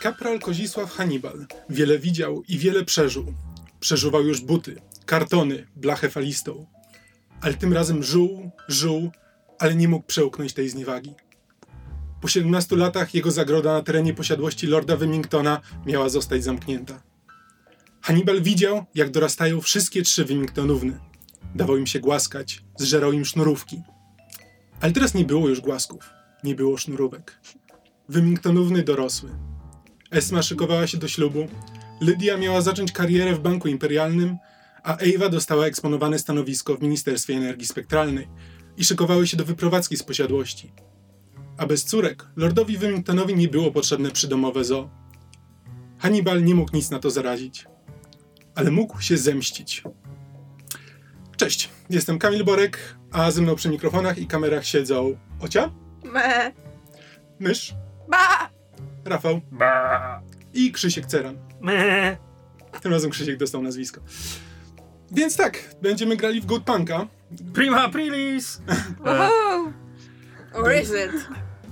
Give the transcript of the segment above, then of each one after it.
Kapral Kozisław Hannibal wiele widział i wiele przeżył. Przeżuwał już buty, kartony, blachę falistą. Ale tym razem żył, ale nie mógł przełknąć tej zniewagi. Po 17 latach jego zagroda na terenie posiadłości lorda Wymingtona miała zostać zamknięta. Hannibal widział, jak dorastają wszystkie 3 Wymingtonówny. Dawał im się głaskać, zżerał im sznurówki. Ale teraz nie było już głasków, nie było sznurówek. Wymingtonówny dorosły. Esma szykowała się do ślubu, Lydia miała zacząć karierę w Banku Imperialnym, a Ewa dostała eksponowane stanowisko w Ministerstwie Energii Spektralnej i szykowały się do wyprowadzki z posiadłości. A bez córek lordowi Wymingtonowi nie było potrzebne przydomowe zoo. Hannibal nie mógł nic na to zarazić, ale mógł się zemścić. Cześć, jestem Kamil Borek, a ze mną przy mikrofonach i kamerach siedzą Ocia, Me. Mysz, Ba. Rafał Ba. i Krzysiek Ceran. Me. Tym razem Krzysiek dostał nazwisko. Więc tak, będziemy grali w Goat Punka. Prima aprilis! Woohoo! Or is it?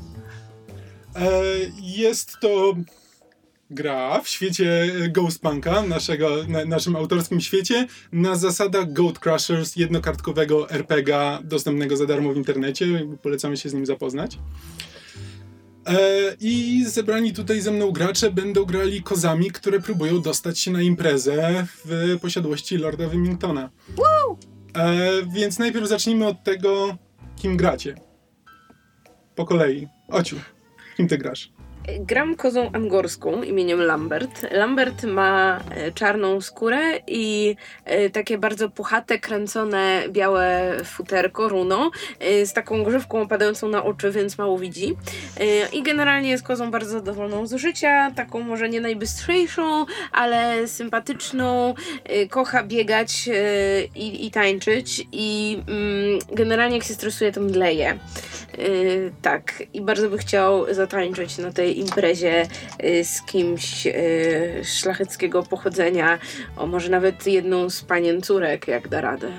Jest to gra w świecie Ghost Punka, naszym autorskim świecie, na zasadach Goat Crushers, jednokartkowego RPGa dostępnego za darmo w internecie. Polecamy się z nim zapoznać. I zebrani tutaj ze mną gracze będą grali kozami, które próbują dostać się na imprezę w posiadłości lorda Wymingtona. Więc najpierw zacznijmy od tego, kim gracie. Po kolei. Ociu, kim ty grasz? Gram kozą angorską imieniem Lambert. Lambert ma czarną skórę i takie bardzo puchate, kręcone, białe futerko, runo, z taką grzywką opadającą na oczy, więc mało widzi. I generalnie jest kozą bardzo zadowoloną z życia, taką może nie najbystrzejszą, ale sympatyczną, kocha biegać i tańczyć i generalnie jak się stresuje, to mdleje. Tak, i bardzo by chciał zatańczyć na tej imprezie z kimś szlacheckiego pochodzenia, może nawet jedną z panien córek, jak da radę.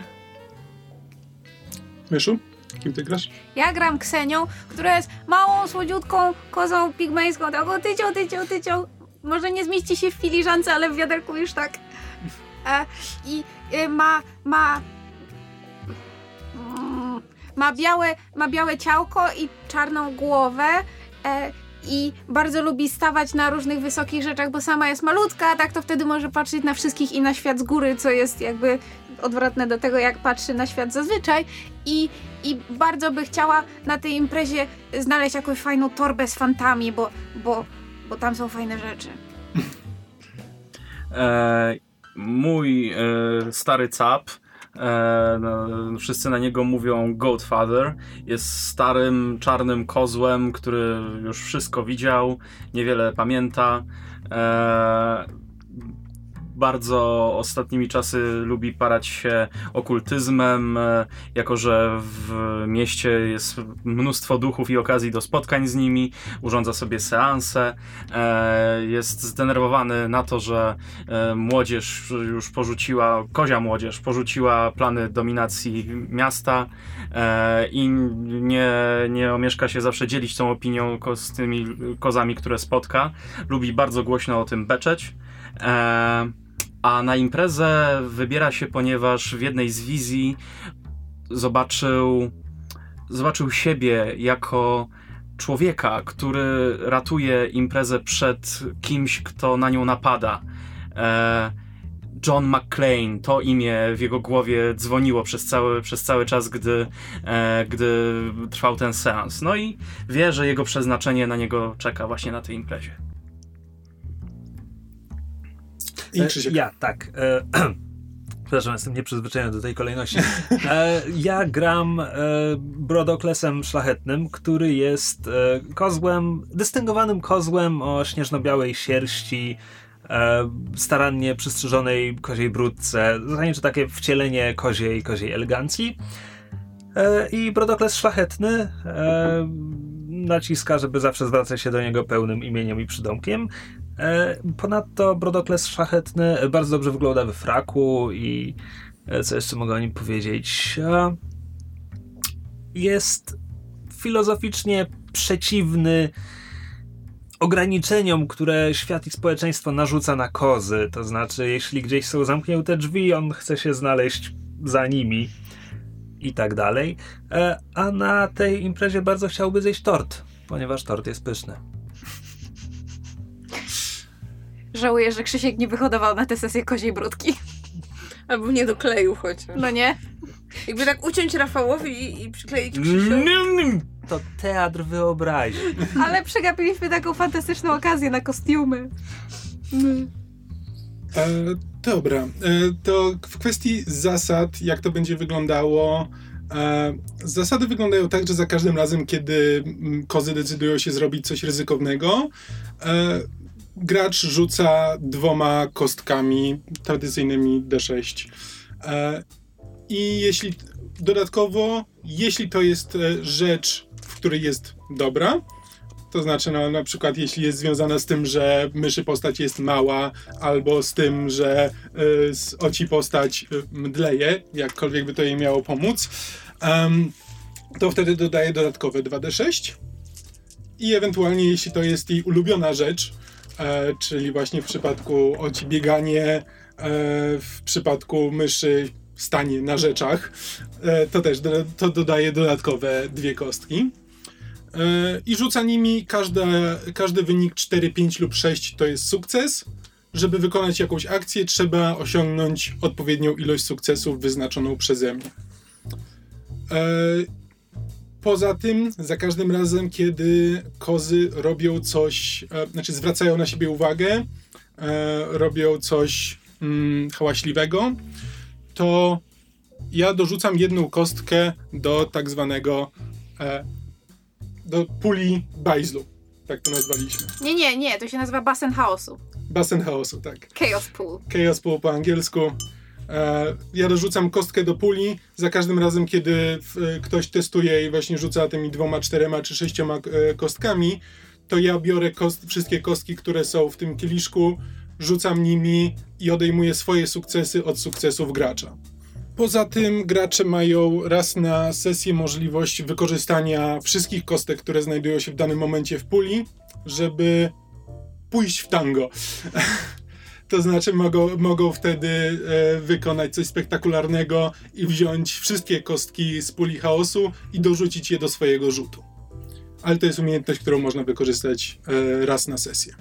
Myszu, kim ty grasz? Ja gram Ksenią, która jest małą, słodziutką kozą pigmejską, taką tycią. Może nie zmieści się w filiżance, ale w wiaderku już tak. Ma białe ciałko i czarną głowę i bardzo lubi stawać na różnych wysokich rzeczach, bo sama jest malutka, a tak to wtedy może patrzeć na wszystkich i na świat z góry, co jest jakby odwrotne do tego, jak patrzy na świat zazwyczaj. I bardzo by chciała na tej imprezie znaleźć jakąś fajną torbę z fantami, bo tam są fajne rzeczy. Mój stary cap, wszyscy na niego mówią Goatfather, jest starym, czarnym kozłem, który już wszystko widział, niewiele pamięta. Bardzo ostatnimi czasy lubi parać się okultyzmem, jako że w mieście jest mnóstwo duchów i okazji do spotkań z nimi, urządza sobie seanse, jest zdenerwowany na to, że młodzież już kozia młodzież porzuciła plany dominacji miasta i nie omieszka się zawsze dzielić tą opinią z tymi kozami, które spotka. Lubi bardzo głośno o tym beczeć. A na imprezę wybiera się, ponieważ w jednej z wizji zobaczył siebie jako człowieka, który ratuje imprezę przed kimś, kto na nią napada. John McClane, to imię w jego głowie dzwoniło przez cały czas, gdy trwał ten seans. No i wie, że jego przeznaczenie na niego czeka właśnie na tej imprezie. Ja, tak. Przepraszam, jestem nieprzyzwyczajony do tej kolejności. Ja gram Brodoklesem Szlachetnym, który jest kozłem, dystyngowanym kozłem o śnieżno-białej sierści, starannie przystrzyżonej koziej bródce. Zasadniczo takie wcielenie koziej elegancji. I Brodokles Szlachetny naciska, żeby zawsze zwracać się do niego pełnym imieniem i przydomkiem. Ponadto Brodokles Szlachetny bardzo dobrze wygląda we fraku i co jeszcze mogę o nim powiedzieć? Jest filozoficznie przeciwny ograniczeniom, które świat i społeczeństwo narzuca na kozy. To znaczy, jeśli gdzieś są zamknięte drzwi, on chce się znaleźć za nimi i tak dalej. A na tej imprezie bardzo chciałby zjeść tort, ponieważ tort jest pyszny. Żałuję, że Krzysiek nie wyhodował na tę sesję koziej brudki. Albo nie dokleił chociaż. No nie? Jakby tak uciąć Rafałowi i przykleić Krzysiowi. To teatr wyobraźni. Ale przegapiliśmy taką fantastyczną okazję na kostiumy. Dobra, to w kwestii zasad, jak to będzie wyglądało. Zasady wyglądają tak, że za każdym razem, kiedy kozy decydują się zrobić coś ryzykownego, gracz rzuca 2 kostkami tradycyjnymi D6. I jeśli to jest rzecz, w której jest dobra, to znaczy na przykład jeśli jest związana z tym, że myszy postać jest mała, albo z tym, że oci postać mdleje, jakkolwiek by to jej miało pomóc, to wtedy dodaje dodatkowe 2d6 i ewentualnie jeśli to jest jej ulubiona rzecz, czyli właśnie w przypadku oci bieganie, w przypadku myszy stanie na rzeczach, to też to dodaje dodatkowe 2 kostki. I rzuca nimi każdy wynik 4, 5 lub 6 to jest sukces. Żeby wykonać jakąś akcję, trzeba osiągnąć odpowiednią ilość sukcesów wyznaczoną przeze mnie. Poza tym, za każdym razem, kiedy kozy robią coś, zwracają na siebie uwagę, robią coś hałaśliwego, to ja dorzucam 1 kostkę do tak zwanego do puli bajzlu. Tak to nazwaliśmy. Nie, to się nazywa basen chaosu. Basen chaosu, tak. Chaos pool. Chaos pool po angielsku. Ja dorzucam kostkę do puli. Za każdym razem, kiedy ktoś testuje i właśnie rzuca tymi 2, 4 czy 6 kostkami, to ja biorę wszystkie kostki, które są w tym kieliszku, rzucam nimi i odejmuję swoje sukcesy od sukcesów gracza. Poza tym gracze mają raz na sesję możliwość wykorzystania wszystkich kostek, które znajdują się w danym momencie w puli, żeby pójść w tango. To znaczy mogą wtedy wykonać coś spektakularnego i wziąć wszystkie kostki z puli chaosu i dorzucić je do swojego rzutu. Ale to jest umiejętność, którą można wykorzystać raz na sesję.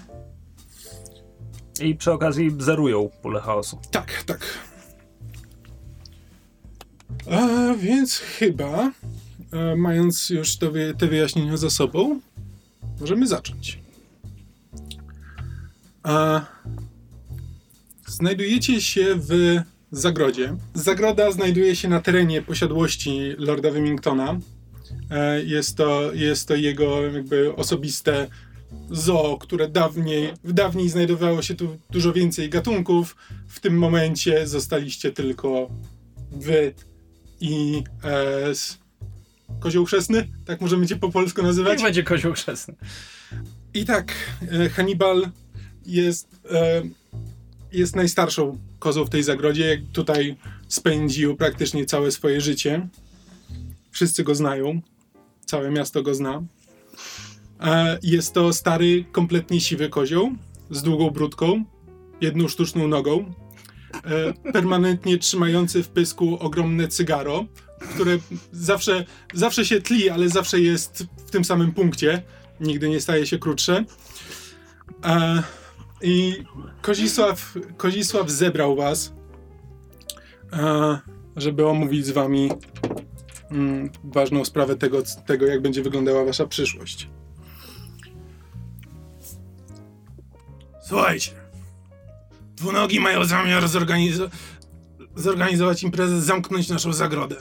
I przy okazji zerują pulę chaosu. Tak. Więc chyba, mając już te wyjaśnienia za sobą, możemy zacząć. Znajdujecie się w zagrodzie. Zagroda znajduje się na terenie posiadłości Lorda Wymingtona. Jest to jego jakby osobiste zoo, które dawniej znajdowało się tu dużo więcej gatunków. W tym momencie zostaliście tylko wy i Kozioł Chrzestny? Tak możemy cię po polsku nazywać? Niech będzie Kozioł Chrzestny. I tak, Hannibal jest najstarszą kozą w tej zagrodzie. Tutaj spędził praktycznie całe swoje życie. Wszyscy go znają. Całe miasto go zna. Jest to stary, kompletnie siwy kozioł z długą brudką, 1 sztuczną nogą, permanentnie trzymający w pysku ogromne cygaro, które zawsze się tli, ale zawsze jest w tym samym punkcie. Nigdy nie staje się krótsze. I Kozisław zebrał was, żeby omówić z wami ważną sprawę tego, jak będzie wyglądała wasza przyszłość. Słuchajcie, dwunogi mają zamiar zorganizować imprezę, zamknąć naszą zagrodę.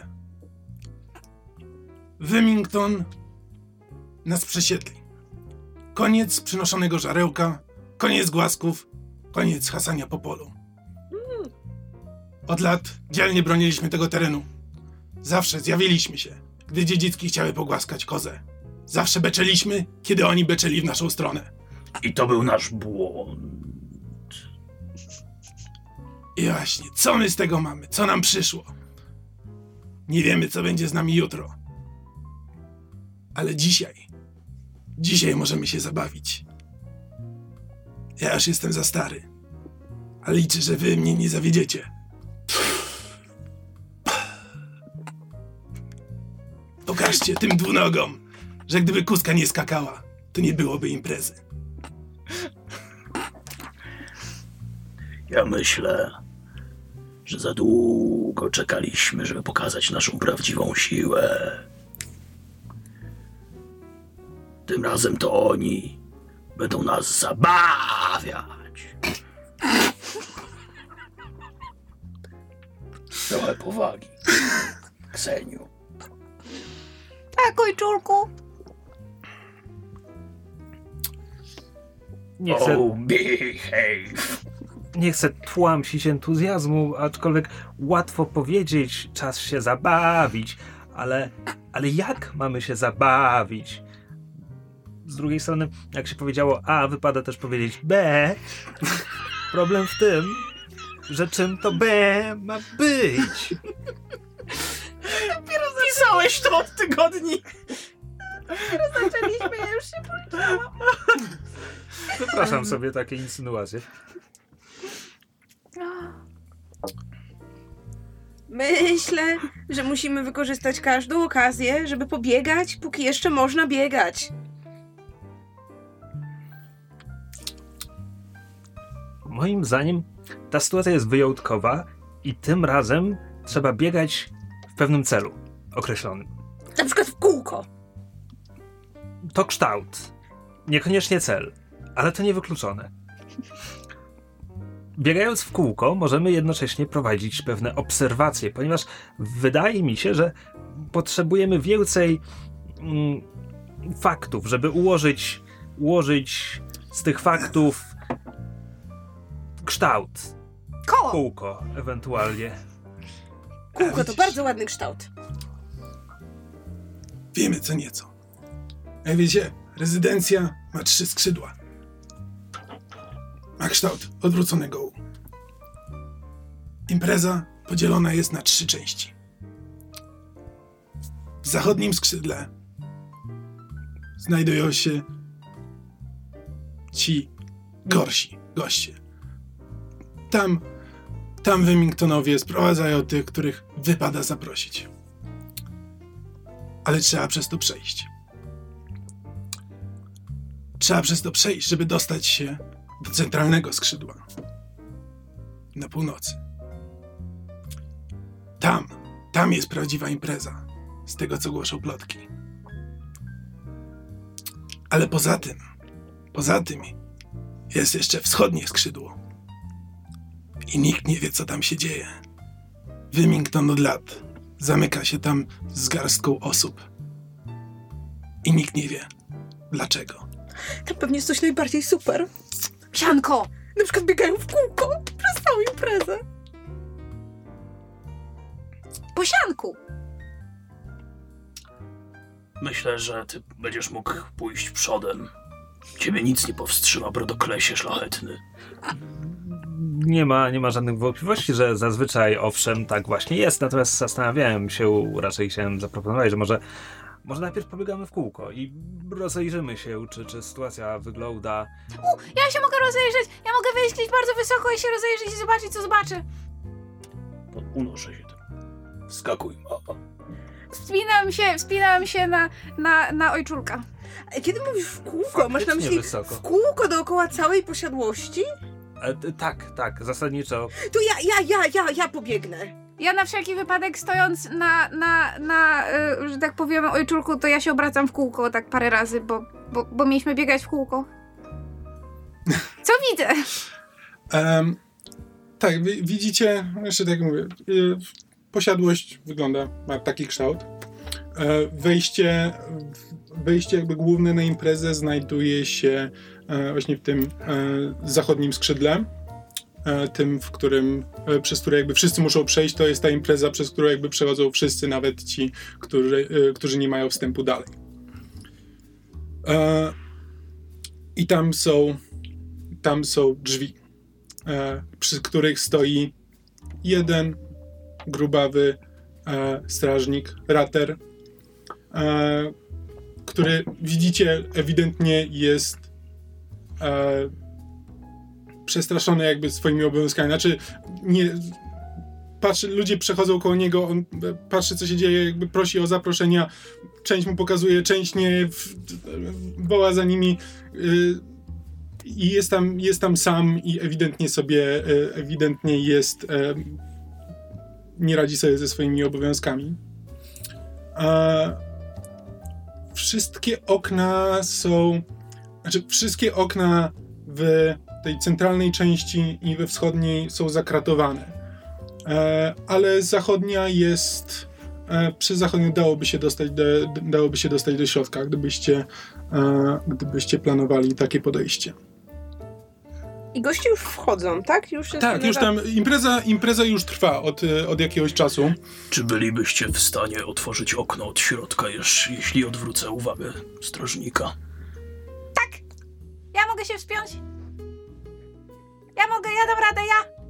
Wymington nas przesiedli. Koniec przynoszonego żarełka, koniec głasków, koniec hasania po polu. Od lat dzielnie broniliśmy tego terenu. Zawsze zjawiliśmy się, gdy dziedziczki chciały pogłaskać kozę. Zawsze beczeliśmy, kiedy oni beczeli w naszą stronę. I to był nasz błąd. I właśnie, co my z tego mamy? Co nam przyszło? Nie wiemy, co będzie z nami jutro. Ale dzisiaj możemy się zabawić. Ja już jestem za stary. Ale liczę, że wy mnie nie zawiedziecie. Pokażcie tym dwunogom, że gdyby kuska nie skakała, to nie byłoby imprezy. Ja myślę, że za długo czekaliśmy, żeby pokazać naszą prawdziwą siłę. Tym razem to oni będą nas zabawiać. Trochę powagi, Kseniu. Tak, ojczulku. Nie chcę tłamsić entuzjazmu, aczkolwiek łatwo powiedzieć, czas się zabawić, ale jak mamy się zabawić? Z drugiej strony, jak się powiedziało A, wypada też powiedzieć B. Problem w tym, że czym to B ma być? Dopiero pisałeś to od tygodni. Zaczęliśmy, ja już się policzyłam. Zapraszam sobie takie insynuacje. Myślę, że musimy wykorzystać każdą okazję, żeby pobiegać, póki jeszcze można biegać. Moim zdaniem ta sytuacja jest wyjątkowa i tym razem trzeba biegać w pewnym celu określonym. Na przykład w kółko. To kształt. Niekoniecznie cel, ale to niewykluczone. Biegając w kółko możemy jednocześnie prowadzić pewne obserwacje, ponieważ wydaje mi się, że potrzebujemy więcej faktów, żeby ułożyć z tych faktów kształt. Koło. Kółko ewentualnie. Kółko to bardzo ładny kształt. Wiemy co nieco. Jak wiecie, rezydencja ma 3 skrzydła. Ma kształt odwróconego U. Impreza podzielona jest na 3 części. W zachodnim skrzydle znajdują się ci gorsi goście. Tam Wymingtonowie sprowadzają tych, których wypada zaprosić. Ale trzeba przez to przejść. Trzeba przez to przejść, żeby dostać się do centralnego skrzydła. Na północy. Tam jest prawdziwa impreza. Z tego, co głoszą plotki. Ale poza tym jest jeszcze wschodnie skrzydło. I nikt nie wie, co tam się dzieje. Wymington od lat zamyka się tam z garstką osób. I nikt nie wie, dlaczego. Tam pewnie jest coś najbardziej super. Sianko! Na przykład biegają w kółko przez całą imprezę. Po sianku! Myślę, że ty będziesz mógł pójść przodem. Ciebie nic nie powstrzyma, Brodoklesie szlachetny. Nie ma żadnych wątpliwości, że zazwyczaj owszem, tak właśnie jest, natomiast zastanawiałem się, raczej chciałem zaproponować, że może najpierw pobiegamy w kółko i rozejrzymy się, czy sytuacja wygląda... Ja się mogę rozejrzeć! Ja mogę wejść gdzieś bardzo wysoko i się rozejrzeć i zobaczyć, co zobaczę. Unoszę się tam. Wskakuj, mama. Wspinałam się na ojczulka. Kiedy mówisz w kółko, masz na myśli wysoko. w kółko dookoła całej posiadłości? Tak, zasadniczo. To ja pobiegnę. Ja na wszelki wypadek stojąc na że tak powiem, ojczulku, to ja się obracam w kółko tak parę razy, bo mieliśmy biegać w kółko. Co widzę? Tak, widzicie, jeszcze tak jak mówię, posiadłość ma taki kształt. Wejście jakby główne na imprezę znajduje się właśnie w tym zachodnim skrzydle. Tym, przez które jakby wszyscy muszą przejść, to jest ta impreza, przez którą jakby przechodzą wszyscy, nawet ci, którzy nie mają wstępu dalej. I tam są drzwi, przy których stoi jeden grubawy strażnik, rater, który widzicie ewidentnie jest przestraszony jakby swoimi obowiązkami. Znaczy, nie... ludzie przechodzą koło niego, on patrzy, co się dzieje, jakby prosi o zaproszenia, część mu pokazuje, część nie, woła za nimi i jest tam sam i ewidentnie jest, nie radzi sobie ze swoimi obowiązkami. Wszystkie okna w tej centralnej części i we wschodniej są zakratowane. Ale zachodnia jest... Przez zachodnią dałoby się dostać do środka, gdybyście planowali takie podejście. I goście już wchodzą, tak? Już tam impreza już trwa od jakiegoś czasu. Czy bylibyście w stanie otworzyć okno od środka, jeśli odwrócę uwagę strażnika? Tak! Ja mogę się wspiąć. Ja dam radę,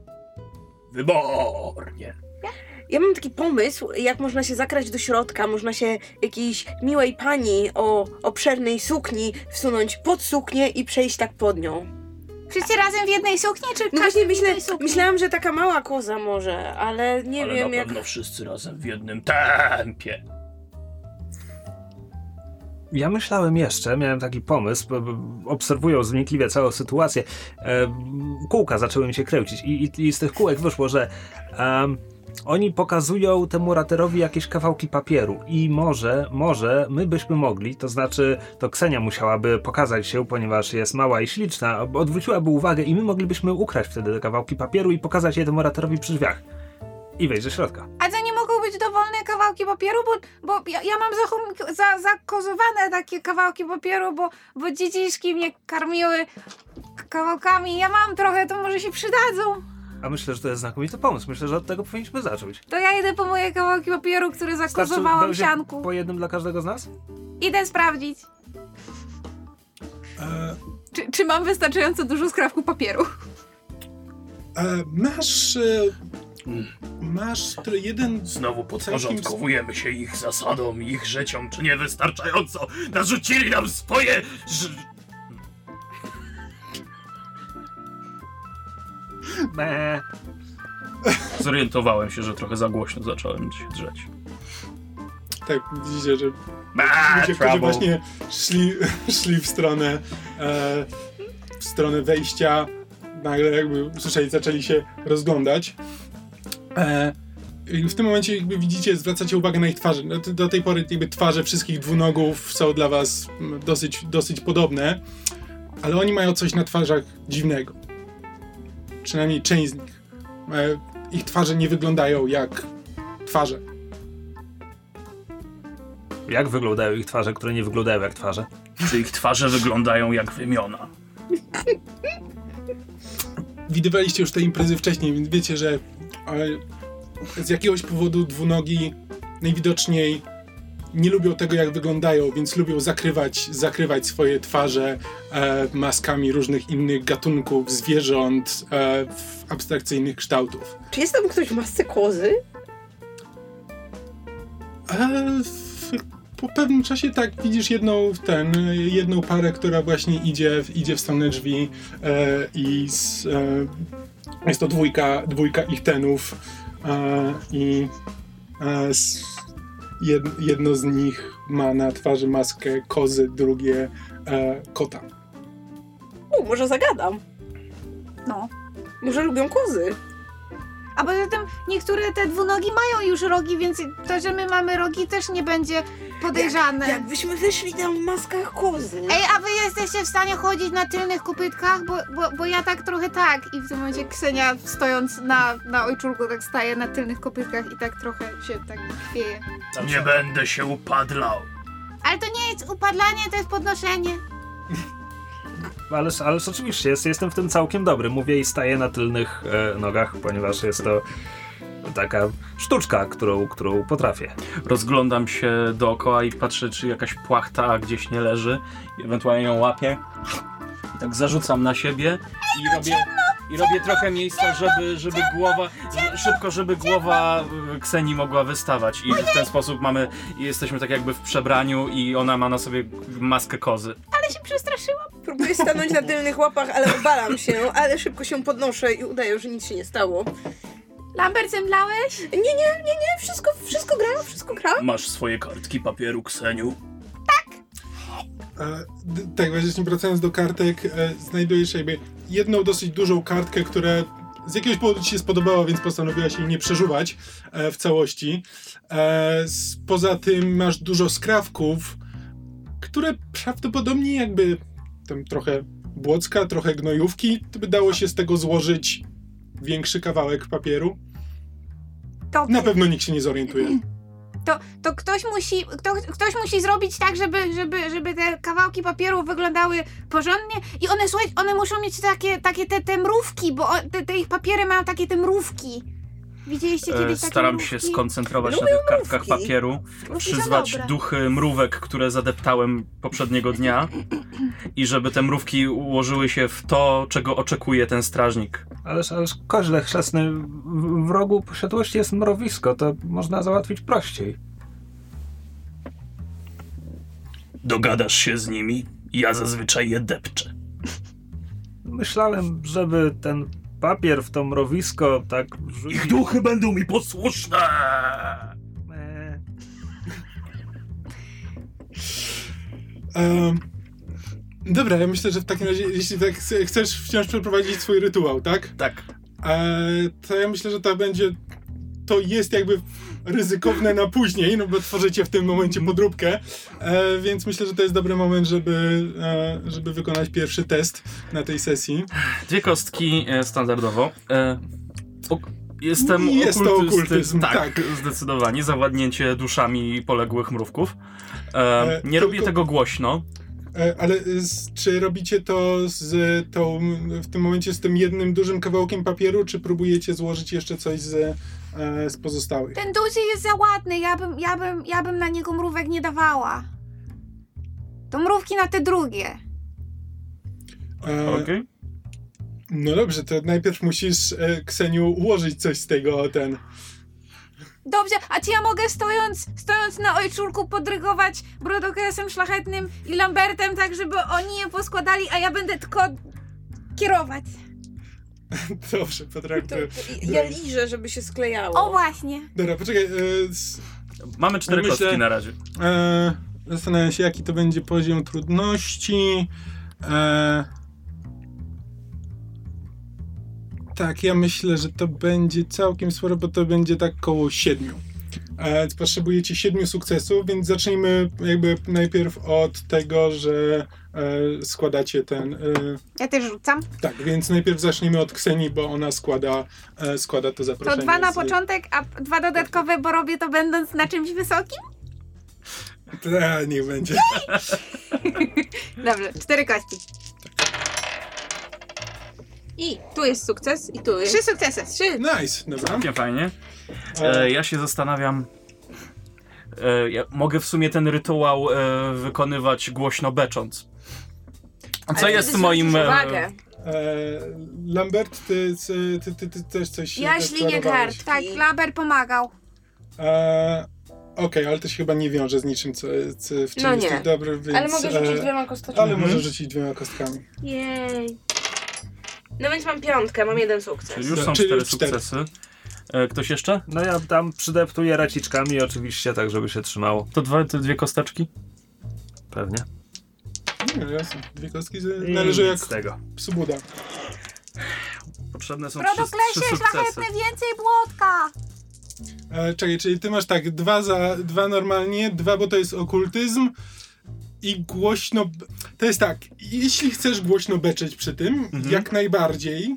Wybornie. Ja mam taki pomysł, jak można się zakraść do środka, można się jakiejś miłej pani o obszernej sukni wsunąć pod suknię i przejść tak pod nią. Wszyscy razem w jednej sukni, czy no każdy właśnie w jednej sukni? Myślałam, że taka mała koza może, ale nie wiem jak... na pewno wszyscy razem w jednym tempie. Ja myślałem miałem taki pomysł, obserwując wnikliwie całą sytuację, kółka zaczęły mi się kręcić i z tych kółek wyszło, że oni pokazują temu raterowi jakieś kawałki papieru i może my byśmy mogli, to znaczy to Ksenia musiałaby pokazać się, ponieważ jest mała i śliczna, odwróciłaby uwagę i my moglibyśmy ukraść wtedy te kawałki papieru i pokazać je temu raterowi przy drzwiach i wejść do środka. A to nie mogą być dowolne kawałki papieru, bo ja mam zakozowane takie kawałki papieru, bo dzieciszki mnie karmiły kawałkami. Ja mam trochę, to może się przydadzą. A myślę, że to jest znakomity pomysł. Myślę, że od tego powinniśmy zacząć. To ja idę po moje kawałki papieru, które zakozowałam w sianku. Po jednym dla każdego z nas? Idę sprawdzić. Czy mam wystarczająco dużo skrawku papieru? Masz jeden... Znowu podporządkowujemy się ich zasadom, ich życiom, czy niewystarczająco narzucili nam swoje... Zorientowałem się, że trochę za głośno zacząłem się drzeć. Tak, widzicie, że ludzie, którzy właśnie szli w stronę wejścia, nagle jakby usłyszeli, zaczęli się rozglądać. I w tym momencie jakby widzicie, zwracacie uwagę na ich twarze. Do tej pory jakby twarze wszystkich dwunogów są dla was dosyć podobne, ale oni mają coś na twarzach dziwnego. Przynajmniej część z nich. Ich twarze nie wyglądają jak twarze. Jak wyglądają ich twarze, które nie wyglądają jak twarze? Czy ich twarze wyglądają jak wymiona? Widywaliście już te imprezy wcześniej, więc wiecie, że z jakiegoś powodu dwunogi najwidoczniej nie lubią tego, jak wyglądają, więc lubią zakrywać swoje twarze maskami różnych innych gatunków, zwierząt, abstrakcyjnych kształtów. Czy jest tam ktoś w masce kozy? Po pewnym czasie tak, widzisz jedną parę, która właśnie idzie w stronę drzwi jest to dwójka ich tenów i jedno z nich ma na twarzy maskę kozy, drugie kota. Może zagadam. No. Może lubią kozy. A poza tym niektóre te dwunogi mają już rogi, więc to, że my mamy rogi, też nie będzie podejrzane. Jakbyśmy wyszli tam w maskach kozy. Ej, a wy jesteście w stanie chodzić na tylnych kopytkach? Bo ja tak trochę tak. I w tym momencie Ksenia, stojąc na ojczulku, tak staje na tylnych kopytkach i tak trochę się tak chwieje. Nie będę się upadlał. Ale to nie jest upadlanie, to jest podnoszenie. Ale oczywiście, jestem w tym całkiem dobry. Mówię i staję na tylnych nogach, ponieważ jest to taka sztuczka, którą potrafię. Rozglądam się dookoła i patrzę, czy jakaś płachta gdzieś nie leży. Ewentualnie ją łapię. I tak zarzucam na siebie i robię... I robię trochę miejsca, żeby głowa Kseni mogła wystawać. I w ten sposób jesteśmy tak jakby w przebraniu i ona ma na sobie maskę kozy. Ale się przestraszyłam. Próbuję stanąć na tylnych łapach, ale obalam się, ale szybko się podnoszę i udaję, że nic się nie stało. Lambert, zemdlałeś? Nie, wszystko gra. Masz swoje kartki papieru, Kseniu? Tak, właśnie wracając do kartek, znajdujesz jakby jedną dosyć dużą kartkę, która z jakiegoś powodu ci się spodobała, więc postanowiłaś jej nie przeżuwać w całości. Poza tym masz dużo skrawków, które prawdopodobnie jakby tam trochę błocka, trochę gnojówki, to by dało się z tego złożyć większy kawałek papieru. Dobrze. Na pewno nikt się nie zorientuje. To ktoś musi zrobić tak, żeby te kawałki papieru wyglądały porządnie i one muszą mieć takie te mrówki, bo te ich papiery mają takie te mrówki. Widzieliście kiedyś takie Staram mrówki? się skoncentrować na tych kartkach papieru, Mrówki przyzwać są dobre. duchy mrówek, które zadeptałem poprzedniego dnia i żeby te mrówki ułożyły się w to, czego oczekuje ten strażnik. Ależ koźle chrzestny, w rogu posiadłości jest mrowisko, to można załatwić prościej. Dogadasz się z nimi? Ja zazwyczaj je depczę. Myślałem, żeby ten papier w to mrowisko tak rzucić... Ich duchy będą mi posłuszne! Dobra, ja myślę, że w takim razie, jeśli tak chcesz wciąż przeprowadzić swój rytuał, tak? Tak. To ja myślę, że to jest jakby ryzykowne na później, no bo tworzycie w tym momencie podróbkę, więc myślę, że to jest dobry moment, żeby wykonać pierwszy test na tej sesji. 2 kostki standardowo. Jest to okultyzm, tak, zdecydowanie. Zawładnięcie duszami poległych mrówków. Nie robię tego głośno. Ale czy robicie to w tym momencie z tym jednym dużym kawałkiem papieru, czy próbujecie złożyć jeszcze coś z pozostałych? Ten duży jest za ładny, ja bym na niego mrówek nie dawała. To mrówki na te drugie. Okej. No dobrze, to najpierw musisz, Kseniu, ułożyć coś z tego, Dobrze, a czy ja mogę stojąc na ojczulku podrygować Brodokresem Szlachetnym i Lambertem tak, żeby oni je poskładali, a ja będę tylko kierować. Dobrze, potraktuję. Ja liżę, żeby się sklejało. O właśnie. Dobra, poczekaj. Mamy 4 kostki na razie. Zastanawiam się, jaki to będzie poziom trudności. Tak, ja myślę, że to będzie całkiem sporo, bo to będzie tak koło 7. Potrzebujecie 7 sukcesów, więc zacznijmy jakby najpierw od tego, że składacie ten... Ja też rzucam. Tak, więc najpierw zacznijmy od Ksenii, bo ona składa to zaproszenie. To 2 na początek, a 2 dodatkowe, bo robię to będąc na czymś wysokim? Niech będzie. Dobrze, 4 kości. I tu jest sukces, i tu jest... 3 sukcesy. 3. Nice, dobra. Całkiem fajnie. Ja się zastanawiam... Ja mogę w sumie ten rytuał wykonywać głośno becząc. Co Ale jest ty moim... uwagę. Lambert, ty też coś... Ja ślinię deklarowałeś. kartki. Tak, Laber pomagał. Okej, ale to się chyba nie wiąże z niczym, co w czym No jesteś nie. dobry, więc... Ale mogę rzucić 2 kostoczkami. Ale może rzucić 2 kostkami. Jej. No więc mam 5, mam 1 sukces. Czyli już są Czyli 4 już 4. sukcesy. Ktoś jeszcze? No ja tam przydeptuję raciczkami oczywiście, tak żeby się trzymało. To 2 kosteczki? Pewnie. Nie, jasne. 2 kostki należy jak z tego. psu Buda. Potrzebne są 3 Brodoklesie sukcesy. Szlachetny, więcej błotka! Czekaj, czyli ty masz tak, 2 normalnie, 2, bo to jest okultyzm i głośno... To jest tak, jeśli chcesz głośno beczeć przy tym, jak najbardziej,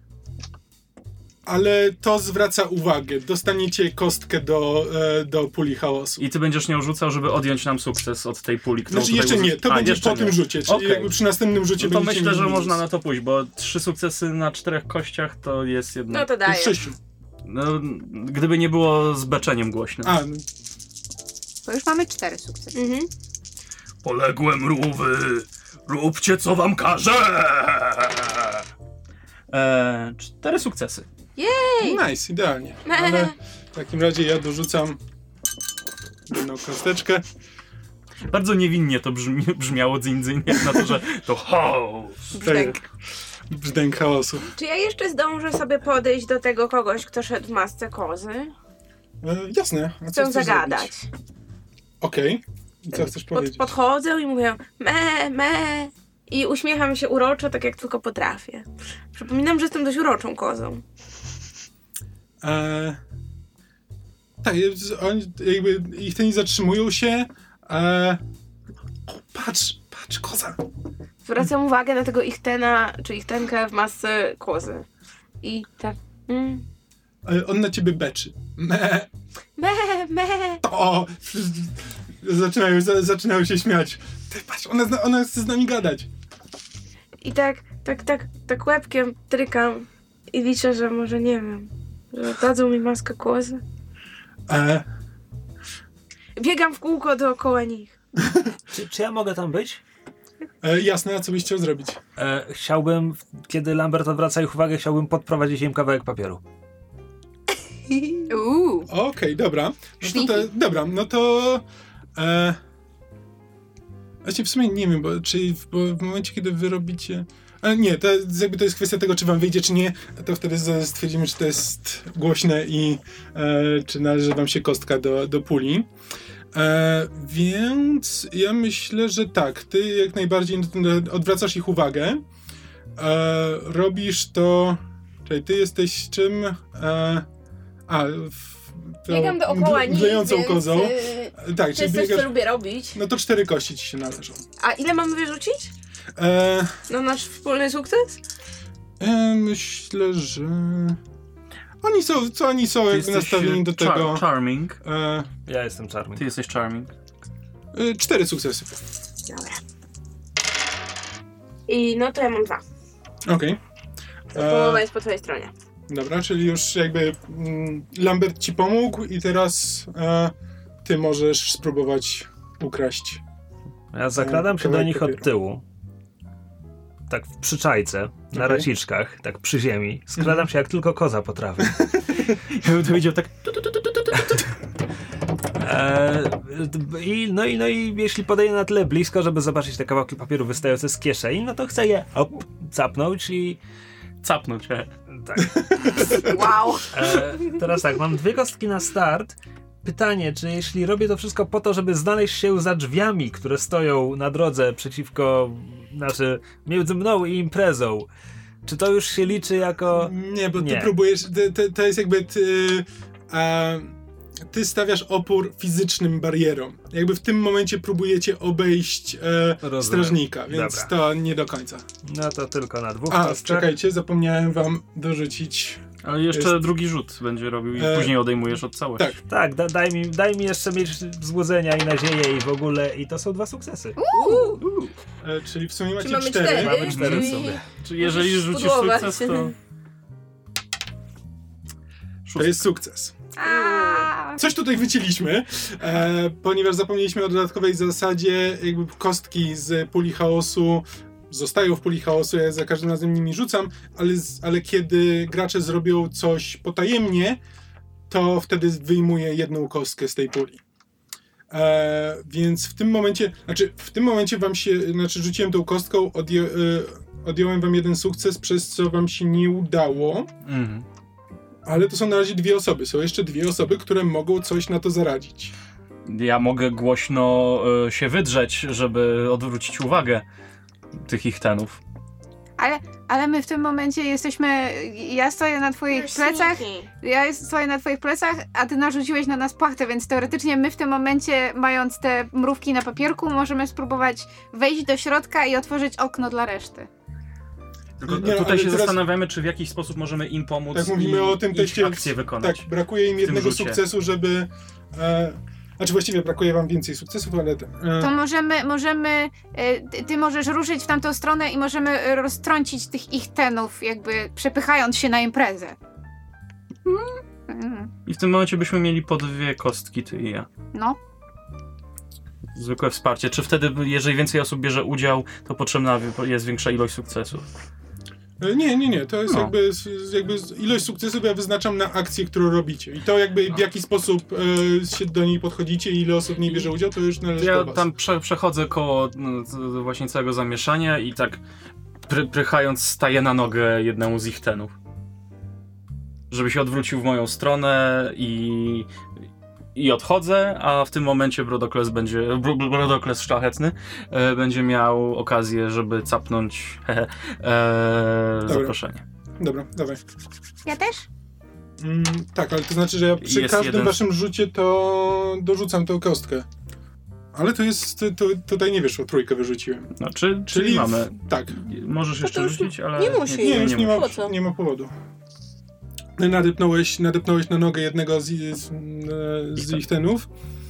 ale to zwraca uwagę. Dostaniecie kostkę do puli chaosu. I ty będziesz nią rzucał, żeby odjąć nam sukces od tej puli, którą Znaczy jeszcze nie, to będzie po tym rzucie, czyli Okej. jakby przy następnym rzucie No to będziecie myślę, że mieli można minus. na to pójść, bo 3 sukcesy na 4 kościach to jest jedno. No to To daję. jest 6. No, gdyby nie było z beczeniem głośnym. To już mamy 4 sukcesy. Poległe mrówy, róbcie co wam każę! 4 sukcesy. Jej! Nice, idealnie. Ale w takim razie ja dorzucam jedną kosteczkę. Bardzo niewinnie to brzmiało dzyń, jak na to, że to chaos. Brzdęk. Brzdęk chaosu. Czy ja jeszcze zdążę sobie podejść do tego kogoś, kto szedł w masce kozy? Jasne. A co Chcę chcesz zagadać. zrobić? Okej. I co chcesz powiedzieć? Podchodzę i mówię me. I uśmiecham się uroczo, tak jak tylko potrafię. Przypominam, że jestem dość uroczą kozą. Tak, oni jakby ich te nie zatrzymują się. Patrz, koza. Zwracam uwagę na tego ichtena, czy ichtenkę w masce kozy. I tak... On na ciebie beczy. Me. O! Zaczynają się śmiać. Ty, patrz, ona chce z nami gadać. I tak łebkiem trykam i liczę, że może nie wiem, że dadzą mi maskę kozy. Biegam w kółko dookoła nich. Czy ja mogę tam być? Jasne, a co byś chciał zrobić? Chciałbym, kiedy Lambert odwraca ich uwagę, chciałbym podprowadzić im kawałek papieru. Okej, dobra. No to Właśnie w sumie nie wiem, bo w momencie, kiedy wy robicie... nie, to jest kwestia tego, czy wam wyjdzie, czy nie, to wtedy stwierdzimy, czy to jest głośne i czy należy wam się kostka do puli. Więc ja myślę, że tak, ty jak najbardziej odwracasz ich uwagę. Robisz to... Czyli ty jesteś czym? Biegam dookoła nich, mdlejącą kozą. Tak, to jest coś, co lubię robić. No to 4 kości ci się należą. A ile mamy wyrzucić? Na nasz wspólny sukces? Myślę, że... Oni są jakby nastawieni do tego... Charming. Ja jestem charming. Ty jesteś charming. 4 sukcesy. Dobra. I no to ja mam 2. Okej. Połowa jest po twojej stronie. Dobra, czyli już jakby Lambert ci pomógł i teraz ty możesz spróbować ukraść. Ja zakradam się do nich papieru. Od tyłu. Tak w przyczajce, na raciczkach, tak przy ziemi. Skradam się jak tylko koza potrafi. Ja bym to widział tak... I jeśli podejdę na tyle blisko, żeby zobaczyć te kawałki papieru wystające z kieszeni, no to chcę je capnąć i... Capnąć, tak. Wow! Teraz tak, mam 2 kostki na start. Pytanie, czy jeśli robię to wszystko po to, żeby znaleźć się za drzwiami, które stoją na drodze przeciwko, między mną i imprezą, czy to już się liczy jako... Nie, bo ty próbujesz, to jest jakby ty stawiasz opór fizycznym barierom. Jakby w tym momencie próbujecie obejść strażnika, więc dobra. To nie do końca. No to tylko na 2 kostkach. Czekajcie, zapomniałem wam dorzucić... Ale jeszcze drugi rzut będzie robił i później odejmujesz od całości. Tak, daj mi jeszcze mieć wzbudzenia i nadzieję i w ogóle, i to są 2 sukcesy. Czyli w sumie macie 4. Mamy 4 w sobie. Czyli jeżeli rzucisz sukces, to... To jest sukces. Coś tutaj wycięliśmy, ponieważ zapomnieliśmy o dodatkowej zasadzie, jakby kostki z puli chaosu zostają w puli chaosu, ja za każdym razem nimi rzucam, ale kiedy gracze zrobią coś potajemnie, to wtedy wyjmuję 1 kostkę z tej puli. Więc w tym momencie wam się, rzuciłem tą kostką, odjąłem wam 1 sukces, przez co wam się nie udało. Ale to są na razie 2 osoby. Są jeszcze 2 osoby, które mogą coś na to zaradzić. Ja mogę głośno się wydrzeć, żeby odwrócić uwagę tych ichtenów. Ale my w tym momencie jesteśmy... Ja stoję na twoich plecach. Ja stoję na twoich plecach, a ty narzuciłeś na nas płachtę, więc teoretycznie my w tym momencie, mając te mrówki na papierku, możemy spróbować wejść do środka i otworzyć okno dla reszty. Tylko tutaj się zastanawiamy, czy w jakiś sposób możemy im pomóc. Tak, mówimy o tym teście, akcję wykonać. Tak, brakuje im 1 sukcesu, żeby... właściwie brakuje wam więcej sukcesów, ale... To możemy... Ty możesz ruszyć w tamtą stronę i możemy roztrącić tych ichtenów, jakby przepychając się na imprezę. I w tym momencie byśmy mieli po 2 kostki, ty i ja. No. Zwykłe wsparcie. Czy wtedy, jeżeli więcej osób bierze udział, to potrzebna jest większa ilość sukcesów? Nie. To jest jakby ilość sukcesów ja wyznaczam na akcję, którą robicie. I to jakby w jaki sposób się do niej podchodzicie i ile osób w niej bierze udział, to już należy do was. Ja tam przechodzę koło właśnie całego zamieszania i tak prychając staję na nogę jednemu z ich tenów. Żeby się odwrócił w moją stronę i odchodzę, a w tym momencie Brodokles szlachetny będzie miał okazję, żeby capnąć zaproszenie. Dobra, dawaj. Ja też? Tak, ale to znaczy, że ja przy każdym waszym rzucie to dorzucam tę kostkę. Ale to jest, tutaj nie wyszło, 3 wyrzuciłem. No, czyli mamy. Tak. Możesz jeszcze rzucić, ale... Nie musi. Nie ma powodu. Nadepnąłeś na nogę jednego z ich tenów.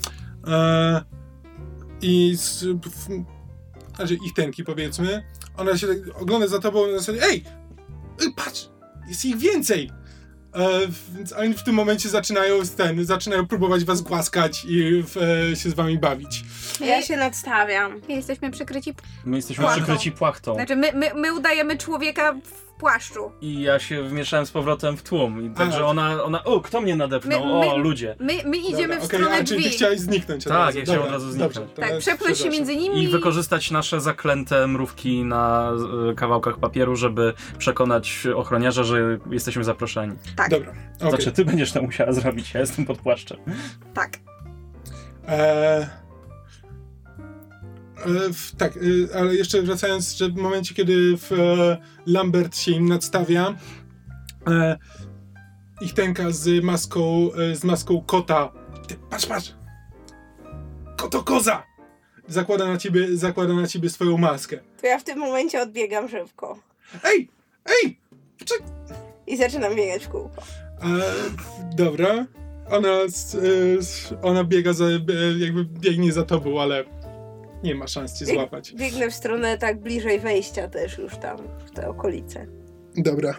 Znaczy ich tenki, powiedzmy. Ona się tak ogląda za tobą na zasadzie, ej, patrz, jest ich więcej. Więc oni w tym momencie zaczynają próbować was głaskać i się z wami bawić. Ja się nadstawiam. Jesteśmy przykryci My jesteśmy przykryci płachtą. Znaczy, my udajemy człowieka w płaszczu. I ja się wmieszałem z powrotem w tłum. I także ona kto mnie nadepnął? Ludzie. My idziemy w stronę drzwi. Czyli ty chciałeś zniknąć od tak, razu. ja chciałem od razu zniknąć. Tak, przepchnąć się między nimi. I wykorzystać nasze zaklęte mrówki na kawałkach papieru, żeby przekonać ochroniarza, że jesteśmy zaproszeni. Tak. Dobra, okay. Znaczy, ty będziesz to musiała zrobić, ja jestem pod płaszczem. Tak. Tak, ale jeszcze wracając, że w momencie, kiedy Lambert się im nadstawia, ich tenka z maską kota, patrz, koza! Zakłada na ciebie swoją maskę. To ja w tym momencie odbiegam szybko. Ej! I zaczynam biegać w kółko. Dobra. Ona biegnie za tobą, ale nie ma szans cię złapać. Biegnę w stronę tak bliżej wejścia też już tam, w te okolice. Dobra.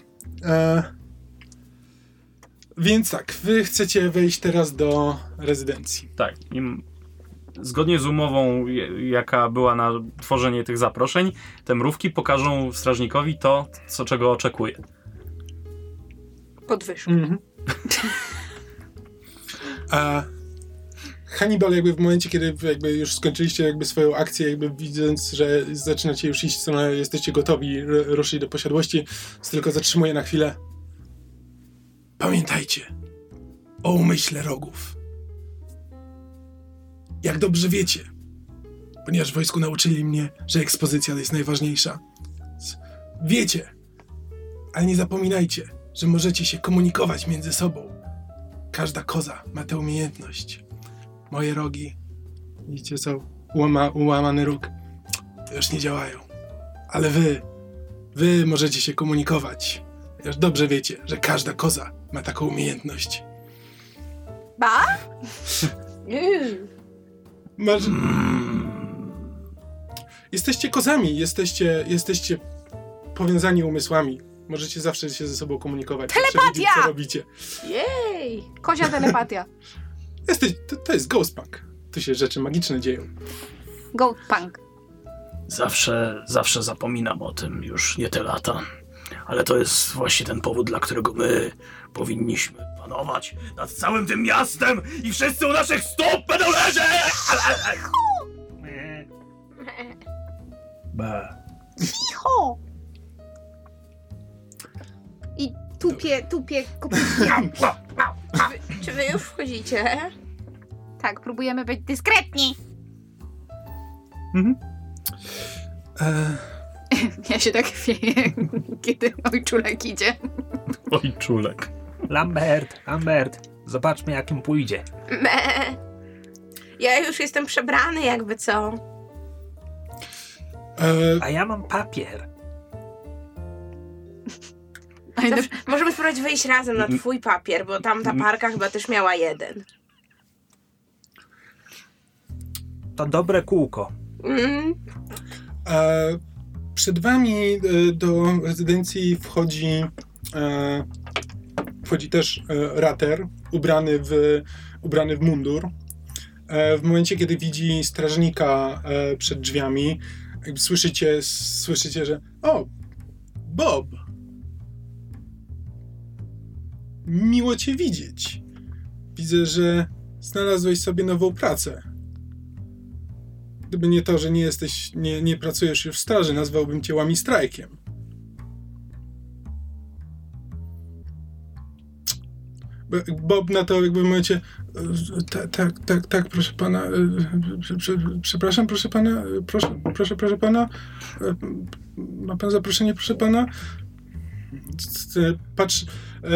Więc tak, wy chcecie wejść teraz do rezydencji. Tak. Zgodnie z umową, jaka była na tworzenie tych zaproszeń, te mrówki pokażą strażnikowi to, czego oczekuje. Podwyżk. Hannibal w momencie, kiedy już skończyliście swoją akcję, widząc, że zaczynacie już iść w stronę, jesteście gotowi ruszyć do posiadłości, tylko zatrzymuje na chwilę. Pamiętajcie o umyśle rogów. Jak dobrze wiecie, ponieważ w wojsku nauczyli mnie, że ekspozycja jest najważniejsza. Wiecie, ale nie zapominajcie, że możecie się komunikować między sobą. Każda koza ma tę umiejętność. Moje rogi, widzicie co? Ułamany róg. Już nie działają. Ale wy możecie się komunikować. Już dobrze wiecie, że każda koza ma taką umiejętność. Ba? Jesteście kozami, jesteście powiązani umysłami. Możecie zawsze się ze sobą komunikować. Telepatia! Wiedzieć, co robicie. Jej! Kozia telepatia. To jest Ghostpunk. Tu się rzeczy magiczne dzieją. Ghostpunk. Zawsze zapominam o tym już nie te lata. Ale to jest właśnie ten powód, dla którego my powinniśmy panować nad całym tym miastem i wszyscy u naszych stóp będą leżeć! Ba. Cicho! I tupie Czy wy już wchodzicie? Tak, próbujemy być dyskretni. Ja się tak chwieję, kiedy ojczulek idzie. Ojczulek. Lambert, zobaczmy jak im pójdzie. Ja już jestem przebrany jakby co. A ja mam papier. Możemy spróbować wyjść razem na twój papier, bo tamta parka chyba też miała jeden. To dobre kółko. Przed wami do rezydencji wchodzi też rater, ubrany w mundur. W momencie, kiedy widzi strażnika przed drzwiami, słyszycie, że o, Bob, Miło cię widzieć. Widzę, że znalazłeś sobie nową pracę. Gdyby nie to, że nie pracujesz już w straży, nazwałbym cię łamistrajkiem. Bob na to jakby w momencie tak, proszę pana, przepraszam, proszę pana, proszę pana, ma pan zaproszenie, proszę pana? Patrz,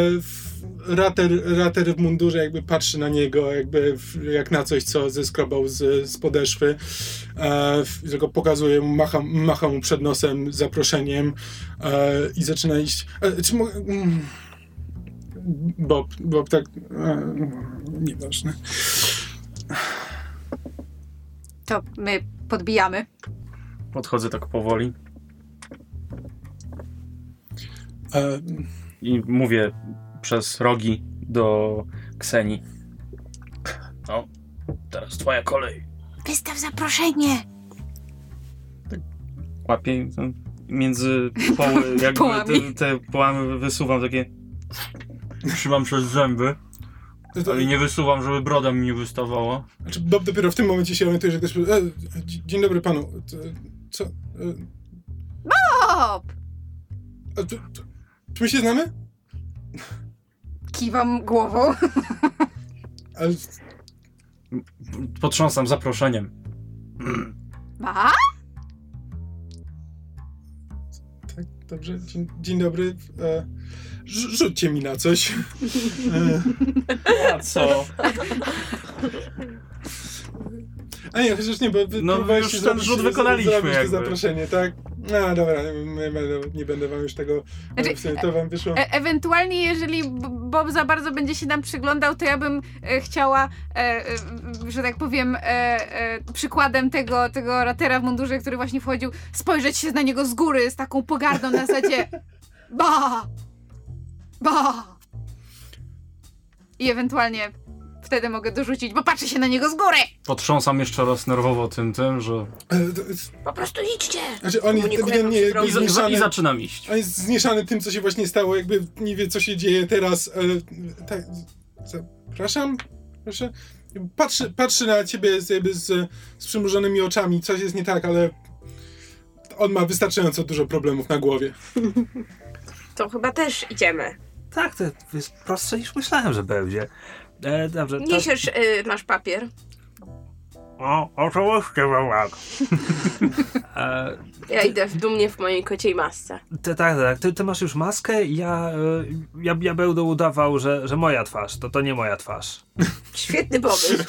rater w mundurze jakby patrzy na niego, jakby jak na coś, co zeskrobał z podeszwy, tylko pokazuje mu, macha mu przed nosem zaproszeniem i zaczyna iść. Czy mogę... Bob tak... nieważne. To my podbijamy. Podchodzę tak powoli. I mówię przez rogi do Kseni. No, teraz twoja kolej. Wystaw zaproszenie. Łapię między poły, jakby te połamy wysuwam takie... Trzymam przez zęby, ale nie wysuwam, żeby broda mi nie wystawała. Znaczy Bob dopiero w tym momencie się orientuje, że ktoś... dzień dobry panu. Co? Bob! Czy my się znamy? Kiwam głową. Ale... Potrząsam zaproszeniem. A? Tak, dobrze. Dzień dobry. Rzućcie mi na coś. A co? A nie, chociaż nie, bo już ten rzut wykonaliśmy zrobić jakby. to zaproszenie, tak? No dobra, nie będę wam już tego... to wam wyszło. Ewentualnie, jeżeli Bob za bardzo będzie się nam przyglądał, to ja bym chciała, że tak powiem, przykładem tego ratera w mundurze, który właśnie wchodził, spojrzeć się na niego z góry z taką pogardą na zasadzie ba! I ewentualnie wtedy mogę dorzucić, bo patrzy się na niego z góry! Potrząsam jeszcze raz nerwowo tym, że... Po prostu idźcie! Znaczy on jest ewidentnie I zaczynam iść. On jest zmieszany tym, co się właśnie stało, jakby nie wie, co się dzieje teraz. Tak, zapraszam? Proszę? Patrzy na ciebie z przymrużonymi oczami. Coś jest nie tak, ale on ma wystarczająco dużo problemów na głowie. To chyba też idziemy. Tak, to jest prostsze niż myślałem, że będzie. Dobrze. Niesiesz nasz papier. Oczywiście, że tak. Ja idę dumnie w mojej kociej masce. Tak. Ty masz już maskę i ja będę udawał, że moja twarz, to nie moja twarz. Świetny pomysł.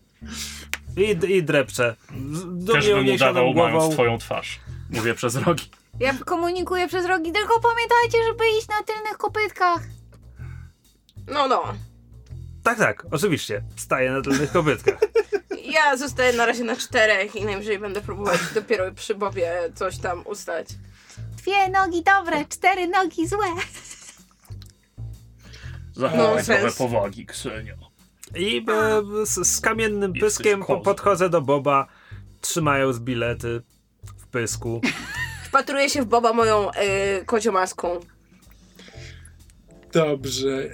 I drepczę. Też bym udawał, mając twoją twarz. Mówię przez rogi. Ja komunikuję przez rogi, tylko pamiętajcie, żeby iść na tylnych kopytkach. No. Tak, oczywiście. Staję na tylnych kopytkach. Ja zostaję na razie na 4 i najwyżej będę próbować dopiero przy Bobie coś tam ustać. 2 nogi dobre, 4 nogi złe. Zachowaj trochę powagi, Ksenio. I z kamiennym pyskiem podchodzę do Boba, trzymając bilety w pysku. Wpatruję się w Boba moją kocią maską. Dobrze.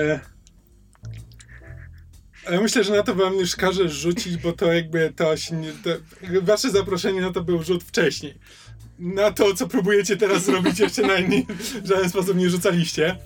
Ja myślę, że na to wam już każę rzucić, bo to jakby wasze zaproszenie na to był rzut wcześniej. Na to, co próbujecie teraz zrobić, jeszcze na w żaden sposób nie rzucaliście.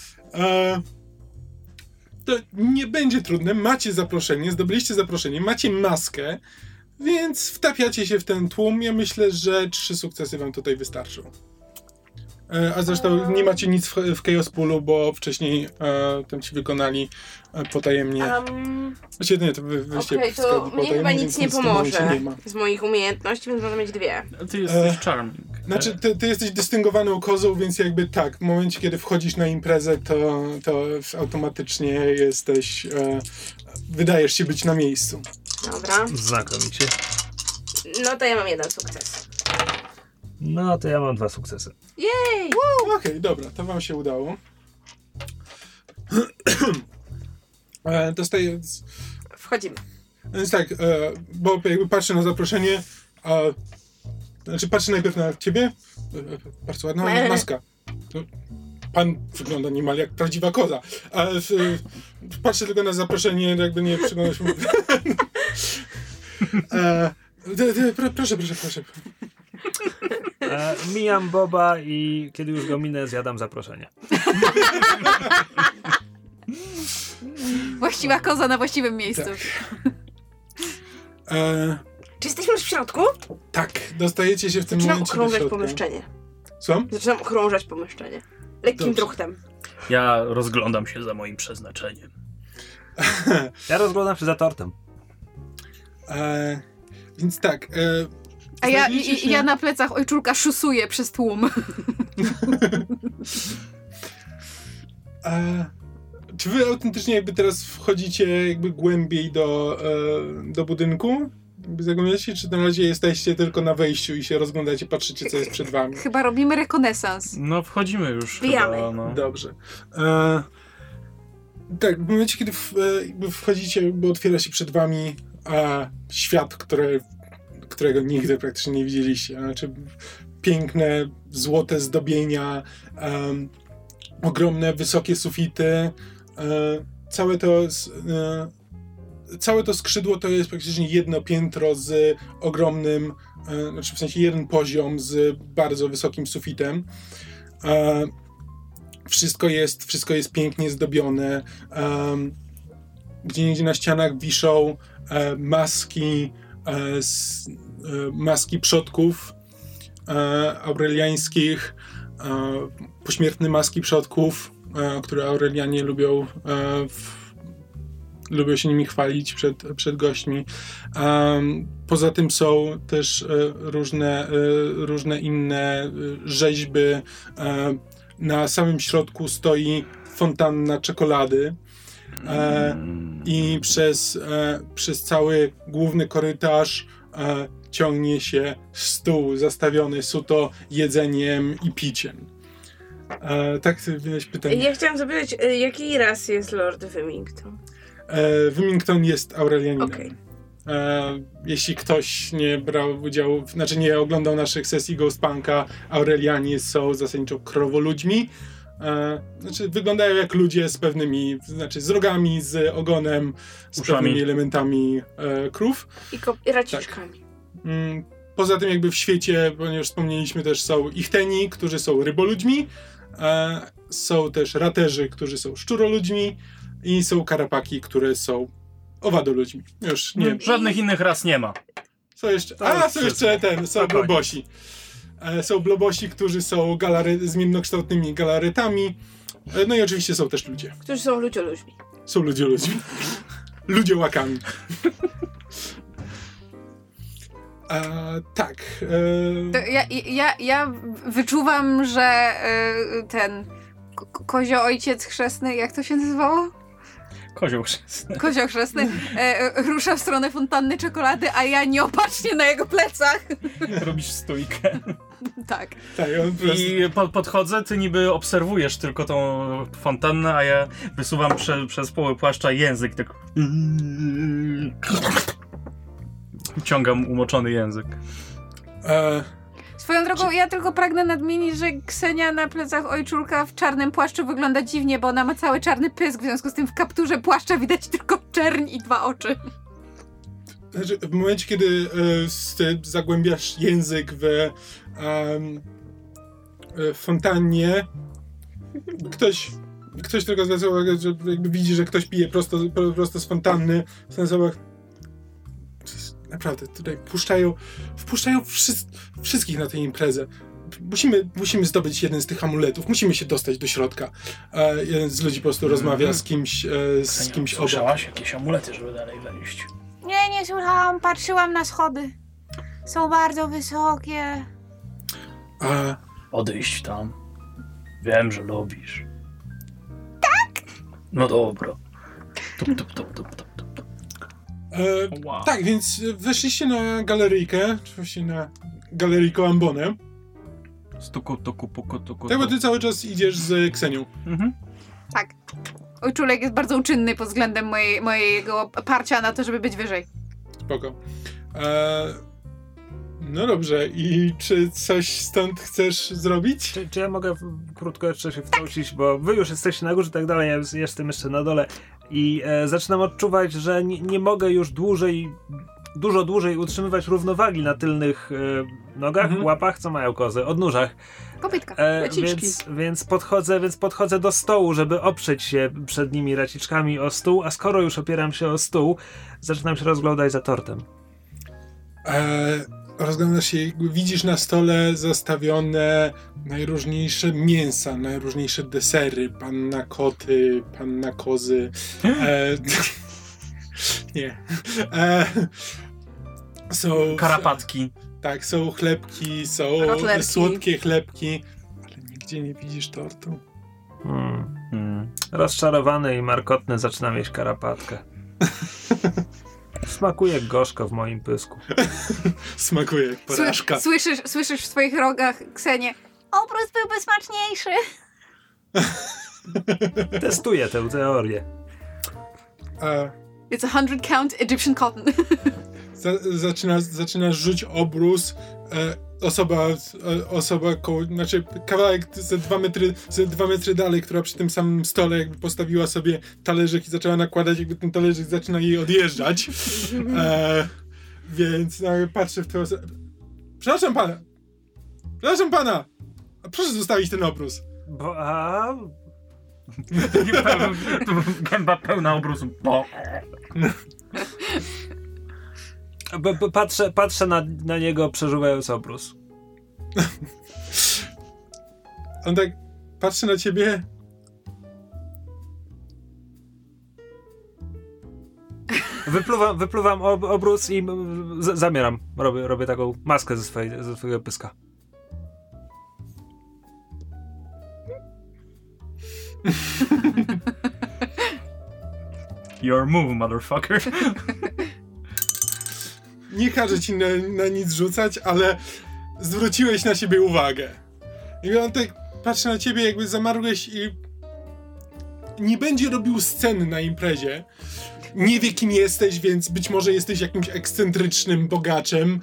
To nie będzie trudne. Macie zaproszenie, zdobyliście zaproszenie, macie maskę, więc wtapiacie się w ten tłum. Ja myślę, że 3 sukcesy wam tutaj wystarczą. A zresztą nie macie nic w Chaos Poolu, bo wcześniej tam ci wykonali potajemnie. Znaczy, nie, to wyście Okej, to mnie chyba nic nie pomoże nie ma. z moich umiejętności, więc można mieć 2. Ty jesteś charming. Znaczy, ty jesteś dystyngowaną kozą, więc jakby tak, w momencie, kiedy wchodzisz na imprezę, to automatycznie jesteś, wydajesz się być na miejscu. Dobra. Znakomicie. No to ja mam 1 sukces. No to ja mam 2 sukcesy. Jej! Okej, dobra, to wam się udało. Dostaję... Wchodzimy. Więc tak, bo jakby patrzy na zaproszenie, patrzy najpierw na ciebie. Bardzo ładna maska. Pan wygląda niemal jak prawdziwa koza. Patrzę tylko na zaproszenie, jakby nie przyglądał się. Proszę. Mijam Boba i kiedy już go minę, zjadam zaproszenie. Właściwa koza na właściwym miejscu. Tak. Czy jesteśmy już w środku? Tak, dostajecie się w tym Zaczynam momencie do okrążać środka. pomieszczenie. Słucham? Zaczynam okrążać pomieszczenie. Lekkim Dobrze. truchtem. Ja rozglądam się za moim przeznaczeniem. Ja rozglądam się za tortem. Więc tak. A ja, znajdziecie się- ja na plecach ojczulka szusuję przez tłum. Czy wy autentycznie jakby teraz wchodzicie jakby głębiej do budynku? Jakby zaglądacie się, czy na razie jesteście tylko na wejściu i się rozglądacie, patrzycie, co jest przed wami? Chyba robimy rekonesans. No wchodzimy już Wbijamy. chyba, no. Dobrze. Tak, w momencie, kiedy jakby wchodzicie, jakby otwiera się przed wami świat, którego nigdy praktycznie nie widzieliście. Znaczy piękne, złote zdobienia, ogromne, wysokie sufity. Całe to skrzydło to jest praktycznie jedno piętro z ogromnym, znaczy w sensie jeden poziom z bardzo wysokim sufitem. Wszystko jest pięknie zdobione. Gdzieniegdzie na ścianach wiszą maski przodków aureliańskich, pośmiertne maski przodków, które Aurelianie lubią się nimi chwalić przed gośćmi. Poza tym są też różne inne rzeźby. Na samym środku stoi fontanna czekolady i przez cały główny korytarz ciągnie się stół zastawiony suto jedzeniem i piciem. Tak, ty miałeś pytanie. Ja chciałam zapytać, jakiej rasy jest Lord Wymington? Wymington jest Aurelianinem. Okej. Jeśli ktoś nie brał udziału, znaczy nie oglądał naszych sesji Ghostpunka, Aurelianie są zasadniczo krowoludźmi. Znaczy wyglądają jak ludzie z pewnymi, znaczy z rogami, z ogonem, z Uszami. pewnymi elementami krów. I raciczkami. Poza tym jakby w świecie, ponieważ wspomnieliśmy, też są ichteni, którzy są ryboludźmi, są też raterzy, którzy są szczuroludźmi i są karapaki, które są owadoludźmi. Już nie. Żadnych innych ras nie ma. Są jeszcze są blobosi. Są blobosi, którzy są zmiennokształtnymi galaretami. No i oczywiście są też ludzie. Którzy są ludzioludźmi. Są ludzioludźmi. Ludziołakami. Tak. To ja wyczuwam, że ten kozio ojciec chrzestny, jak to się nazywało? Kozioł chrzestny. Kozioł chrzestny rusza w stronę fontanny czekolady, a ja nieopatrznie na jego plecach. Robisz stójkę. Tak. Tak, on po prostu... I podchodzę, ty niby obserwujesz tylko tą fontannę, a ja wysuwam przez połowę płaszcza język, tak... Ciągam umoczony język. Swoją drogą, ja tylko pragnę nadmienić, że Ksenia na plecach ojczulka w czarnym płaszczu wygląda dziwnie, bo ona ma cały czarny pysk, w związku z tym w kapturze płaszcza widać tylko czerń i 2 oczy. Znaczy, w momencie, kiedy zagłębiasz język w fontannie, ktoś tylko zwraca uwagę, że jakby widzi, że ktoś pije prosto z fontanny, w ten sposób naprawdę tutaj wpuszczają wszystkich na tę imprezę. Musimy zdobyć jeden z tych amuletów, musimy się dostać do środka. Jeden z ludzi po prostu rozmawia z kimś obok. Słyszałaś jakieś amulety, żeby dalej wejść? Nie słyszałam, patrzyłam na schody. Są bardzo wysokie. Odejść tam. Wiem, że lubisz. Tak? No dobra. Tup. Wow. Tak, więc weszliście na galeryjkę, oczywiście na galeryjko Ambonę. Stuku, tuku, puku, tuku. Tak, bo ty cały czas idziesz z Ksenią. Mhm. Tak. Ojczulek jest bardzo uczynny pod względem mojego parcia na to, żeby być wyżej. Spoko. No dobrze, i czy coś stąd chcesz zrobić? Czy ja mogę krótko jeszcze się wtrącić, bo wy już jesteście na górze i tak dalej, ja jestem jeszcze na dole i zaczynam odczuwać, że nie mogę już dużo dłużej utrzymywać równowagi na tylnych nogach, łapach, co mają kozy, odnóżach. Kopytka. Więc podchodzę do stołu, żeby oprzeć się przed nimi raciczkami o stół, a skoro już opieram się o stół, zaczynam się rozglądać za tortem. Rozglądasz się, widzisz na stole zastawione najróżniejsze mięsa, najróżniejsze desery, panna koty, panna kozy. Nie. Są karapatki. Tak, są chlebki, są słodkie chlebki, ale nigdzie nie widzisz tortu. Rozczarowany i markotny zaczynam jeść karapatkę. Smakuje gorzko w moim pysku. Smakuje jak porażka. Słyszysz w swoich rogach, Ksenię, obrus byłby smaczniejszy. Testuję tę teorię. It's 100 count Egyptian cotton. Zaczynasz rzuć obrus. Osoba koło, znaczy kawałek ze 2 metry dalej, która przy tym samym stole jakby postawiła sobie talerzyk i zaczęła nakładać, jakby ten talerzyk zaczyna jej odjeżdżać. Więc patrzę w tę osobę. Przepraszam pana! Proszę zostawić ten obrus. Gęba pełna obrusu. Patrzę na niego, przeżuwając obrus. On tak patrzy na ciebie. Wypluwam obrus i zamieram. Robię taką maskę ze swojego pyska. Your move, motherfucker. Nie każę ci na nic rzucać, ale zwróciłeś na siebie uwagę. I on tak patrzy na ciebie, jakby zamarłeś i nie będzie robił sceny na imprezie. Nie wie, kim jesteś, więc być może jesteś jakimś ekscentrycznym bogaczem.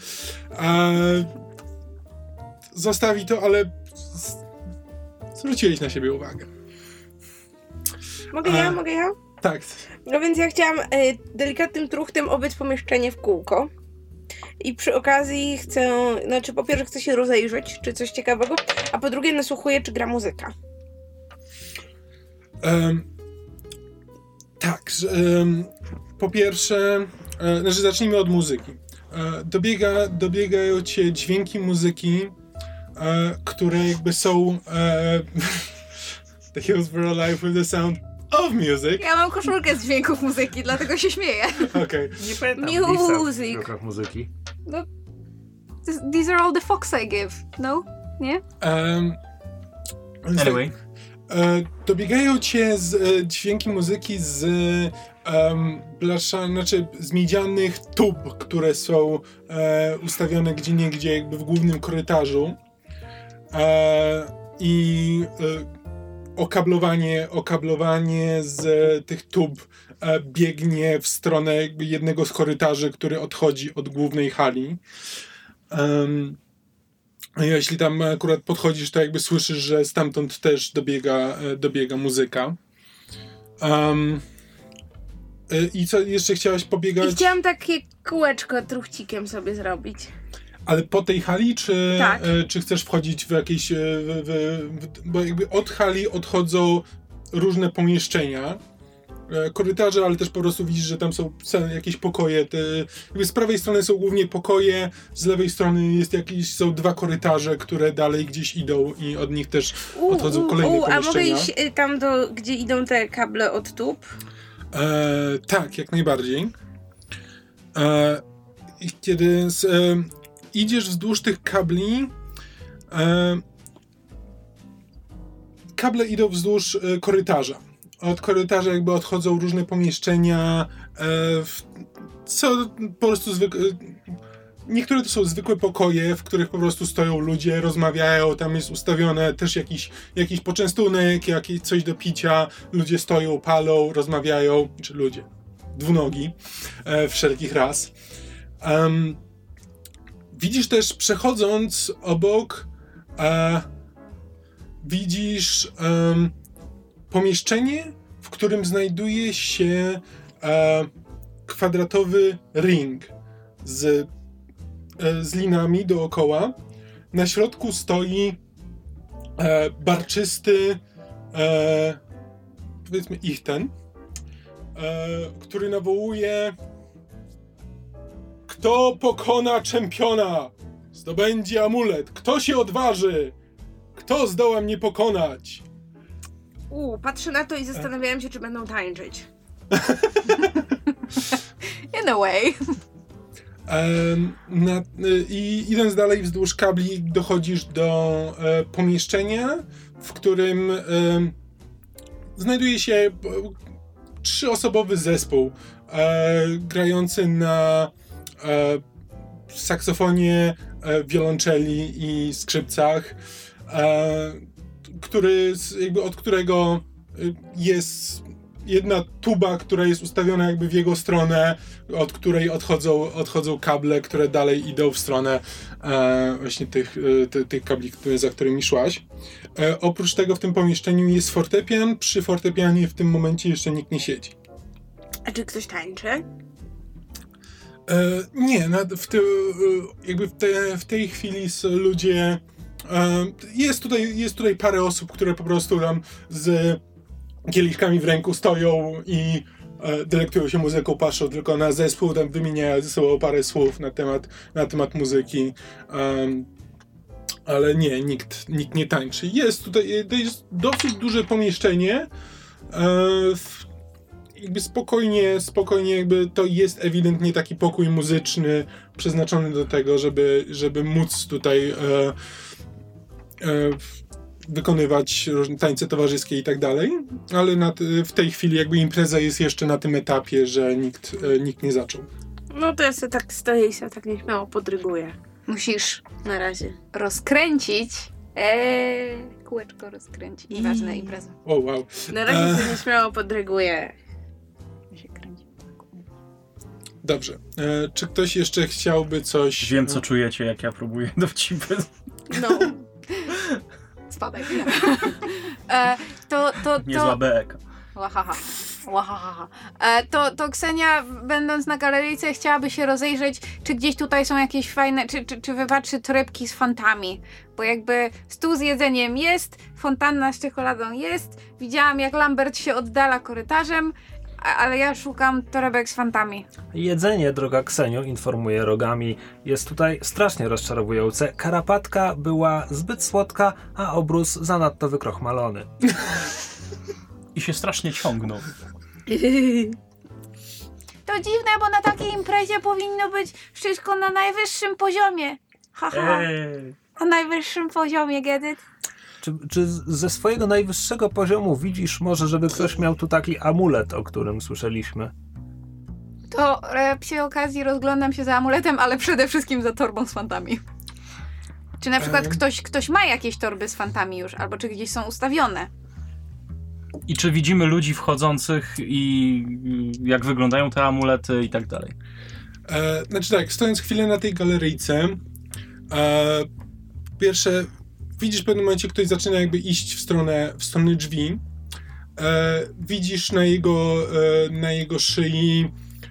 Zostawi to, ale zwróciłeś na siebie uwagę. Mogę ja? Tak. No więc ja chciałam delikatnym truchtem obyć pomieszczenie w kółko. I przy okazji po pierwsze chcę się rozejrzeć, czy coś ciekawego, a po drugie nasłuchuję, czy gra muzyka. Tak, po pierwsze, zacznijmy od muzyki. Dobiegają cię dźwięki muzyki, które jakby są The Hills Were Alive with the Sound of Music. Ja mam koszulkę z dźwięków muzyki, dlatego się śmieję. Okay. Nie pamiętam Music. w dźwiękach muzyki. No, these are all the fucks I give. No? Nie? Anyway. Dobiegają cię dźwięki muzyki z z miedzianych tub, które są ustawione gdzieniegdzie jakby w głównym korytarzu. I okablowanie z tych tub biegnie w stronę jakby jednego z korytarzy, który odchodzi od głównej hali. Jeśli tam akurat podchodzisz, to jakby słyszysz, że stamtąd też dobiega muzyka. I co jeszcze chciałaś pobiegać? I chciałam takie kółeczko truchcikiem sobie zrobić. Ale po tej hali, tak. Czy chcesz wchodzić w jakieś... bo jakby od hali odchodzą różne pomieszczenia, korytarze, ale też po prostu widzisz, że tam są jakieś pokoje. Jakby z prawej strony są głównie pokoje, z lewej strony są 2 korytarze, które dalej gdzieś idą i od nich też odchodzą kolejne pomieszczenia. A mogę iść tam, gdzie idą te kable od tub? Tak, jak najbardziej. Kiedy idziesz wzdłuż tych kabli, kable idą wzdłuż korytarza. Od korytarza jakby odchodzą różne pomieszczenia, co po prostu niektóre to są zwykłe pokoje, w których po prostu stoją ludzie, rozmawiają, tam jest ustawione też jakiś poczęstunek, coś do picia, ludzie stoją, palą, rozmawiają, czy ludzie, dwunogi, wszelkich ras. Widzisz też, przechodząc obok, widzisz pomieszczenie, w którym znajduje się kwadratowy ring z linami dookoła. Na środku stoi barczysty, powiedzmy Ichten, który nawołuje: kto pokona czempiona, zdobędzie amulet. Kto się odważy? Kto zdoła mnie pokonać? Patrzę na to i zastanawiałem się, czy będą tańczyć. In a way. I idąc dalej wzdłuż kabli, dochodzisz do pomieszczenia, w którym znajduje się 3-osobowy zespół grający na saksofonie, wiolonczeli i skrzypcach, od którego jest jedna tuba, która jest ustawiona jakby w jego stronę, od której odchodzą kable, które dalej idą w stronę właśnie tych kabli, za którymi szłaś. Oprócz tego w tym pomieszczeniu jest fortepian. Przy fortepianie w tym momencie jeszcze nikt nie siedzi. A czy ktoś tańczy? Nie, w tej chwili są ludzie. Jest tutaj parę osób, które po prostu tam z kieliszkami w ręku stoją i delektują się muzyką, patrzą tylko na zespół, tam wymieniają ze sobą parę słów na temat muzyki. Ale nie, nikt nie tańczy. To jest dosyć duże pomieszczenie. Jakby spokojnie jakby to jest ewidentnie taki pokój muzyczny przeznaczony do tego, żeby móc tutaj wykonywać różne tańce towarzyskie i tak dalej, ale w tej chwili jakby impreza jest jeszcze na tym etapie, że nikt nie zaczął. No to ja sobie tak stoję i sobie tak nieśmiało podryguję. Musisz Na razie. rozkręcić. Kółeczko rozkręcić. Ważna impreza. O, wow. Na razie sobie nieśmiało podryguję. Się kręci. Dobrze. Czy ktoś jeszcze chciałby coś... Wiem, co czujecie, jak ja próbuję dowcipy. No. Spadaj. Niezła beka. Łahaha. To Ksenia, będąc na galeryjce, chciałaby się rozejrzeć, czy gdzieś tutaj są jakieś fajne, czy wywatrzy torebki z fantami. Bo jakby stół z jedzeniem jest, fontanna z czekoladą jest, widziałam jak Lambert się oddala korytarzem, ale ja szukam torebek z fantami. Jedzenie, droga Ksenio, informuje Rogami, jest tutaj strasznie rozczarowujące. Karapatka była zbyt słodka, a obrus zanadto wykrochmalony. I się strasznie ciągnął. To dziwne, bo na takiej imprezie powinno być wszystko na najwyższym poziomie. Haha. Na najwyższym poziomie, get it? Czy ze swojego najwyższego poziomu widzisz może, żeby ktoś miał tu taki amulet, o którym słyszeliśmy? To przy okazji rozglądam się za amuletem, ale przede wszystkim za torbą z fantami. Czy na przykład ktoś ma jakieś torby z fantami już, albo czy gdzieś są ustawione? I czy widzimy ludzi wchodzących i jak wyglądają te amulety i tak dalej? Znaczy tak, stojąc chwilę na tej galeryjce, pierwsze widzisz w pewnym momencie, ktoś zaczyna jakby iść w stronę drzwi. Widzisz na jego szyi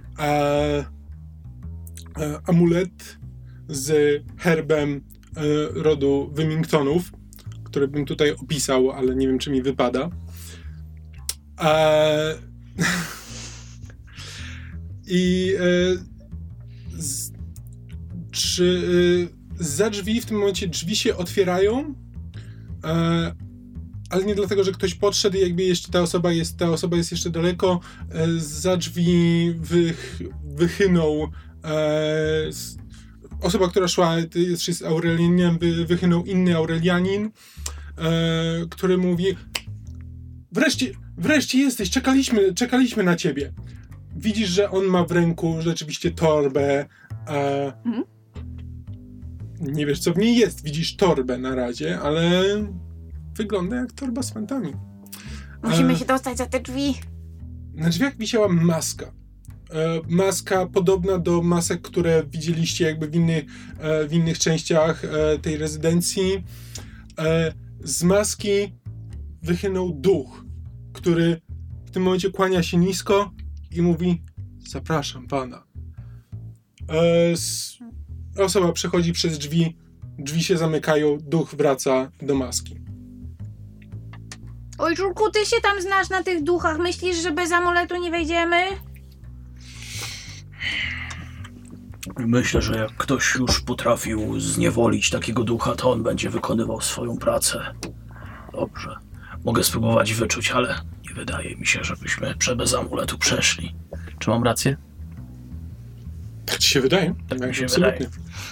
amulet z herbem rodu Wymingtonów, który bym tutaj opisał, ale nie wiem, czy mi wypada. Za drzwi w tym momencie drzwi się otwierają, ale nie dlatego, że ktoś podszedł i jakby jeszcze ta osoba jest jeszcze daleko. Za drzwi wychynął osoba, która szła, jest Aurelianinem, wychynął inny Aurelianin, który mówi: Wreszcie jesteś, czekaliśmy na ciebie. Widzisz, że on ma w ręku rzeczywiście torbę. Nie wiesz, co w niej jest. Widzisz torbę na razie, ale wygląda jak torba z fantami. Musimy się dostać za te drzwi. Na drzwiach wisiała maska. Maska podobna do masek, które widzieliście jakby w innych częściach tej rezydencji. Z maski wychynął duch, który w tym momencie kłania się nisko i mówi: zapraszam pana. Osoba przechodzi przez drzwi się zamykają, duch wraca do maski. Oj, Żulku, ty się tam znasz na tych duchach. Myślisz, że bez amuletu nie wejdziemy? Myślę, że jak ktoś już potrafił zniewolić takiego ducha, to on będzie wykonywał swoją pracę. Dobrze. Mogę spróbować wyczuć, ale nie wydaje mi się, żebyśmy bez amuletu przeszli. Czy mam rację? Tak ci się wydaje? Tak mi się absolutnie.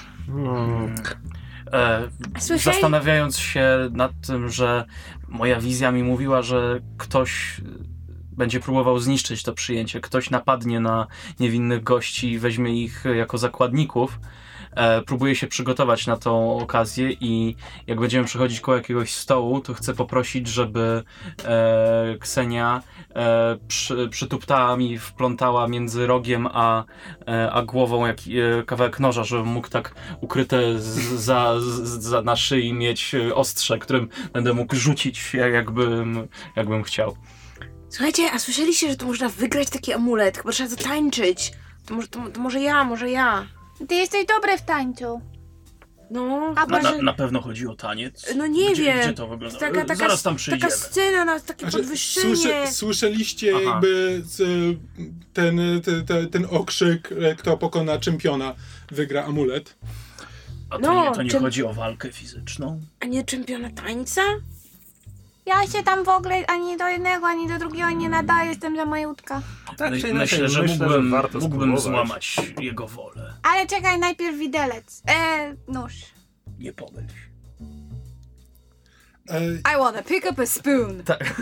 Zastanawiając się nad tym, że moja wizja mi mówiła, że ktoś będzie próbował zniszczyć to przyjęcie, ktoś napadnie na niewinnych gości i weźmie ich jako zakładników. Próbuję się przygotować na tą okazję i jak będziemy przechodzić koło jakiegoś stołu, to chcę poprosić, żeby Ksenia przytuptała mi, wplątała między rogiem a głową kawałek noża, żebym mógł tak ukryte na szyi mieć ostrze, którym będę mógł rzucić, jakbym chciał. Słuchajcie, a słyszeliście, że tu można wygrać taki amulet? Chyba trzeba zatańczyć. To może ja. Ty jesteś dobry w tańcu. No, a może... na pewno chodzi o taniec? No nie wiem. Gdzie to wygląda? Taka, Zaraz tam przyjdziemy. Taka scena, takie podwyższenie. Słyszeliście jakby ten okrzyk, kto pokona czempiona, wygra amulet. A to nie chodzi o walkę fizyczną? A nie czempiona tańca? Ja się tam w ogóle ani do jednego, ani do drugiego nie nadaję, jestem za majutka. Tak, myślę, że mógłbym złamać jego wolę. Ale czekaj, najpierw widelec. Nóż. Nie pomyl się. I wanna pick up a spoon. Tak.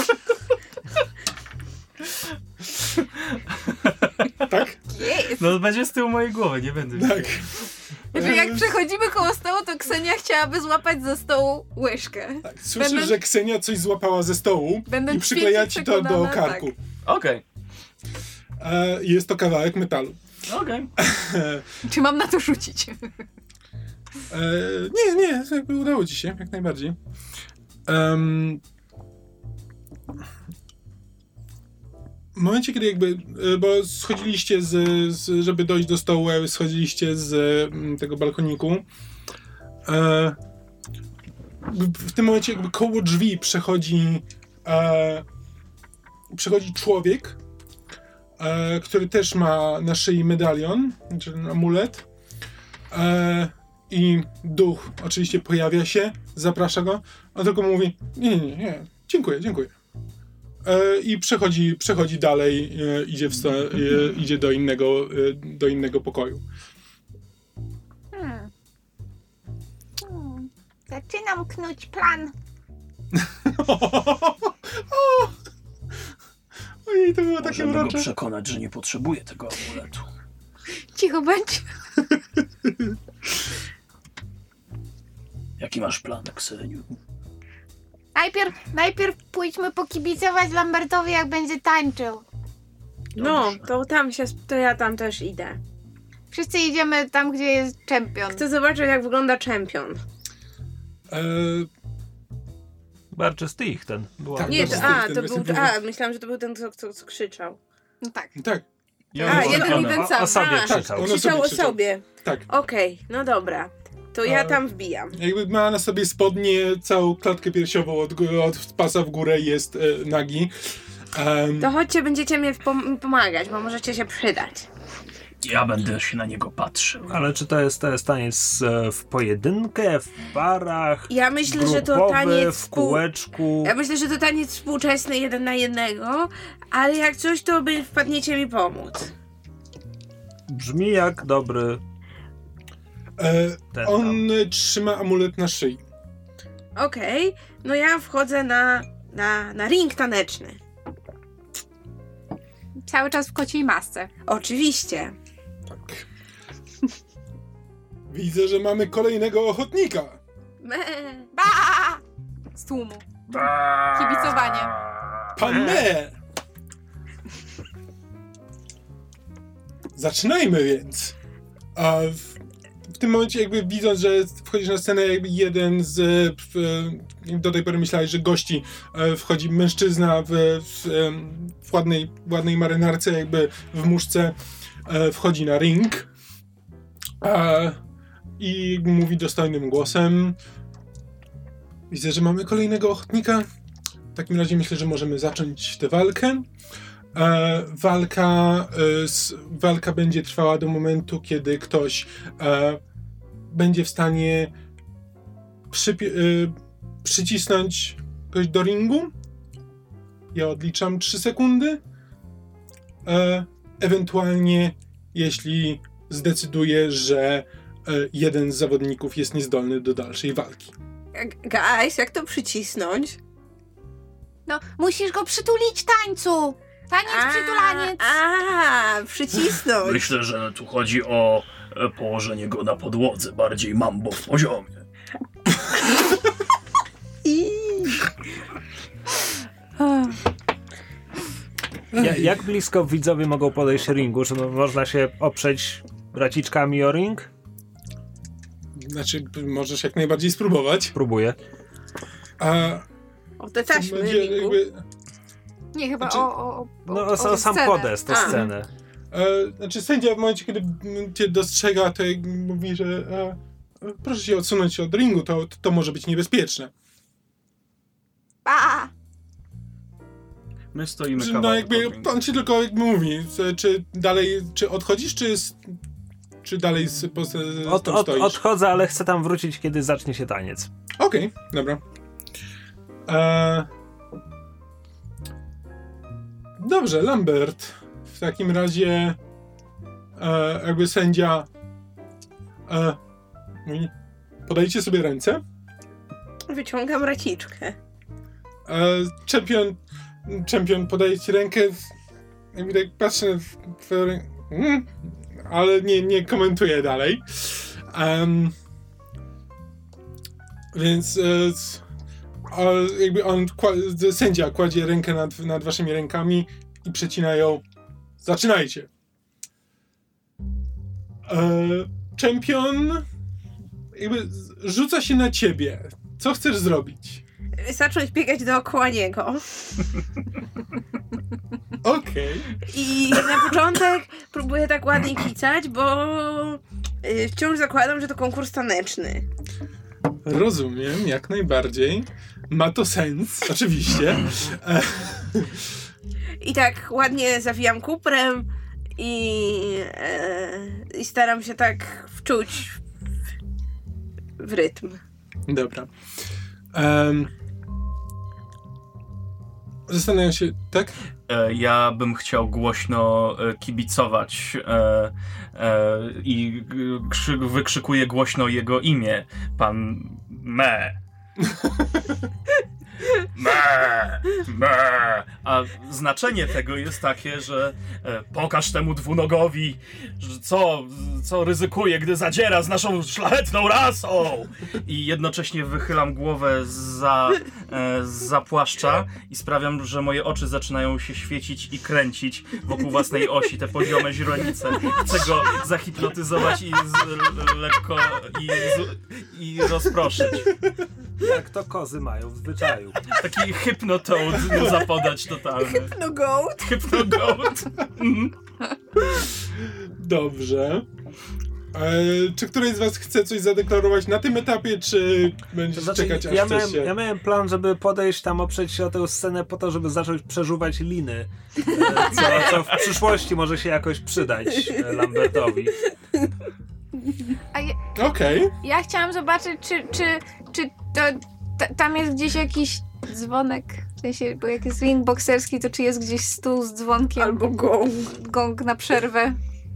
Tak? Yes. No będzie z tyłu mojej głowy, nie będę. Tak. Że jak przechodzimy koło stołu, to Ksenia chciałaby złapać ze stołu łyżkę. Tak. Słyszysz, że Ksenia coś złapała ze stołu i przykleja ci to do karku. Tak. Okej. Jest to kawałek metalu. Okej. Czy mam na to rzucić? Nie, jakby udało ci się, jak najbardziej. W momencie, kiedy jakby, bo schodziliście żeby dojść do stołu, schodziliście z tego balkoniku, w tym momencie jakby koło drzwi przechodzi człowiek, który też ma na szyi medalion, czyli amulet, i duch oczywiście pojawia się, zaprasza go, on tylko mówi: nie, dziękuję. I przechodzi dalej, idzie do innego pokoju. Zaczynam knuć plan. Ojej, to było takie Możemy urocze. go przekonać, że nie potrzebuje tego amuletu. Cicho bądź. Jaki masz plan, Kseniu? Najpierw pójdźmy pokibicować Lambertowi, jak będzie tańczył. No, to ja tam też idę. Wszyscy idziemy tam, gdzie jest czempion. Chcę zobaczyć, jak wygląda czempion. Barczy Stich ten. Tak, Nie, to był myślałam, że to był ten, co krzyczał. No tak. Tak. Jeden i ten sam. O sobie Tak, krzyczał. krzyczał o sobie. Tak. Okej, no dobra. To ja tam wbijam. Jakby ma na sobie spodnie, całą klatkę piersiową od pasa w górę, jest nagi. To chodźcie, będziecie mnie pomagać, bo możecie się przydać. Ja będę się na niego patrzył. Ale czy to jest taniec w pojedynkę, w parach? Ja myślę, że to grupowy, taniec w kółeczku. Ja myślę, że to taniec współczesny 1 na 1, ale jak coś, to wpadniecie mi pomóc. Brzmi jak dobry. On trzyma amulet na szyi. Okej, no ja wchodzę na ring taneczny. Cały czas w kociej masce. Oczywiście. Tak. Widzę, że mamy kolejnego ochotnika. Ba! Z tłumu. Kibicowanie. Pan Me! zaczynajmy więc. A w tym momencie jakby widząc, że wchodzisz na scenę, jakby jeden z do tej pory myślałeś, że gości wchodzi mężczyzna w ładnej marynarce, jakby w muszce, wchodzi na ring i mówi dostojnym głosem: widzę, że mamy kolejnego ochotnika. W takim razie myślę, że możemy zacząć tę walkę. Walka będzie trwała do momentu, kiedy ktoś będzie w stanie przycisnąć kogoś do ringu. Ja odliczam 3 sekundy. Ewentualnie, jeśli zdecyduje, że jeden z zawodników jest niezdolny do dalszej walki. Guys, jak to przycisnąć? No, musisz go przytulić, tańcu! Taniec, przytulaniec! Przycisnąć. Myślę, że tu chodzi o położenie go na podłodze, bardziej mambo w poziomie. Jak blisko widzowie mogą podejść ringu? Czy można się oprzeć raciczkami o ring? Znaczy, możesz jak najbardziej spróbować. Próbuję. O te taśmy ringu. Nie, chyba o sam podest, o scenę. Znaczy sędzia w momencie, kiedy cię dostrzega, to mówi, że proszę się odsunąć od ringu, to może być niebezpieczne. My stoimy No kawałek jakby od ringu. on ci tylko jakby mówi, czy odchodzisz, czy dalej stoisz? Odchodzę, ale chcę tam wrócić, kiedy zacznie się taniec. Okej, dobra. Dobrze, Lambert. W takim razie jakby sędzia mówi: podajcie sobie ręce. Wyciągam raciczkę. Czempion podaje ci rękę. Jakby tak patrzę ale nie komentuję dalej. Więc jakby sędzia kładzie rękę nad waszymi rękami i przecina ją. Zaczynajcie. Czempion jakby rzuca się na ciebie. Co chcesz zrobić? Zacząć biegać dookoła niego. Okej. I na początek próbuję tak ładnie kicać, bo wciąż zakładam, że to konkurs taneczny. Rozumiem, jak najbardziej. Ma to sens, oczywiście. I tak ładnie zawijam kuprem i staram się tak wczuć w rytm. Dobra. Zastanawiam się, tak? Ja bym chciał głośno kibicować i wykrzykuję głośno jego imię. Pan Me. Me! Me! A znaczenie tego jest takie, że pokaż temu dwunogowi, że co ryzykuje, gdy zadziera z naszą szlachetną rasą! I jednocześnie wychylam głowę za płaszcza i sprawiam, że moje oczy zaczynają się świecić i kręcić wokół własnej osi, te poziome źrenice. Chcę go zahipnotyzować i lekko i rozproszyć. Jak to kozy mają w zwyczaju. Taki hypnotoad mu zapodać totalny. Hypnogoat? Hypnogoat. Dobrze. Czy któryś z was chce coś zadeklarować na tym etapie, czy będziesz czekać, aż ja miałem plan, żeby podejść tam, oprzeć się o tę scenę po to, żeby zacząć przeżuwać liny. Co w przyszłości może się jakoś przydać Lambertowi. Okej. Ja chciałam zobaczyć, czy tam jest gdzieś jakiś dzwonek, w sensie, bo jak jest ring bokserski, to czy jest gdzieś stół z dzwonkiem? Albo gong na przerwę.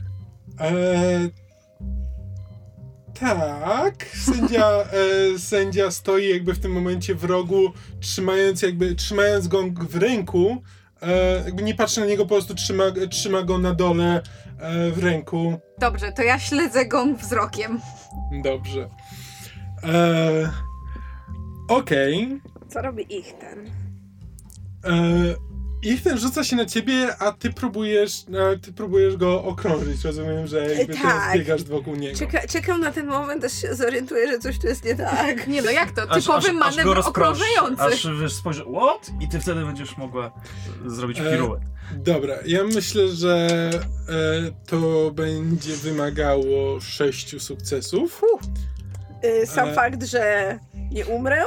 Tak. Sędzia stoi jakby w tym momencie w rogu, trzymając gong w ręku. Jakby nie patrzy na niego, po prostu trzyma go na dole w ręku. Dobrze, to ja śledzę gong wzrokiem. Dobrze. Okej. Co robi ich ten? I ten rzuca się na ciebie, a ty próbujesz go okrążyć. Rozumiem, że jakby teraz biegasz wokół niego. Czekam na ten moment, aż się zorientuję, że coś tu jest nie tak. Nie no, jak to? Typowy manewr okrążający. Aż wiesz, spojrzy, what? I ty wtedy będziesz mogła zrobić piruet. Dobra, ja myślę, że to będzie wymagało 6 sukcesów. Sam fakt, że nie umrę?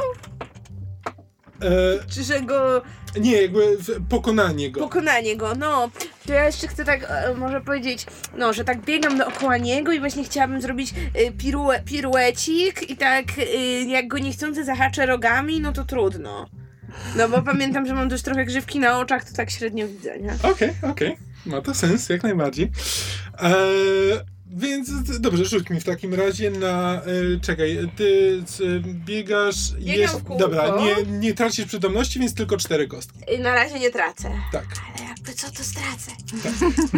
Czy że go... Nie, jakby pokonanie go. Pokonanie go, no. To ja jeszcze chcę tak, może powiedzieć, no, że tak biegam dookoła niego i właśnie chciałabym zrobić piruecik i tak jak go niechcący zahaczę rogami, no to trudno. No bo pamiętam, że mam też trochę grzywki na oczach, to tak średnio widzę, nie? Okej. Ma to sens, jak najbardziej. Więc dobrze, rzuć mi w takim razie na... czekaj, ty biegasz... Biegam w kółko. Dobra, nie tracisz przytomności, więc tylko 4 kostki. Na razie nie tracę. Tak. Ale jakby co, to stracę. Tak.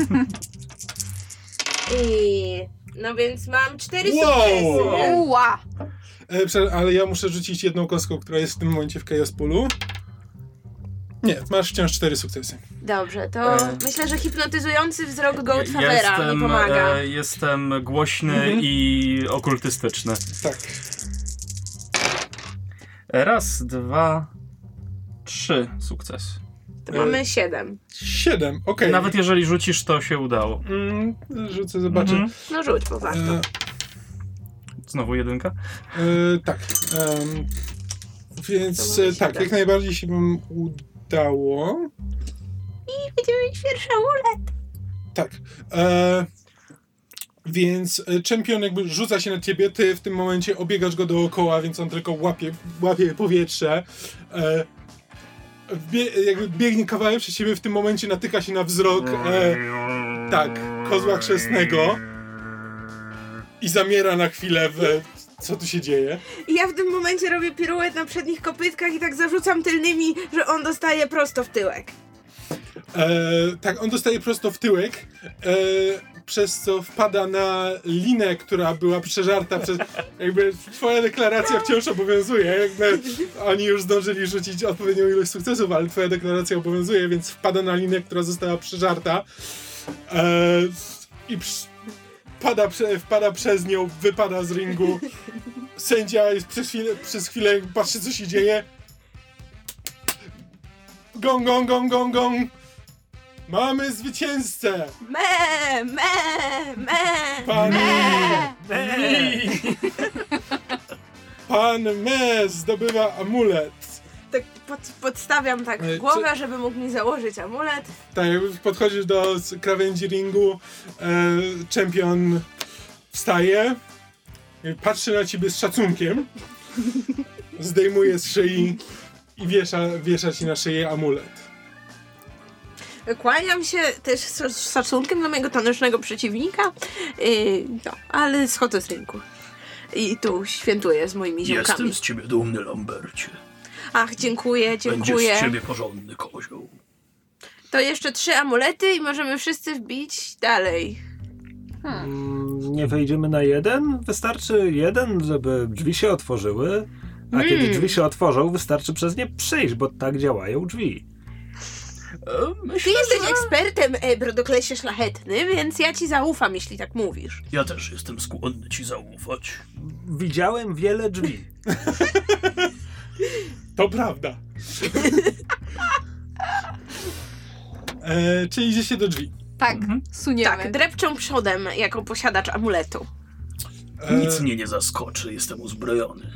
No więc mam 4 Wow! sukcesy. Uła! Ale ja muszę rzucić jedną kostką, która jest w tym momencie w Chaos Poolu. Nie, masz wciąż 4 sukcesy. Dobrze, to myślę, że hipnotyzujący wzrok Goldfavera mi pomaga. Jestem głośny i okultystyczny. Tak. 1, 2, 3 sukcesy. To mamy 7. 7, okej. Nawet jeżeli rzucisz, to się udało. Rzucę, zobaczę. No rzuć, bo warto. Znowu 1? Tak. Więc tak, 7. jak najbardziej się wam udało. I będziemy mieć pierwszy amulet. Tak. Więc czempion jakby rzuca się na ciebie, ty w tym momencie obiegasz go dookoła, więc on tylko łapie powietrze. Jakby biegnie kawałek przed siebie, w tym momencie natyka się na wzrok kozła chrzestnego i zamiera na chwilę co tu się dzieje. I ja w tym momencie robię piruet na przednich kopytkach i tak zarzucam tylnymi, że on dostaje prosto w tyłek. Tak, on dostaje prosto w tyłek, przez co wpada na linę, która była przeżarta przez... Jakby twoja deklaracja wciąż obowiązuje. Jakby oni już zdążyli rzucić odpowiednią ilość sukcesów, ale twoja deklaracja obowiązuje, więc wpada na linę, która została przeżarta. I wpada przez nią, wypada z ringu. Sędzia jest przez chwilę patrzy, co się dzieje. Gong, gong, gong, gong, gong. Mamy zwycięzcę! Pan Me zdobywa amulet. Tak podstawiam tak głowę, żeby mógł mi założyć amulet. Tak, podchodzisz do krawędzi ringu, czempion wstaje, patrzy na ciebie z szacunkiem, zdejmuje z szyi i wiesza ci na szyję amulet. Kłaniam się też z szacunkiem do mojego tanecznego przeciwnika, ale schodzę z rynku. I tu świętuję z moimi ziomkami. Jestem z ciebie dumny, Lambercie. Ach, dziękuję. Będziesz z ciebie porządny kozioł. To jeszcze 3 amulety i możemy wszyscy wbić dalej. Nie wejdziemy na 1? Wystarczy 1, żeby drzwi się otworzyły, a kiedy drzwi się otworzą, wystarczy przez nie przejść, bo tak działają drzwi. Ty jesteś ekspertem, Brodoklesie Szlachetny, więc ja ci zaufam, jeśli tak mówisz. Ja też jestem skłonny ci zaufać. Widziałem wiele drzwi. To prawda. Czyli idzie się do drzwi. Tak, suniemy. Tak, drepczą przodem jako posiadacz amuletu. Nic mnie nie zaskoczy, jestem uzbrojony.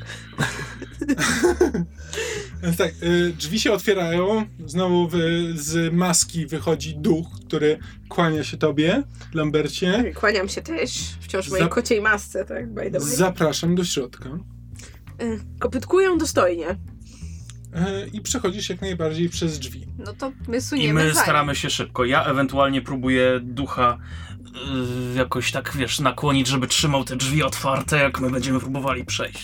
Więc tak, drzwi się otwierają, znowu z maski wychodzi duch, który kłania się tobie, Lambercie. Kłaniam się też, wciąż w mojej kociej masce, tak, by the way. Zapraszam do środka. Kopytkują dostojnie. I przechodzisz jak najbardziej przez drzwi. No to my suniemy I my za staramy się szybko. Ja ewentualnie próbuję ducha jakoś tak, wiesz, nakłonić, żeby trzymał te drzwi otwarte, jak my będziemy próbowali przejść.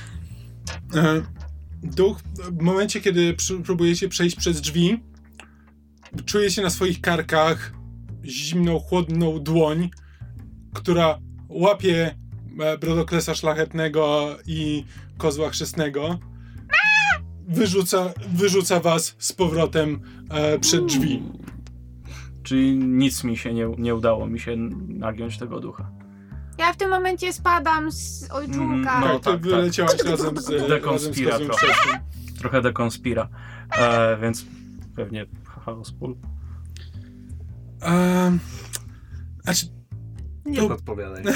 Duch, w momencie, kiedy próbujecie przejść przez drzwi, czujecie na swoich karkach zimną, chłodną dłoń, która łapie Brodoklesa Szlachetnego i Kozła Chrzestnego wyrzuca was z powrotem przed drzwi. Czyli nic mi się nie udało mi się nagiąć tego ducha. Ja w tym momencie spadam z ojczulka. No, tak, ty wyleciałaś razem z dekonspira kozłym trochę. krzesłem. Trochę dekonspira. Więc pewnie Halo Spól. Znaczy, Nie to... podpowiadaj.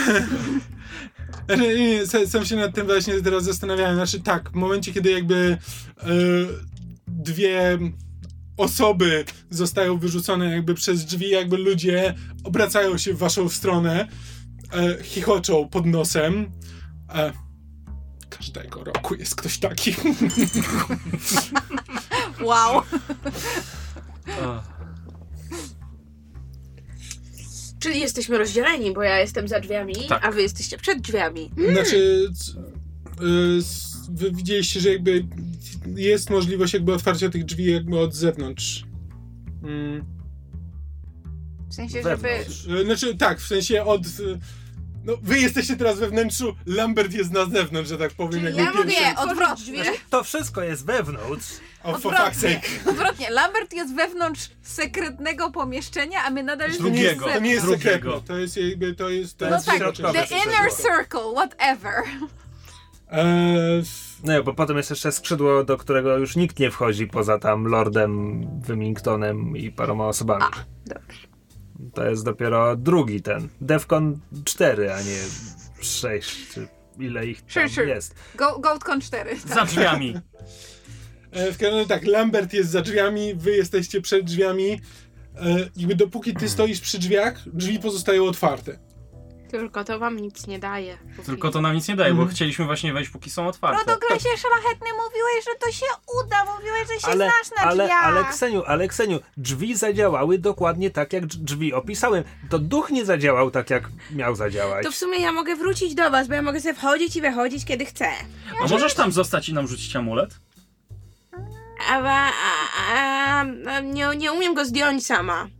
Sam się nad tym właśnie teraz zastanawiałem. Znaczy tak, w momencie, kiedy jakby dwie osoby zostają wyrzucone jakby przez drzwi, jakby ludzie obracają się w waszą stronę, chichoczą pod nosem. Każdego roku jest ktoś taki. Wow. Czyli jesteśmy rozdzieleni, bo ja jestem za drzwiami, tak. A wy jesteście przed drzwiami. Znaczy, wy widzieliście, że jakby jest możliwość jakby otwarcia tych drzwi jakby od zewnątrz. W sensie, żeby... Znaczy tak, w sensie od... No, wy jesteście teraz we wnętrzu, Lambert jest na zewnątrz, że tak powiem. Czyli jakby ja mogę pierwszy... odwrotnie. To wszystko jest wewnątrz. O, for fuck's sake. Odwrotnie, Lambert jest wewnątrz sekretnego pomieszczenia, a my nadal Drugiego. To nie jest Drugiego. sekretne, to jest jakby, to jest... No tak, środkowe. the inner circle, whatever. No bo potem jest jeszcze skrzydło, do którego już nikt nie wchodzi poza tam Lordem Wymingtonem i paroma osobami. Dobrze. To jest dopiero drugi ten. Defcon 4, a nie 6, czy ile ich tam Sure. jest. GoatCon 4. Tak. Za drzwiami. W każdym razie tak, Lambert jest za drzwiami, wy jesteście przed drzwiami. Jakby dopóki ty stoisz przy drzwiach, drzwi pozostają otwarte. Tylko to wam nic nie daje. Tylko to nam nic nie daje, bo chcieliśmy właśnie wejść, póki są otwarte. Rodoklesie szlachetny, mówiłeś, że to się uda, mówiłeś, że się znasz na drzwiach. Ale Kseniu, drzwi zadziałały dokładnie tak, jak drzwi opisałem. To duch nie zadziałał tak, jak miał zadziałać. To w sumie ja mogę wrócić do was, bo ja mogę sobie wchodzić i wychodzić, kiedy chcę. A możesz tam zostać i nam rzucić amulet? Nie umiem go zdjąć sama.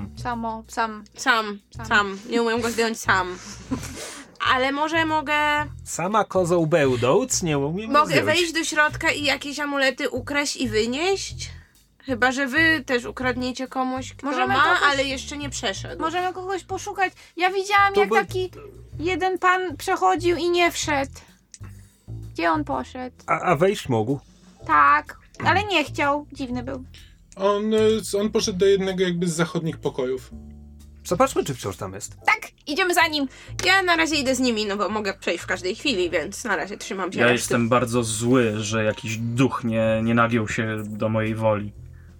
Sam. Nie umiem go zdjąć sam. Ale może mogę... Sama kozą bełdołc, nie umiem Mogę zdjąć. wejść do środka i jakieś amulety ukraść i wynieść? Chyba że wy też ukradniecie komuś, kto Możemy ma, kogoś- ale jeszcze nie przeszedł. Możemy kogoś poszukać. Ja widziałam, jak taki jeden pan przechodził i nie wszedł. Gdzie on poszedł? A wejść mógł. Tak, ale nie chciał. Dziwny był. On poszedł do jednego jakby z zachodnich pokojów. Zobaczmy, czy wciąż tam jest. Tak, idziemy za nim. Ja na razie idę z nimi, no bo mogę przejść w każdej chwili, więc na razie trzymam się Ja reszty. jestem bardzo zły, że jakiś duch nie nagiął się do mojej woli.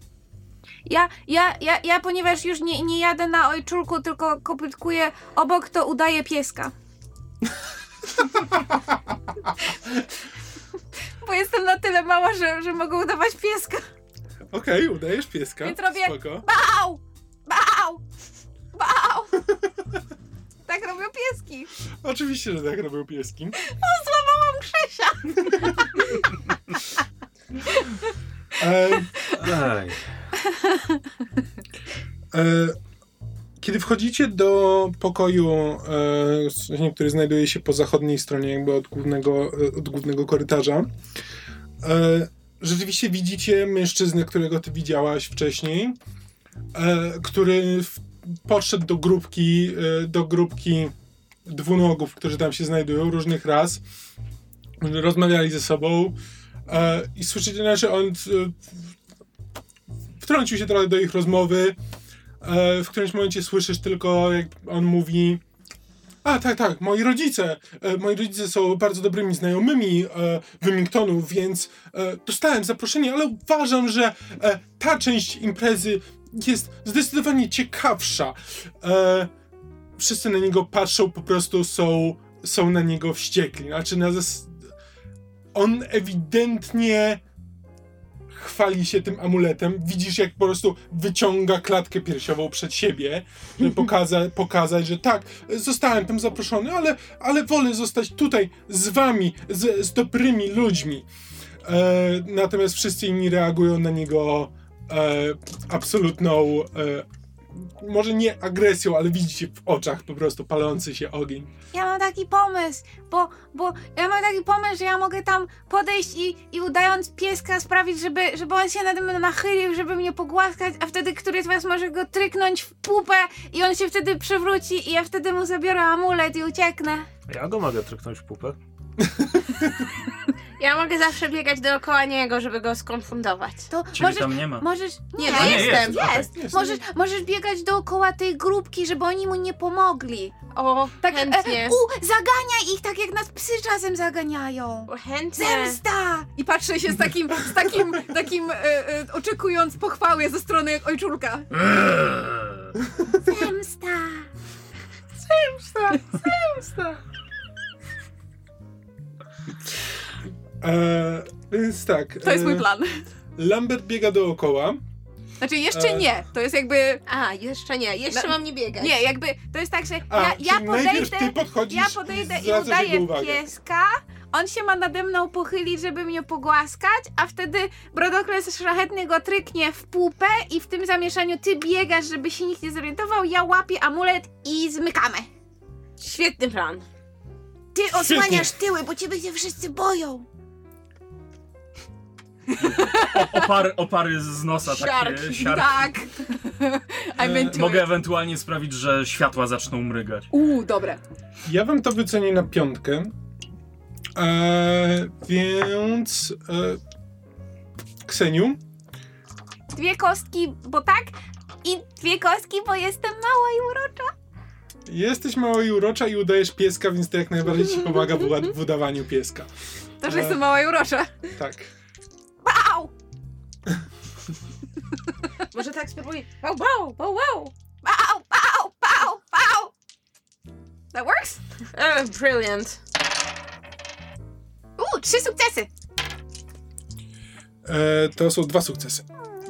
Ja ponieważ już nie jadę na ojczulku, tylko kopytkuję obok, to udaję pieska. Bo jestem na tyle mała, że mogę udawać pieska. Okej, udajesz pieska. Więc robię Spoko. bał! Bał! Bał! Tak robią pieski. Oczywiście, że tak robią pieski. Złamałam Krzysia. Aj. Kiedy wchodzicie do pokoju, który znajduje się po zachodniej stronie jakby od głównego korytarza, rzeczywiście widzicie mężczyznę, którego ty widziałaś wcześniej, który podszedł do grupki dwunogów, którzy tam się znajdują, różnych ras. Rozmawiali ze sobą i słyszycie, że on wtrącił się trochę do ich rozmowy. W którymś momencie słyszysz tylko, jak on mówi: a, tak, moi rodzice są bardzo dobrymi znajomymi Wymingtonów, więc dostałem zaproszenie, ale uważam, że ta część imprezy jest zdecydowanie ciekawsza. Wszyscy na niego patrzą, po prostu są na niego wściekli. Znaczy, on ewidentnie chwali się tym amuletem. Widzisz, jak po prostu wyciąga klatkę piersiową przed siebie, żeby pokazać, że tak, zostałem tam zaproszony, ale wolę zostać tutaj z wami, z dobrymi ludźmi. Natomiast wszyscy inni reagują na niego absolutną może nie agresją, ale widzicie w oczach po prostu palący się ogień. Ja mam taki pomysł, bo ja mam taki pomysł, że ja mogę tam podejść i udając pieska sprawić, żeby on się nade mną nachylił, żeby mnie pogłaskać, a wtedy któryś z was może go tryknąć w pupę i on się wtedy przewróci i ja wtedy mu zabiorę amulet i ucieknę. Ja go mogę tryknąć w pupę. Ja mogę zawsze biegać dookoła niego, żeby go skonfundować. To Czyli tam nie ma. Możesz... Nie, Nie, no jest. Okay. Możesz biegać dookoła tej grupki, żeby oni mu nie pomogli. O, Tak, chętnie. zaganiaj ich tak jak nas psy czasem zaganiają. Chętnie. Zemsta! I patrzę się z takim oczekując pochwały ze strony ojczulka. Zemsta! Więc tak. To jest mój plan. Lambert biega dookoła. Znaczy jeszcze nie, to jest jakby... A, jeszcze nie. Jeszcze mam nie biegać. Nie, jakby to jest tak, że ja czyli najpierw ty podchodzisz podejdę i zwracasz jego udaję uwagę. pieska, on się ma nade mną pochylić, żeby mnie pogłaskać, a wtedy Brodokles szlachetny go tryknie w pupę i w tym zamieszaniu ty biegasz, żeby się nikt nie zorientował, ja łapię amulet i zmykamy. Świetny plan. Ty osłaniasz tyły, bo ciebie się wszyscy boją. Opary z nosa takie. Siarki. Tak. I'm into Mogę it. ewentualnie sprawić, że światła zaczną mrygać. Dobre. Ja wam to wycenię na 5. Więc... Kseniu? 2 kostki, bo tak, i 2 kostki, bo jestem mała i urocza. Jesteś mała i urocza i udajesz pieska, więc to jak najbardziej ci pomaga w udawaniu pieska. To, że jestem mała i urocza. Tak. Bał! Może tak spróbuj. Bał, bał, bał, bał. Bał! That works? Brilliant. 3 sukcesy. To są 2 sukcesy.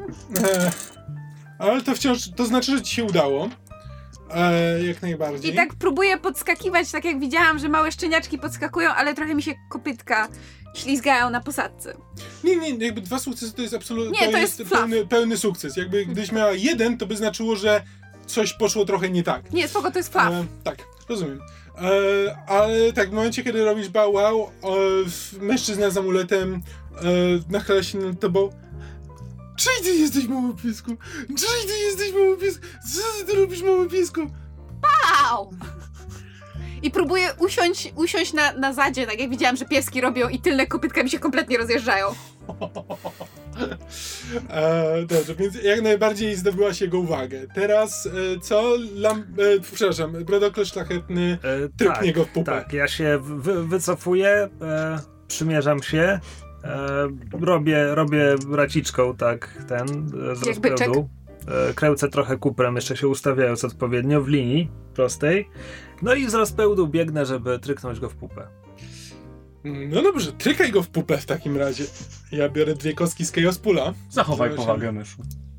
Ale to wciąż, to znaczy, że ci się udało. Jak najbardziej. I tak próbuję podskakiwać, tak jak widziałam, że małe szczeniaczki podskakują, ale trochę mi się kopytka ślizgają na posadce. Nie, jakby 2 sukcesy to jest absolutnie. Nie, to jest pełny sukces. Jakby gdybyś miała 1, to by znaczyło, że coś poszło trochę nie tak. Nie, spoko, to jest fluff. Tak, rozumiem. Ale tak, w momencie, kiedy robisz bałał, mężczyzna z amuletem nachyla się nad tobą. Czyj ty jesteś, mały piesku? Czyj ty jesteś, mały piesku? Co ty robisz, mały piesku? Au! I próbuję usiąść na zadzie, tak jak widziałam, że pieski robią i tylne kopytka mi się kompletnie rozjeżdżają. Dobrze, więc jak najbardziej zdobyłaś jego uwagę. Teraz co? Przepraszam, Brodokles szlachetny tryknie go w pupę. Tak, ja się wycofuję, przymierzam się, robię raciczką z jak byczek. rozpędu. Kręcę trochę kuprem, jeszcze się ustawiając odpowiednio w linii prostej. No i z rozpędu biegnę, żeby tryknąć go w pupę. No dobrze, trykaj go w pupę w takim razie. Ja biorę 2 kostki z Chaos Pula. Zachowaj powagę, myszu.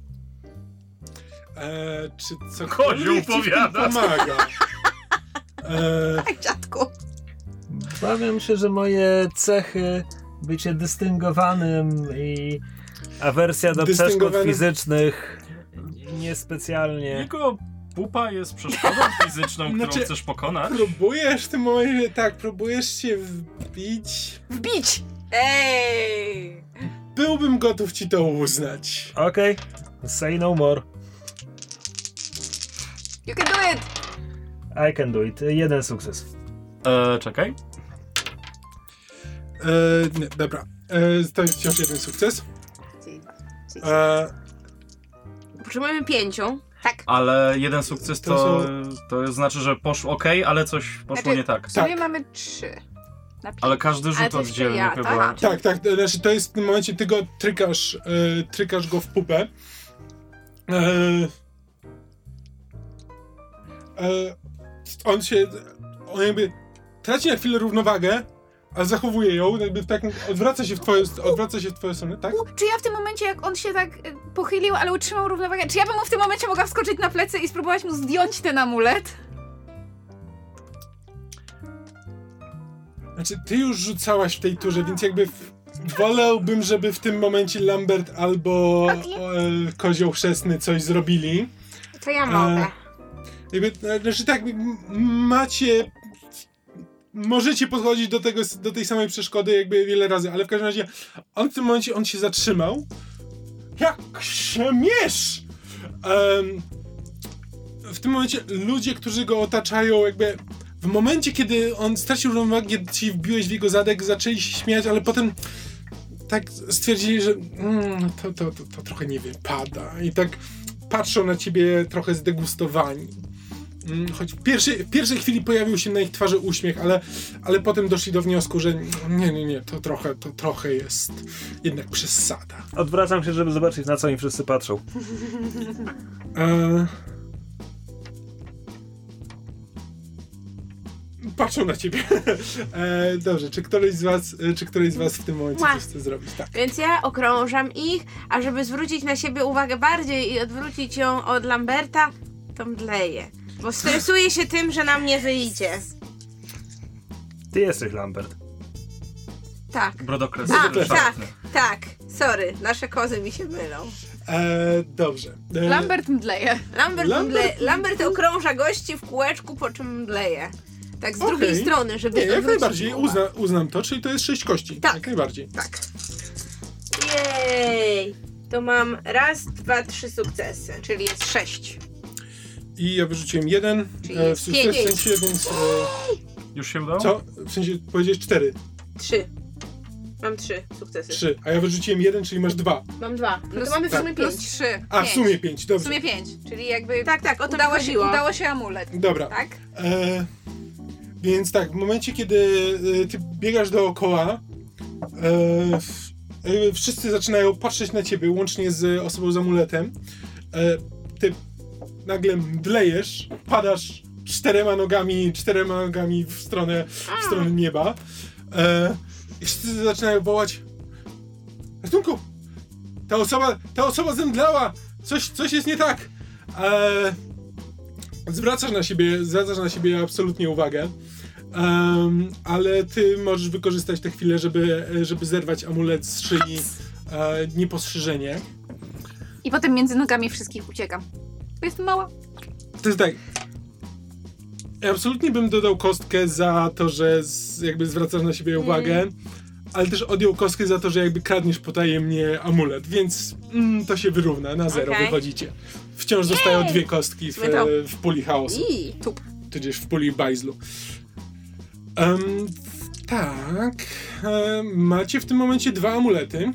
Czy co Kozioł powiada. Pomaga. Tak, dziadku. Bawiam się, że moje cechy, bycie dystyngowanym i awersja do przeszkód fizycznych niespecjalnie. Jego pupa jest przeszkodą fizyczną, którą chcesz pokonać? Próbujesz w tym momencie, tak, próbujesz się wbić. Wbić! Ej! Byłbym gotów ci to uznać. Okej, say no more. You can do it! I can do it. 1 sukces. Czekaj. Nie, dobra. To jest wciąż 1 sukces. Potrzebujemy 5. Tak. Ale 1 sukces to znaczy, że poszło ale coś poszło nie tak. W sumie mamy 3. Ale każdy Ale rzut to jest oddzielnie ja, chyba. tak? Tak, znaczy to jest w tym momencie, ty go trykasz go w pupę. On jakby traci na chwilę równowagę, ale zachowuje ją, jakby w takim, odwraca się w twoją stronę, tak? Czy ja w tym momencie, jak on się tak pochylił, ale utrzymał równowagę, czy ja bym mu w tym momencie mogła wskoczyć na plecy i spróbować mu zdjąć ten amulet? Znaczy, ty już rzucałaś w tej turze, więc jakby wolałbym, żeby w tym momencie Lambert albo Kozioł Chrzestny coś zrobili. To ja mogę. Znaczy tak, macie... Możecie podchodzić do tej samej przeszkody jakby wiele razy, ale w każdym razie on w tym momencie on się zatrzymał. Jak śmiesz! W tym momencie ludzie, którzy go otaczają, jakby w momencie, kiedy on stracił równowagę, kiedy ci wbiłeś w jego zadek, zaczęli się śmiać, ale potem tak stwierdzili, że to trochę nie wypada i tak patrzą na ciebie trochę zdegustowani. Choć w pierwszej chwili pojawił się na ich twarzy uśmiech, ale potem doszli do wniosku, że nie, to trochę jest jednak przesada. Odwracam się, żeby zobaczyć, na co im wszyscy patrzą. Patrzą na ciebie. Dobrze, czy któryś z was w tym momencie coś chce zrobić? Tak. Więc ja okrążam ich, a żeby zwrócić na siebie uwagę bardziej i odwrócić ją od Lamberta, to mdleję. Bo stresuję się tym, że nam nie wyjdzie. Ty jesteś Lambert. Tak. Brodokres. Tak. Sorry, nasze kozy mi się mylą. Dobrze. Lambert mdleje. Lambert okrąża gości w kółeczku, po czym mdleje. Tak z drugiej strony, żeby nie, jak najbardziej uznam to, czyli to jest 6 kości. Tak. Jak najbardziej. Tak. Jej! To mam 1, 2, 3 sukcesy, czyli jest 6. I ja wyrzuciłem 1 w sukcesie, więc... Już się udało? Co? W sensie powiedziałeś 4. 3. Mam 3 sukcesy. 3, a ja wyrzuciłem 1, czyli masz 2. Mam 2. No to mamy w sumie 5. Plus 3. A, w sumie 5, dobrze. W sumie 5, czyli jakby Tak, o to chodziło. udało się amulet. Dobra. Tak? Więc tak, w momencie, kiedy ty biegasz dookoła, wszyscy zaczynają patrzeć na ciebie, łącznie z osobą z amuletem. Ty nagle mdlejesz, padasz 4 nogami w stronę nieba. I wszyscy zaczynają wołać: ratunku! Ta osoba zemdlała! Coś jest nie tak! Zwracasz na siebie absolutnie uwagę, ale ty możesz wykorzystać tę chwilę, żeby zerwać amulet z szyi niepostrzeżenie. I potem między nogami wszystkich uciekam. Bo jestem mała. To jest tak. Ja absolutnie bym dodał kostkę za to, że jakby zwracasz na siebie uwagę, ale też odjął kostkę za to, że jakby kradniesz potajemnie amulet, więc to się wyrówna, na 0 wychodzicie. Wciąż zostają 2 kostki w puli chaosu. Tudzież w puli bajzlu. Tak. Macie w tym momencie 2 amulety.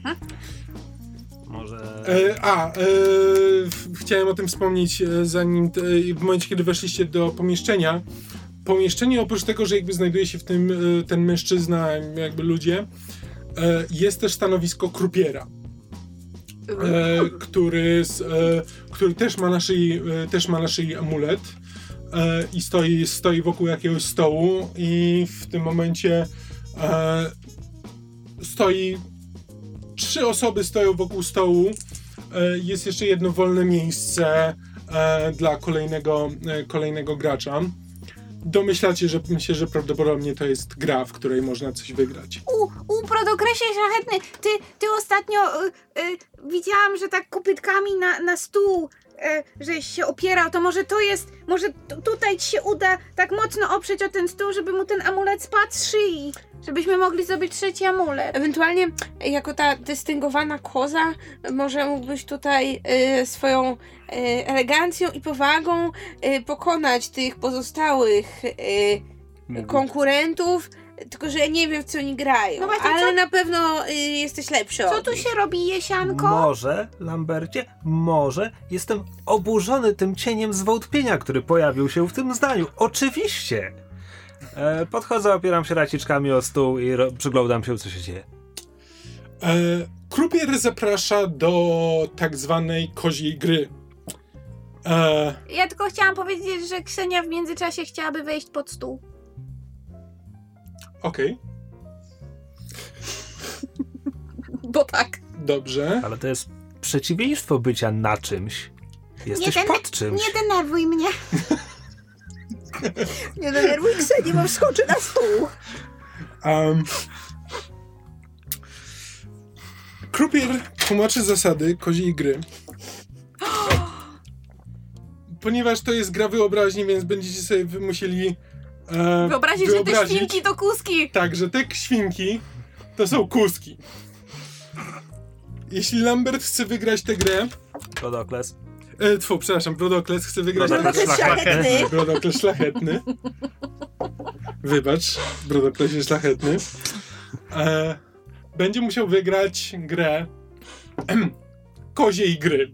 Może... Chciałem o tym wspomnieć, zanim w momencie, kiedy weszliście do pomieszczenia. Pomieszczenie, oprócz tego, że jakby znajduje się w tym ten mężczyzna, jakby ludzie, jest też stanowisko krupiera, który też ma na szyi amulet i stoi wokół jakiegoś stołu i w tym momencie 3 osoby stoją wokół stołu. Jest jeszcze jedno wolne miejsce dla kolejnego gracza. Domyślacie się, że prawdopodobnie to jest gra, w której można coś wygrać. Brodokresie szlachetny, ty ostatnio widziałam, że tak kopytkami na stół żeś się opierał, to może tutaj ci się uda tak mocno oprzeć o ten stół, żeby mu ten amulet spadł z szyi. Żebyśmy mogli zrobić 3 amulet. Ewentualnie, jako ta dystyngowana koza, może mógłbyś tutaj swoją elegancją i powagą pokonać tych pozostałych konkurentów, tylko że ja nie wiem, w co oni grają, no właśnie, ale na pewno jesteś lepszy. Co tu się robi, Jesianko? Może, Lambercie, jestem oburzony tym cieniem zwątpienia, który pojawił się w tym zdaniu. Oczywiście! Podchodzę, opieram się raciczkami o stół i przyglądam się, co się dzieje. Krupier zaprasza do tak zwanej koziej gry. Ja tylko chciałam powiedzieć, że Ksenia w międzyczasie chciałaby wejść pod stół. Okej. Bo tak. Dobrze. Ale to jest przeciwieństwo bycia na czymś. Jesteś pod czymś. Nie denerwuj mnie. Nie denerwuj Kseni, bo wskoczy na stół. Krupier tłumaczy zasady koziej gry. ponieważ to jest gra wyobraźni, więc będziecie sobie musieli Wyobrazić, że te świnki to kuski. Tak, że te świnki to są kuski. Jeśli Lambert chce wygrać tę grę... Brodokles. Brodokles chce wygrać... Brodokles szlachetny. Brodokles szlachetny. Wybacz, Brodokles jest szlachetny. Będzie musiał wygrać grę koziej gry.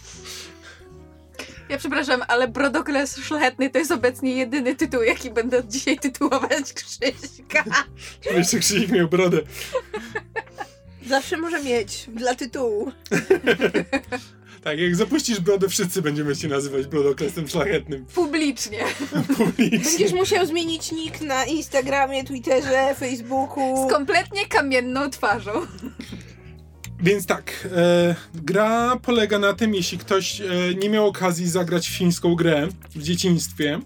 Ja przepraszam, ale Brodokles szlachetny to jest obecnie jedyny tytuł, jaki będę od dzisiaj tytułować Krzyśka. Jeszcze Krzysiek miał brodę. Zawsze może mieć, dla tytułu. Tak, jak zapuścisz brodę, wszyscy będziemy cię nazywać Brodoklesem szlachetnym. Publicznie. Będziesz musiał zmienić nick na Instagramie, Twitterze, Facebooku. Z kompletnie kamienną twarzą. Więc tak, gra polega na tym, jeśli ktoś nie miał okazji zagrać w fińską grę w dzieciństwie,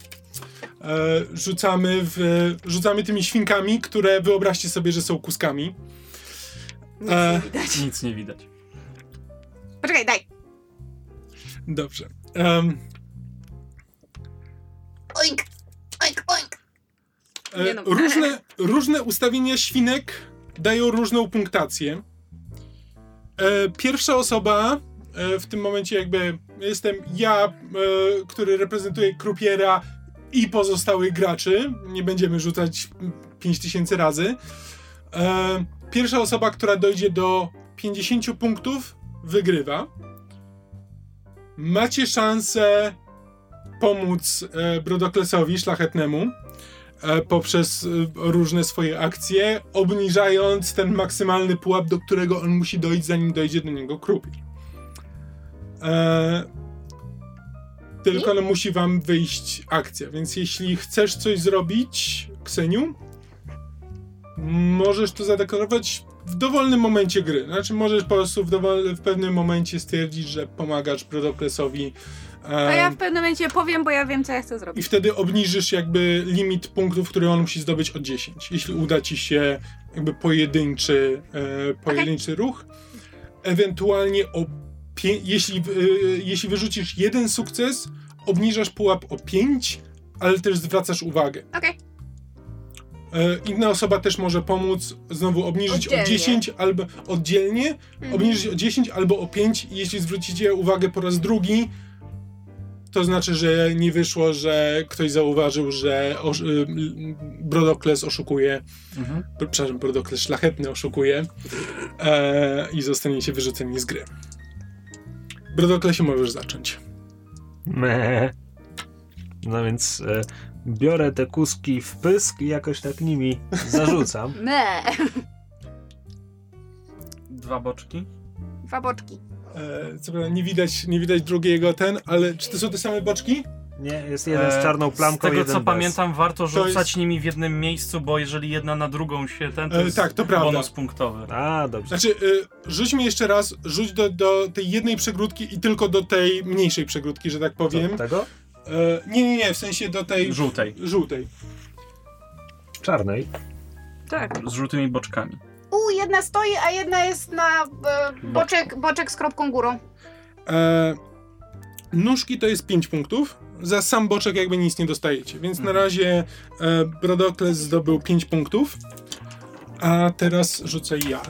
rzucamy tymi świnkami, które wyobraźcie sobie, że są kuskami. Nic nie widać. Nic nie widać. Poczekaj, daj. Dobrze. Oink, oink, oink. Różne ustawienia świnek dają różną punktację. Pierwsza osoba, w tym momencie jakby jestem ja, który reprezentuje krupiera i pozostałych graczy. Nie będziemy rzucać 5000 razy. Pierwsza osoba, która dojdzie do 50 punktów, wygrywa. Macie szansę pomóc Brodoklesowi szlachetnemu poprzez różne swoje akcje, obniżając ten maksymalny pułap, do którego on musi dojść, zanim dojdzie do niego krupier. Tylko no, musi wam wyjść akcja, więc jeśli chcesz coś zrobić, Kseniu, możesz to zadeklarować w dowolnym momencie gry. Znaczy możesz po prostu w pewnym momencie stwierdzić, że pomagasz Brodoklesowi. To ja w pewnym momencie powiem, bo ja wiem, co ja chcę zrobić. I wtedy obniżysz jakby limit punktów, które on musi zdobyć o 10. Jeśli uda ci się jakby pojedynczy ruch. Ewentualnie jeśli wyrzucisz jeden sukces, obniżasz pułap o 5, ale też zwracasz uwagę. Okej. Inna osoba też może pomóc znowu obniżyć o 10 albo oddzielnie, obniżyć o 10 albo o 5. Jeśli zwrócicie uwagę po raz drugi, to znaczy, że nie wyszło, że ktoś zauważył, że Brodokles oszukuje. Przepraszam, Brodokles szlachetny oszukuje i zostaniecie wyrzuceni z gry. Brodoklesie, możesz zacząć. No więc biorę te kuski w pysk i jakoś tak nimi zarzucam. 2 boczki. 2 boczki. Co prawda nie widać drugiego ale czy to są te same boczki? Nie, jest jeden z czarną plamką, z tego jeden co bez. Pamiętam, warto rzucać nimi w jednym miejscu, bo jeżeli jedna na drugą się to jest tak, to prawda. bonus punktowy. A, dobrze. Znaczy, rzućmy jeszcze raz, rzuć do tej jednej przegródki i tylko do tej mniejszej przegródki, że tak powiem. Do tego? Nie, w sensie do tej... Żółtej. Czarnej? Tak. Z żółtymi boczkami. Jedna stoi, a jedna jest na boczek z kropką górą. Nóżki to jest 5 punktów. Za sam boczek jakby nic nie dostajecie. Więc na razie Brodokles zdobył 5 punktów. A teraz rzucę ja.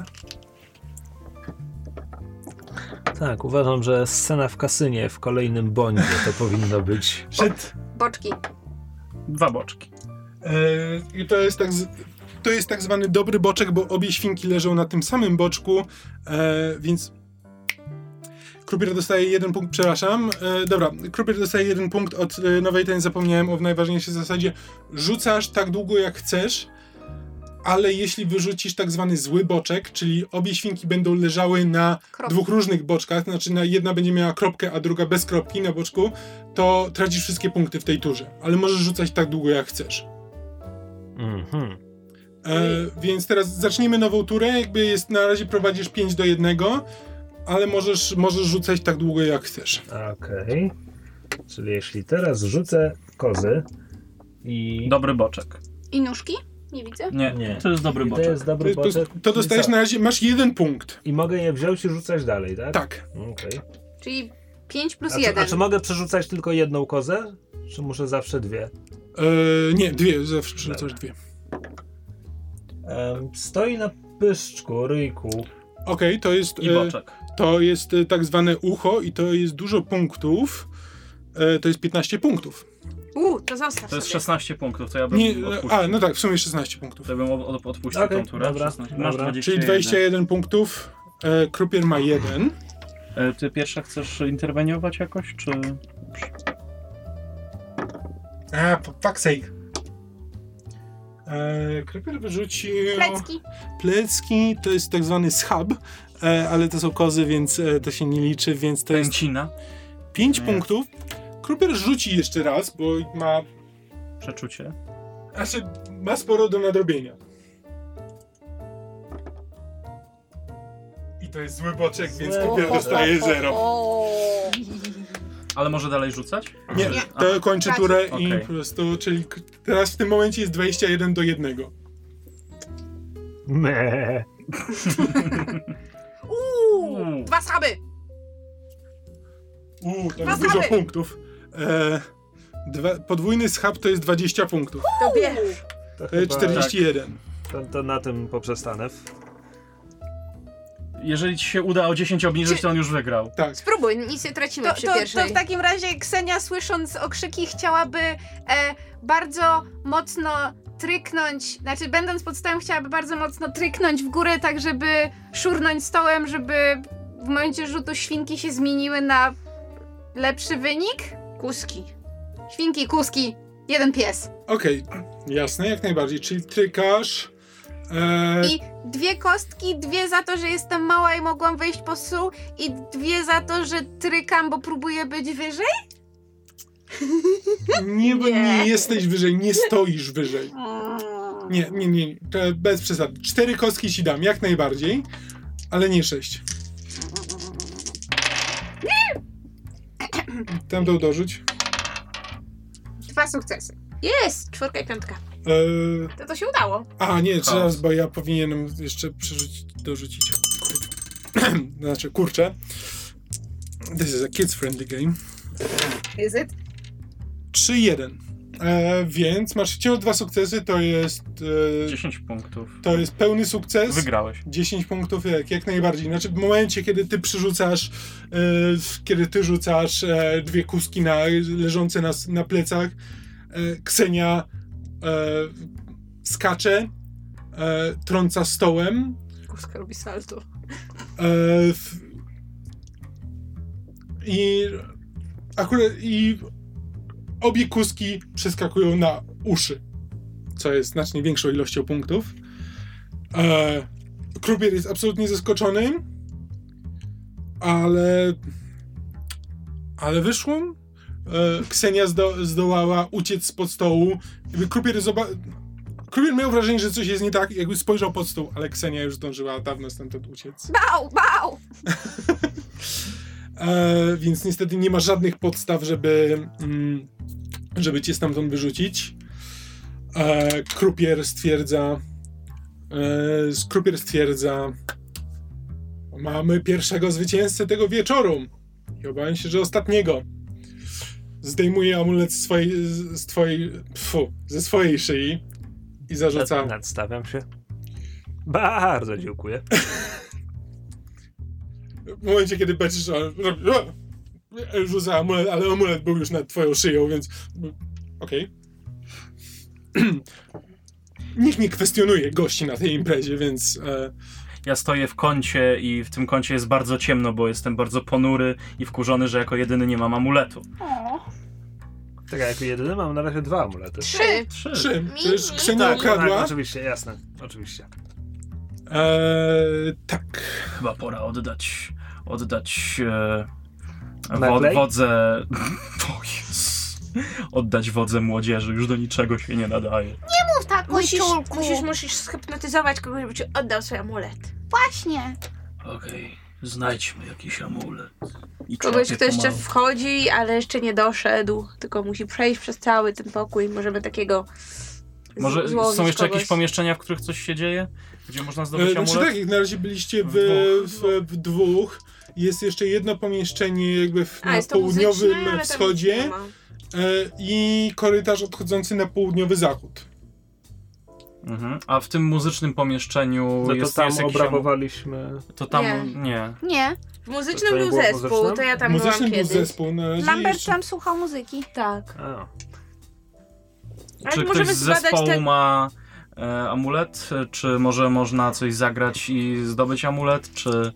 Tak, uważam, że scena w kasynie w kolejnym Bondzie to powinno być. Boczki. 2 boczki. I to jest tak zwany dobry boczek, bo obie świnki leżą na tym samym boczku, więc Krupier dostaje 1 punkt, przepraszam. Dobra, Krupier dostaje 1 punkt od nowej ten, zapomniałem o najważniejszej zasadzie. Rzucasz tak długo jak chcesz, ale jeśli wyrzucisz tak zwany zły boczek, czyli obie świnki będą leżały na dwóch różnych boczkach, znaczy jedna będzie miała kropkę, a druga bez kropki na boczku, to tracisz wszystkie punkty w tej turze. Ale możesz rzucać tak długo jak chcesz. Więc teraz zacznijmy nową turę, jakby na razie prowadzisz 5-1, ale możesz rzucać tak długo jak chcesz. Okej. Czyli jeśli teraz rzucę kozy i... Dobry boczek. I nóżki? Nie widzę? Nie. To jest dobry boczek. To jest dobry boczek. To dostajesz na razie, masz 1 punkt. I mogę je wziąć i rzucać dalej, tak? Tak. Okej. Czyli 5 plus 1. A czy mogę przerzucać tylko jedną kozę? Czy muszę zawsze 2? Nie, 2, zawsze przerzucasz 2. Stoi na pyszczku, ryjku. Okej, to jest... I boczek. To jest tak zwane ucho i to jest dużo punktów. To jest 15 punktów. To zostaw To jest sobie. 16 punktów, to ja bym odpuścił. no tak, w sumie 16 punktów. To bym odpuścił Okej, tą turę. dobra, 16. Masz dobra. 21. Czyli 21 punktów. Krupier ma 1. Ty pierwsza chcesz interweniować jakoś, czy... For fuck's sake. Krupier wyrzucił... Plecki to jest tak zwany schab, ale to są kozy, więc to się nie liczy, więc to jest... Pęcina. 5 punktów. Krupier rzuci jeszcze raz, bo ma... Przeczucie. Znaczy, ma sporo do nadrobienia. I to jest zły boczek, więc Krupier dostaje 0. Ale może dalej rzucać? Nie, to kończy turę i Okej. po prostu, czyli teraz w tym momencie jest 21-1. Meh. 2 schaby! To jest dużo punktów. Podwójny schab to jest 20 punktów. To bierz. To jest 41. To na tym poprzestanę. Jeżeli ci się uda o 10 obniżyć, to on już wygrał. Tak. Spróbuj, nic nie tracimy przy To pierwszej. w takim razie Ksenia, słysząc okrzyki, chciałaby bardzo mocno tryknąć, znaczy będąc pod stołem, chciałaby bardzo mocno tryknąć w górę, tak żeby szurnąć stołem, żeby w momencie rzutu świnki się zmieniły na lepszy wynik. Kuski. Świnki, kuski, 1 pies. Okej, jasne, jak najbardziej. Czyli trykasz. I 2 kostki, 2 za to, że jestem mała i mogłam wejść po stół i 2 za to, że trykam, bo próbuję być wyżej. Nie, bo nie jesteś wyżej, nie stoisz wyżej. Nie. To bez przesady. 4 kostki ci dam, jak najbardziej, ale nie 6. Tam dół dorzuć. 2 sukcesy. Jest! 4 i 5. To się udało. Nie, teraz, bo ja powinienem jeszcze dorzucić. Znaczy, kurczę. This is a kids-friendly game. Is it? 3-1. Więc masz wciąż 2 sukcesy, to jest... 10 punktów. To jest pełny sukces. Wygrałeś. 10 punktów, jak najbardziej. Znaczy w momencie, kiedy ty przerzucasz, kiedy ty rzucasz 2 kuski leżące na plecach, Ksenia skacze, trąca stołem. Kuska robi salto. I obie kuski przeskakują na uszy, co jest znacznie większą ilością punktów. Krupier jest absolutnie zaskoczony, ale wyszło. Ksenia zdołała uciec spod stołu. Krupier miał wrażenie, że coś jest nie tak, jakby spojrzał pod stół, ale Ksenia już zdążyła dawno stamtąd uciec. Bał! Więc niestety nie ma żadnych podstaw, żeby cię stamtąd wyrzucić. Krupier stwierdza, mamy pierwszego zwycięzcę tego wieczoru. I obawiam się, że ostatniego. Zdejmuje amulet ze swojej szyi i zarzuca. Nadstawiam się. Bardzo dziękuję. W momencie, kiedy patrzysz, rzuca amulet, ale amulet był już nad twoją szyją, więc okej. Nikt nie kwestionuje gości na tej imprezie, więc... Ja stoję w kącie i w tym kącie jest bardzo ciemno, bo jestem bardzo ponury i wkurzony, że jako jedyny nie mam amuletu. Tak, jako jedyny mam na razie 2 amulety. 3. 3. Przecież Ksenia ukradła. Tak, oczywiście, jasne. Oczywiście. Tak. Chyba pora oddać Naklej? wodze... O Jezus. Oddać wodze młodzieży, już do niczego się nie nadaje. Mów tak, Musisz zhypnotyzować kogoś, żeby ci oddał swój amulet. Właśnie. Okej, znajdźmy jakiś amulet. I Kogoś, czapie kto jeszcze pomału. wchodzi, ale jeszcze nie doszedł, tylko musi przejść przez cały ten pokój. Możemy takiego Może złowić są jeszcze kogoś. jakieś pomieszczenia, w których coś się dzieje? Gdzie można zdobyć Znaczy amulet? tak, jak na razie byliście w dwóch, jest jeszcze jedno pomieszczenie jakby na południowym wschodzie i korytarz odchodzący na południowy zachód. A w tym muzycznym pomieszczeniu to jest tam jakiś... obrabowaliśmy... To tam nie. Nie. W muzycznym był zespół, to ja tam byłam Muzyczny był kiedyś. zespół, na razie Lambert jeszcze... tam słuchał muzyki. Tak. Czy ktoś z zespołu ma amulet? Czy może można coś zagrać i zdobyć amulet? Czy...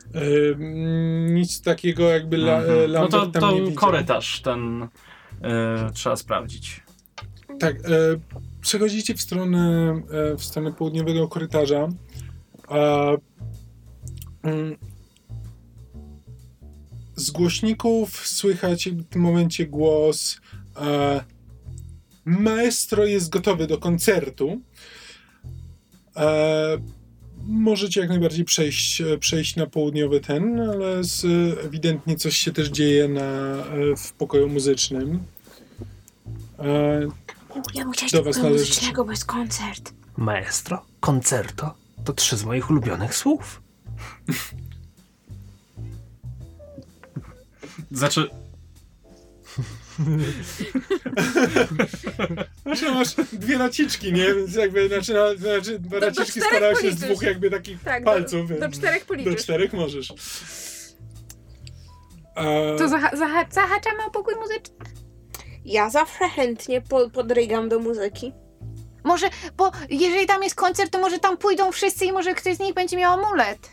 nic takiego jakby Lambert no tam nie widział. Korytarz ten trzeba sprawdzić. Tak, przechodzicie w stronę południowego korytarza. Z głośników słychać w tym momencie głos maestro jest gotowy do koncertu. Możecie jak najbardziej przejść na południowy ale ewidentnie coś się też dzieje w pokoju muzycznym. Ja bym chciała do was pokoju należy. muzycznego, bo jest koncert. Maestro, concerto to 3 z moich ulubionych słów. Znaczy... Masz 2 raciczki, nie? Więc jakby, raciczki składają się z 2 jakby takich palców. Do 4 policzysz. Do 4 możesz. To zahaczamy o pokój muzyczny? Ja zawsze chętnie podrygam do muzyki. Może, bo jeżeli tam jest koncert, to może tam pójdą wszyscy i może ktoś z nich będzie miał amulet.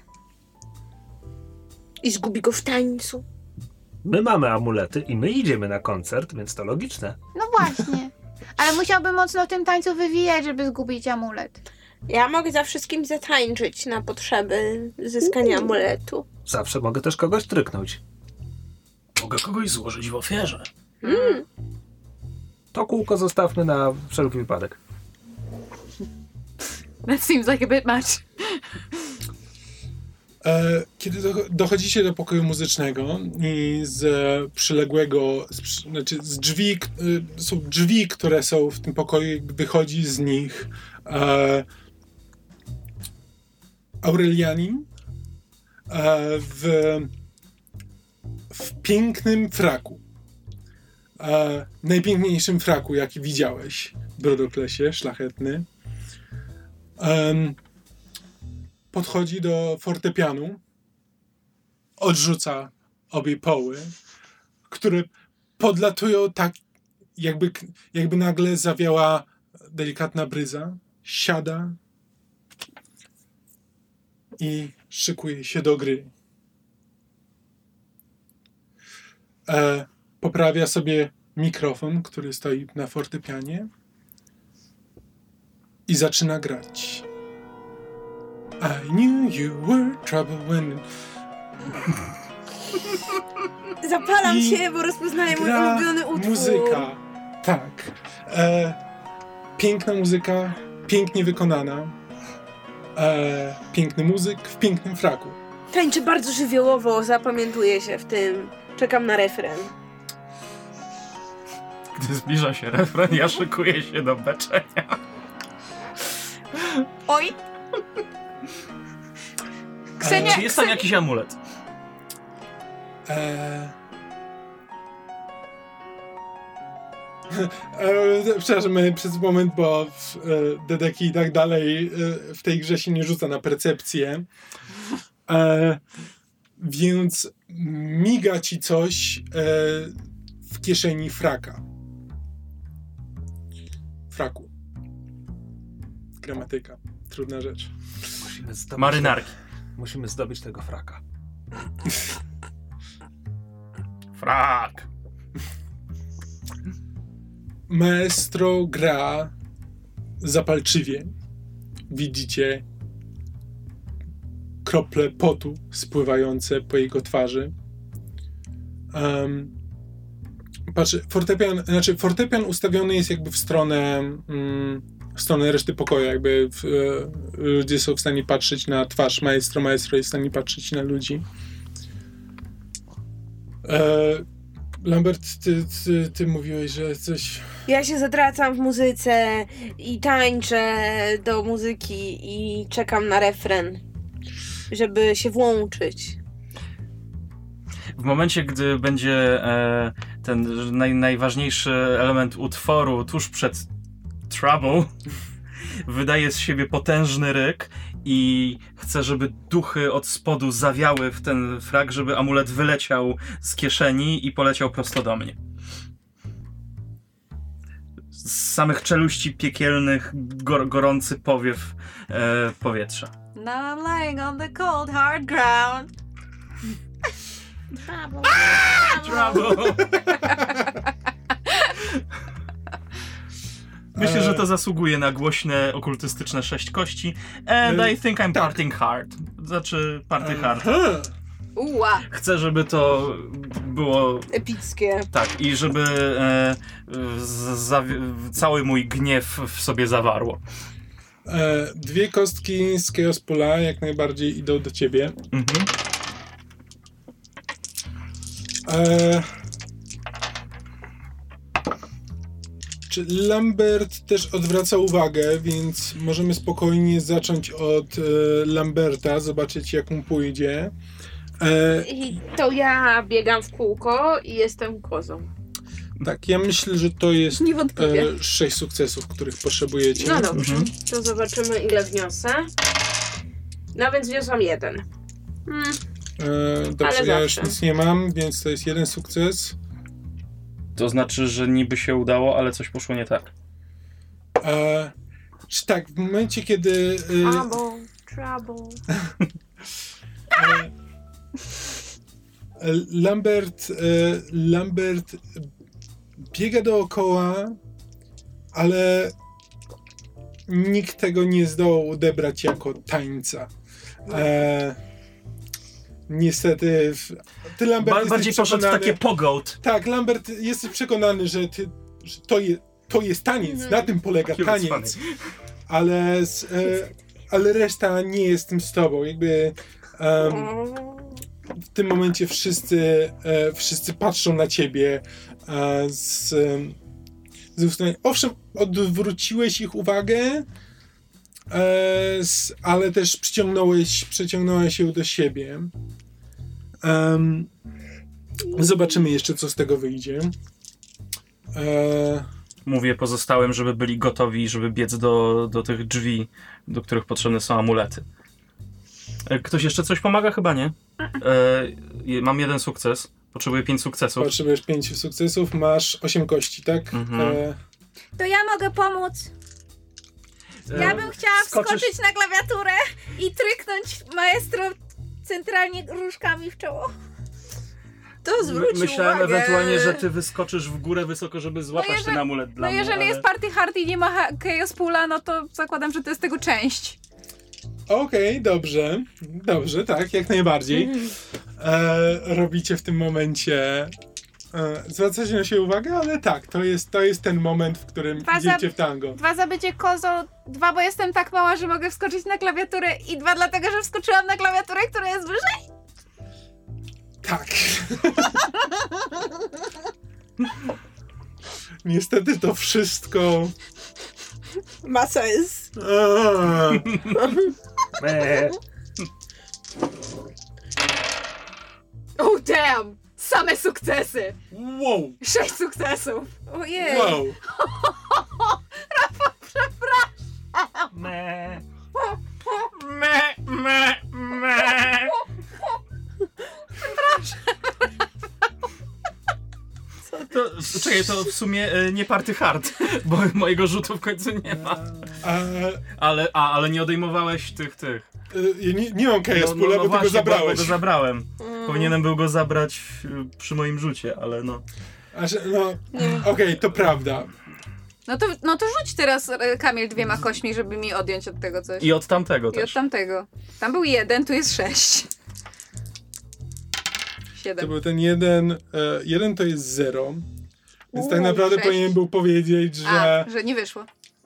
I zgubi go w tańcu. My mamy amulety i my idziemy na koncert, więc to logiczne. No właśnie. Ale musiałby mocno w tym tańcu wywijać, żeby zgubić amulet. Ja mogę za wszystkim zatańczyć na potrzeby zyskania amuletu. Zawsze mogę też kogoś tryknąć. Mogę kogoś złożyć w ofierze. To kółko zostawmy na wszelki wypadek. That seems like a bit much. Kiedy dochodzicie do pokoju muzycznego i z przyległego, z drzwi, są drzwi, które są w tym pokoju, wychodzi z nich Aurelianin w pięknym fraku. Najpiękniejszym fraku, jaki widziałeś, Brodoklesie, szlachetny. Podchodzi do fortepianu, odrzuca obie poły, które podlatują tak, jakby nagle zawiała delikatna bryza, siada i szykuje się do gry. Poprawia sobie mikrofon, który stoi na fortepianie i zaczyna grać. I knew you were trouble when... Zapalam się, bo rozpoznaję mój ulubiony utwór. Muzyka, tak. Piękna muzyka, pięknie wykonana. Piękny muzyk w pięknym fraku. Tańczy bardzo żywiołowo, zapamiętuję się w tym. Czekam na refren. Gdy zbliża się refren, ja szykuję się do beczenia. Oj! Czy jest tam jakiś amulet? Przepraszam, przez moment, bo Dedeki i tak dalej w tej grze się nie rzuca na percepcję. Więc miga ci coś w kieszeni fraka. Fraku. Gramatyka. Trudna rzecz. Marynarki. Musimy zdobyć tego fraka. Frak. Maestro gra zapalczywie. Widzicie krople potu spływające po jego twarzy. Patrzę, fortepian ustawiony jest jakby w stronę reszty pokoju, jakby ludzie są w stanie patrzeć na twarz maestro jest w stanie patrzeć na ludzi. Lambert, ty mówiłeś, że coś... Ja się zatracam w muzyce i tańczę do muzyki i czekam na refren, żeby się włączyć. w momencie, gdy będzie ten najważniejszy element utworu tuż przed Trouble, wydaje z siebie potężny ryk i chce, żeby duchy od spodu zawiały w ten frag, żeby amulet wyleciał z kieszeni i poleciał prosto do mnie. Z samych czeluści piekielnych gorący powiew powietrza. Now I'm lying on the cold hard ground. Trouble! Myślę, że to zasługuje na głośne, okultystyczne 6 kości. And I think I'm partying hard. Znaczy, party hard. Uła! Chcę, żeby to było... Epickie. Tak, i żeby cały mój gniew w sobie zawarło. 2 kostki z Chaos Poola jak najbardziej idą do ciebie. Mhm. Czy Lambert też odwraca uwagę, więc możemy spokojnie zacząć od Lamberta, zobaczyć jak mu pójdzie. I to ja biegam w kółko i jestem kozą. Tak, ja myślę, że to jest Niewątpliwie. 6 sukcesów, których potrzebujecie. No dobrze, to zobaczymy ile wniosę. No więc wniosłam 1. Dobrze, Ale ja już zawsze. nic nie mam, więc to jest 1 sukces. To znaczy, że niby się udało, ale coś poszło nie tak. Czy tak, w momencie kiedy... Trouble. Lambert biega dookoła, ale nikt tego nie zdołał odebrać jako tańca. Niestety, ty Lambert Bardziej jesteś poszedł w takie pogoat. Tak, Lambert, jesteś przekonany, że to jest taniec, na tym polega taniec, ale reszta nie jest tym z tobą, jakby w tym momencie wszyscy patrzą na ciebie z uznaniem. Owszem, odwróciłeś ich uwagę, ale też przyciągnąłeś ją do siebie. Zobaczymy jeszcze, co z tego wyjdzie. Mówię pozostałym, żeby byli gotowi, żeby biec do tych drzwi, do których potrzebne są amulety. Ktoś jeszcze coś pomaga? Chyba nie. Mam 1 sukces. Potrzebuję 5 sukcesów. Potrzebujesz 5 sukcesów, masz 8 kości, tak? To ja mogę pomóc. Ja bym chciała wskoczyć na klawiaturę i tryknąć maestro centralnie różkami w czoło. To zwróć Myślałem uwagę. ewentualnie, że ty wyskoczysz w górę wysoko, żeby złapać ten amulet dla mnie. Jeżeli jest Party Hard i nie ma Chaos Poola, no to zakładam, że to jest tego część. Okej, dobrze. Dobrze, tak, jak najbardziej. Robicie w tym momencie... zwracacie na siebie uwagę, ale tak, to jest ten moment, w którym idziecie w tango. 2 za bycie kozą, 2 bo jestem tak mała, że mogę wskoczyć na klawiaturę i 2 dlatego, że wskoczyłam na klawiaturę, która jest wyżej. Tak. Niestety to wszystko... Ma sens. Oh damn! Same sukcesy! Wow! 6 sukcesów! Ojej! Wow! Rafał, przepraszam! Czekaj, to w sumie nie Party Hard, bo mojego rzutu w końcu nie ma. Ale nie odejmowałeś tych. Nie mam Chaos Poola, bo ty go zabrałeś. Bo go zabrałem. Powinienem był go zabrać przy moim rzucie, ale no. Okej, to prawda. No to rzuć teraz, Kamil, 2 kośćmi, żeby mi odjąć od tego coś. I od tamtego I też. od tamtego. Tam był 1, tu jest 6. 7. To był ten 1. 1 to jest 0. Więc tak naprawdę 6. powinien był powiedzieć, że nie wyszło.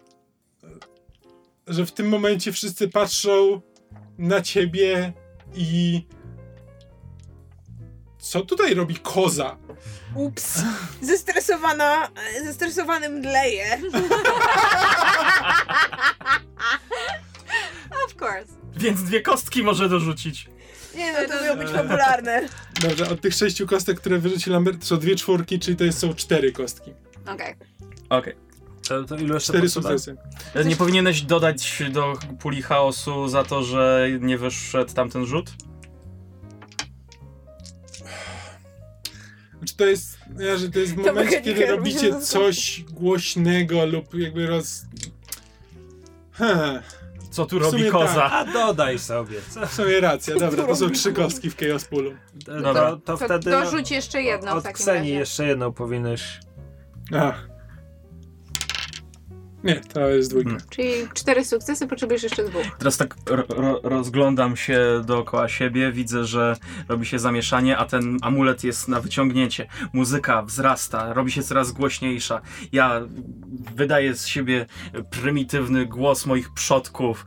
Że w tym momencie wszyscy patrzą na ciebie i... Co tutaj robi koza? Ups. Zestresowany mdleje. Of course. Więc 2 kostki może dorzucić. Nie no, to miało być popularne. Dobrze, od tych 6 kostek, które wyrzuci Lambert, to są 2 czwórki, czyli są 4 kostki. Okej. To ilu jeszcze 4 potrzeba? sukcesy. Nie powinieneś dodać do puli chaosu za to, że nie wyszedł tamten rzut? Znaczy to jest w momencie, kiedy robicie coś głośnego lub jakby Co tu robi koza? Tak. A dodaj sobie. W sumie racja, dobra, to są 3 kostki w Chaos Poolu. To wtedy dorzuć jeszcze jedną w od takim Kseni razie. jeszcze jedną powinieneś. Nie, to jest 2. Czyli 4 sukcesy, potrzebujesz jeszcze 2. Teraz tak rozglądam się dookoła siebie, widzę, że robi się zamieszanie, a ten amulet jest na wyciągnięcie. Muzyka wzrasta, robi się coraz głośniejsza. Ja wydaję z siebie prymitywny głos moich przodków.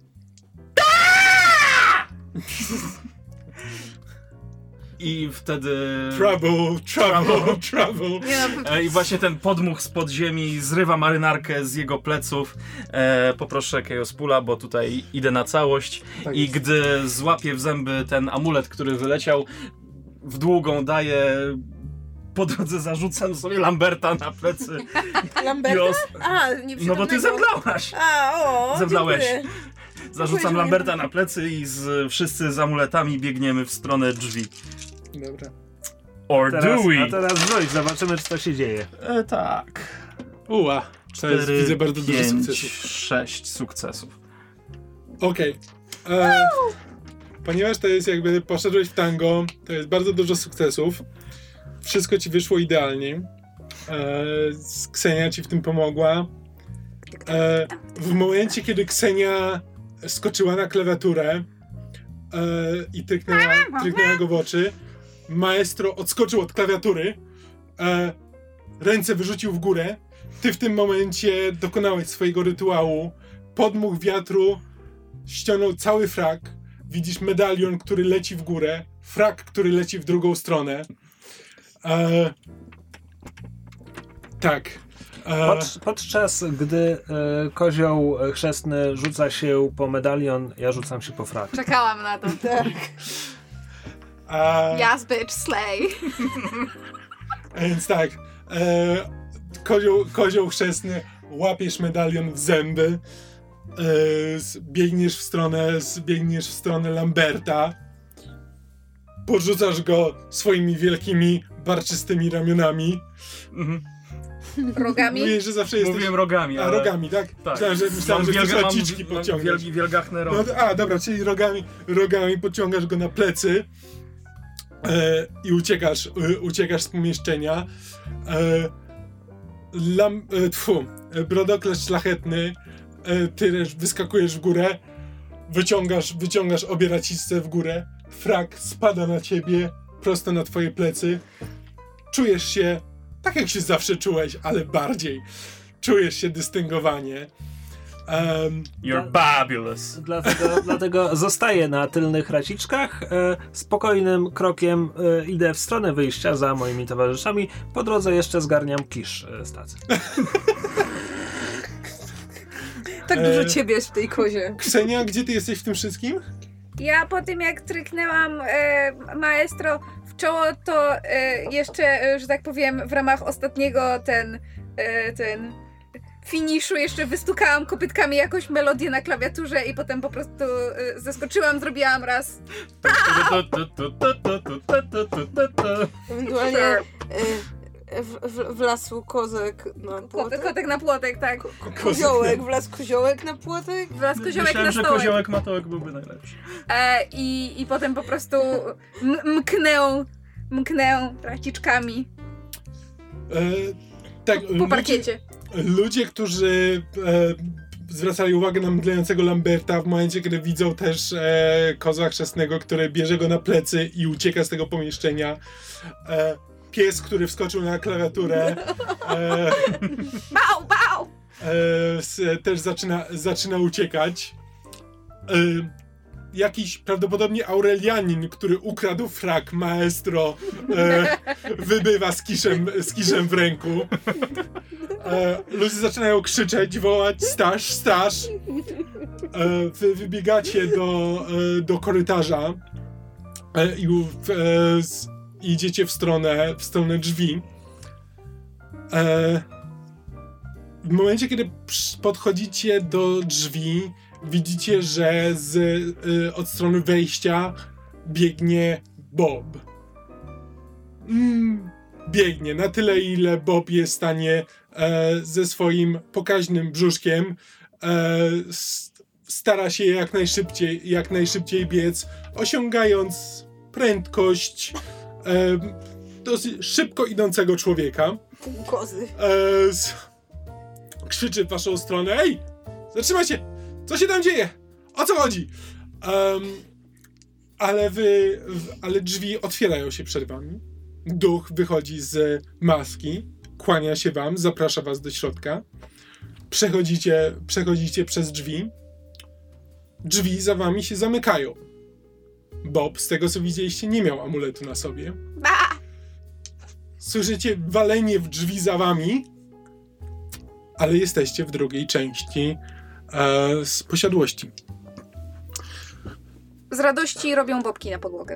I wtedy... Trouble. I właśnie ten podmuch z podziemi zrywa marynarkę z jego pleców. Poproszę Chaos Poola, bo tutaj idę na całość. Tak I jest. gdy złapię w zęby ten amulet, który wyleciał, w długą daję... Po drodze zarzucam sobie Lamberta na plecy. Lamberta? Nie No bo ty zemdlałaś. Zemdlałeś. Dziękuję. Zarzucam Lamberta na plecy i wszyscy z amuletami biegniemy w stronę drzwi. Dobra. Or do we? A teraz rzuć, zobaczymy, czy to się dzieje. Tak. To jest, widzę, bardzo dużo 5, sukcesów. 6 sukcesów. Okej. Ponieważ to jest jakby poszedłeś w tango, to jest bardzo dużo sukcesów. Wszystko ci wyszło idealnie. Ksenia ci w tym pomogła. W momencie, kiedy Ksenia skoczyła na klawiaturę i tryknęła go w oczy, maestro odskoczył od klawiatury, ręce wyrzucił w górę. Ty w tym momencie dokonałeś swojego rytuału. Podmuch wiatru ściągnął cały frak. Widzisz medalion, który leci w górę, frak, który leci w drugą stronę. Tak. Podczas gdy kozioł chrzestny rzuca się po medalion, ja rzucam się po frak. Czekałam na to. Yes, bitch, slay. Więc tak. Kozioł chrzestny, łapiesz medalion w zęby, biegniesz w stronę Lamberta, podrzucasz go swoimi wielkimi, barczystymi ramionami. Rogami? Mówię, że zawsze jesteś... Mówiłem rogami, ale... rogami, tak? Myślałem, że chcesz raciczki podciągać. Wielgachne rogi. No, dobra, czyli rogami podciągasz go na plecy i uciekasz z pomieszczenia. Brodokles szlachetny, ty też wyskakujesz w górę, wyciągasz obie raciczce w górę, frak spada na ciebie, prosto na twoje plecy. Czujesz się tak, jak się zawsze czułeś, ale bardziej. Czujesz się dystyngowanie. You're fabulous. Dlatego zostaję na tylnych raciczkach. Spokojnym krokiem idę w stronę wyjścia za moimi towarzyszami. Po drodze jeszcze zgarniam kisz z tacy. Tak dużo ciebie jest w tej kozie. Ksenia, gdzie ty jesteś w tym wszystkim? Ja po tym, jak tryknęłam maestro w czoło, to jeszcze, że tak powiem, w ramach ostatniego ten finiszu jeszcze wystukałam kopytkami jakąś melodię na klawiaturze i potem po prostu zeskoczyłam, zrobiłam raz. Ewentualnie wlasł kozek na płotek. Kotek na płotek, tak. Koziołek, wlazł koziołek na płotek. Wlazł koziołek Myślałem, na że stołek. koziołek matołek byłby najlepszy. I potem po prostu mknę raciczkami Tak, po parkiecie. Ludzie, którzy zwracali uwagę na mdlejącego Lamberta w momencie, kiedy widzą też kozła chrzestnego, który bierze go na plecy i ucieka z tego pomieszczenia. Pies, który wskoczył na klawiaturę. Bał! Też zaczyna uciekać. Jakiś prawdopodobnie Aurelianin, który ukradł frak maestro, wybywa z kiszem w ręku. Ludzie zaczynają krzyczeć, wołać Stasz. Wy wybiegacie do korytarza. idziecie w stronę drzwi. W momencie, kiedy podchodzicie do drzwi, widzicie, że od strony wejścia biegnie Bob. Biegnie na tyle, ile Bob jest w stanie ze swoim pokaźnym brzuszkiem. Stara się jak najszybciej biec, osiągając prędkość dosyć szybko idącego człowieka. Kozy. Krzyczy w waszą stronę: ej! Zatrzymajcie! Co się tam dzieje? O co chodzi? Ale drzwi otwierają się przed wami. Duch wychodzi z maski, kłania się wam, zaprasza was do środka. Przechodzicie przez drzwi. Drzwi za wami się zamykają. Bob, z tego co widzieliście, nie miał amuletu na sobie. Słyszycie walenie w drzwi za wami, ale jesteście w drugiej części z posiadłości. Z radości robią bobki na podłogę.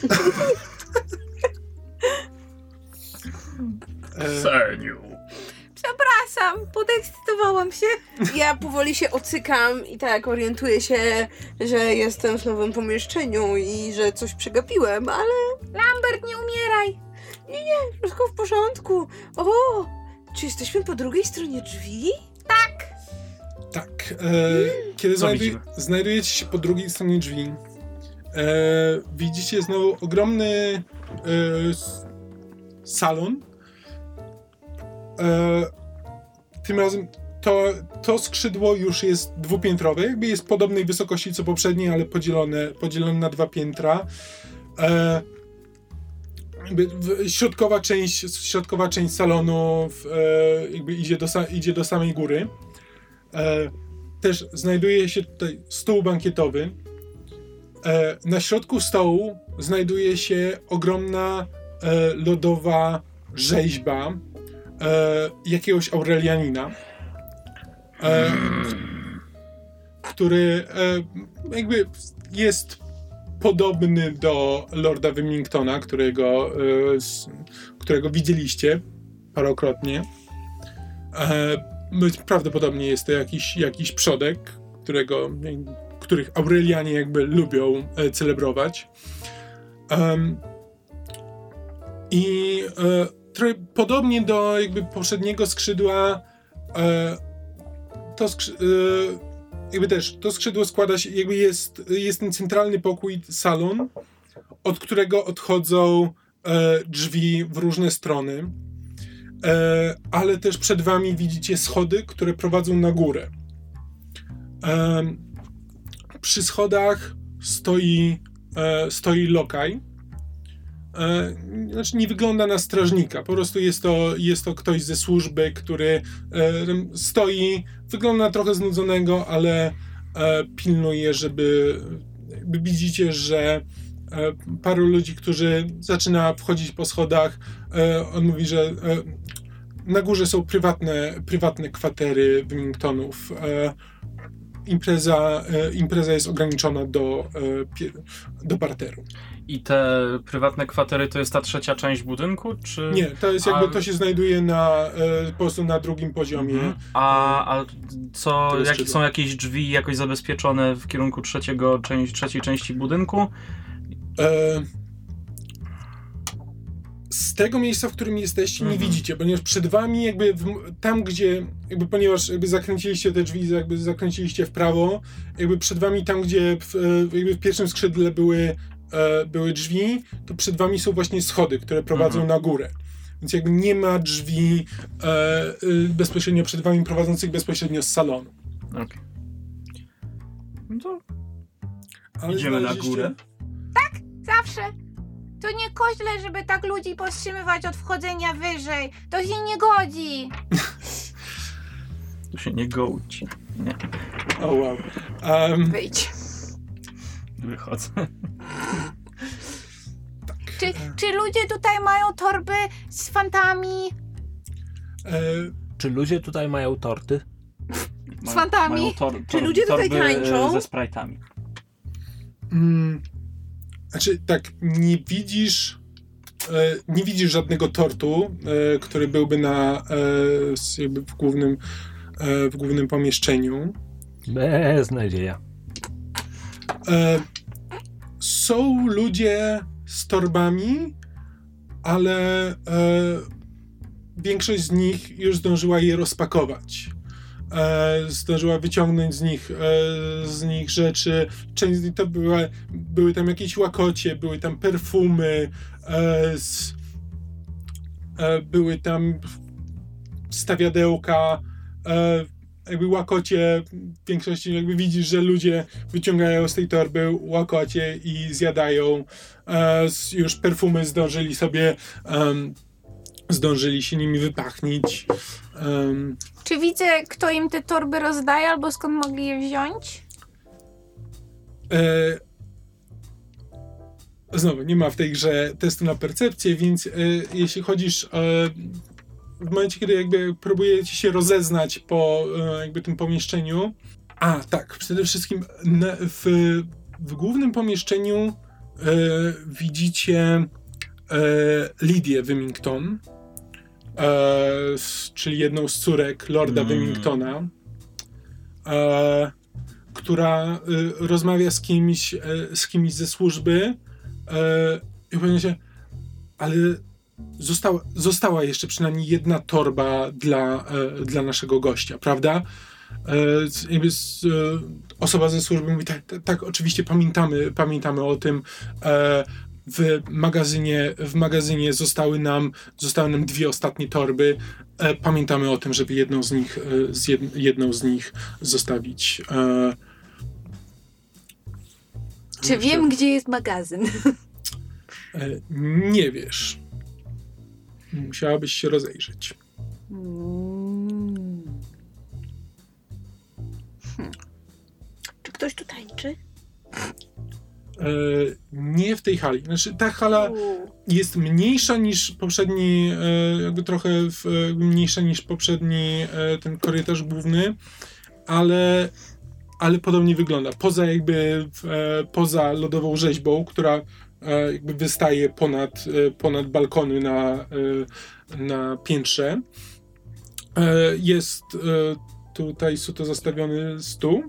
Seniu. Przepraszam, podekscytowałam się. Ja powoli się ocykam i tak orientuję się, że jestem w nowym pomieszczeniu i że coś przegapiłem, ale... Lambert, nie umieraj! Nie, wszystko w porządku. O, czy jesteśmy po drugiej stronie drzwi? Tak! Tak. Kiedy znajdujecie się po drugiej stronie drzwi, widzicie znowu ogromny salon. Tym razem to skrzydło już jest dwupiętrowe, jakby jest podobnej wysokości co poprzednie, ale podzielone na 2 piętra. Środkowa część salonu jakby idzie do samej góry. Też znajduje się tutaj stół bankietowy. Na środku stołu znajduje się ogromna lodowa rzeźba jakiegoś Aurelianina, który jakby jest podobny do Lorda Wymingtona, którego widzieliście parokrotnie. Prawdopodobnie jest to jakiś przodek, których Aurelianie jakby lubią celebrować. Podobnie do jakby poprzedniego skrzydła, to skrzydło składa się, jakby jest ten centralny pokój, salon, od którego odchodzą drzwi w różne strony, ale też przed wami widzicie schody, które prowadzą na górę. Przy schodach stoi lokaj. Znaczy nie wygląda na strażnika, po prostu jest to ktoś ze służby, który stoi, wygląda trochę znudzonego, ale pilnuje, żeby widzicie, że paru ludzi, którzy zaczyna wchodzić po schodach, on mówi, że na górze są prywatne kwatery Wymingtonów. Impreza jest ograniczona do parteru. I te prywatne kwatery to jest ta trzecia część budynku, czy... Nie, to jest to się znajduje po prostu na drugim poziomie. A są jakieś drzwi jakoś zabezpieczone w kierunku trzeciej części budynku? Z tego miejsca, w którym jesteście, nie widzicie, ponieważ przed wami ponieważ zakręciliście te drzwi, zakręciliście w prawo, przed wami tam, gdzie w pierwszym skrzydle były drzwi, to przed wami są właśnie schody, które prowadzą na górę. Więc nie ma drzwi bezpośrednio przed wami prowadzących bezpośrednio z salonu. Okay. No to ale idziemy na górę. Tak, zawsze. To nie koźle, żeby tak ludzi powstrzymywać od wchodzenia wyżej. To się nie godzi. Tu się nie godzi. Nie. O wow. Wyjdź. Wychodzę. Czy ludzie tutaj mają torby z fantami? Czy ludzie tutaj mają torty? Z fantami? Czy ludzie tutaj tańczą? Ze sprite'ami. Znaczy, tak, nie widzisz żadnego tortu, który byłby jakby w głównym pomieszczeniu. Beznadzieja. Są ludzie z torbami, ale większość z nich już zdążyła je rozpakować. Zdążyła wyciągnąć z nich rzeczy. Część z nich to były tam jakieś łakocie, były tam perfumy, były tam stawiadełka, jakby łakocie. W większości jakby widzisz, że ludzie wyciągają z tej torby łakocie i zjadają. Już perfumy zdążyli się nimi wypachnić. Czy widzę, kto im te torby rozdaje, albo skąd mogli je wziąć? Znowu, nie ma w tej grze testu na percepcję, więc jeśli chodzisz w momencie, kiedy jakby próbujecie się rozeznać po jakby tym pomieszczeniu. Tak, przede wszystkim w głównym pomieszczeniu widzicie Lidię Wymington, czyli jedną z córek Lorda Wymingtona, która rozmawia z kimś ze służby i powiedziała się, ale została jeszcze przynajmniej jedna torba dla naszego gościa, w osoba ze służby mówi, tak, oczywiście pamiętamy o tym. W magazynie zostały nam 2 ostatnie torby. Pamiętamy o tym, żeby jedną z nich zostawić. Czy wiem, gdzie jest magazyn? Nie wiesz. Musiałabyś się rozejrzeć. Czy ktoś tu tańczy? Nie w tej hali. Znaczy, ta hala jest mniejsza niż poprzedni, jakby trochę mniejsza niż poprzedni ten korytarz główny, ale podobnie wygląda. Poza lodową rzeźbą, która jakby wystaje ponad balkony na piętrze. Jest tutaj suto zastawiony stół.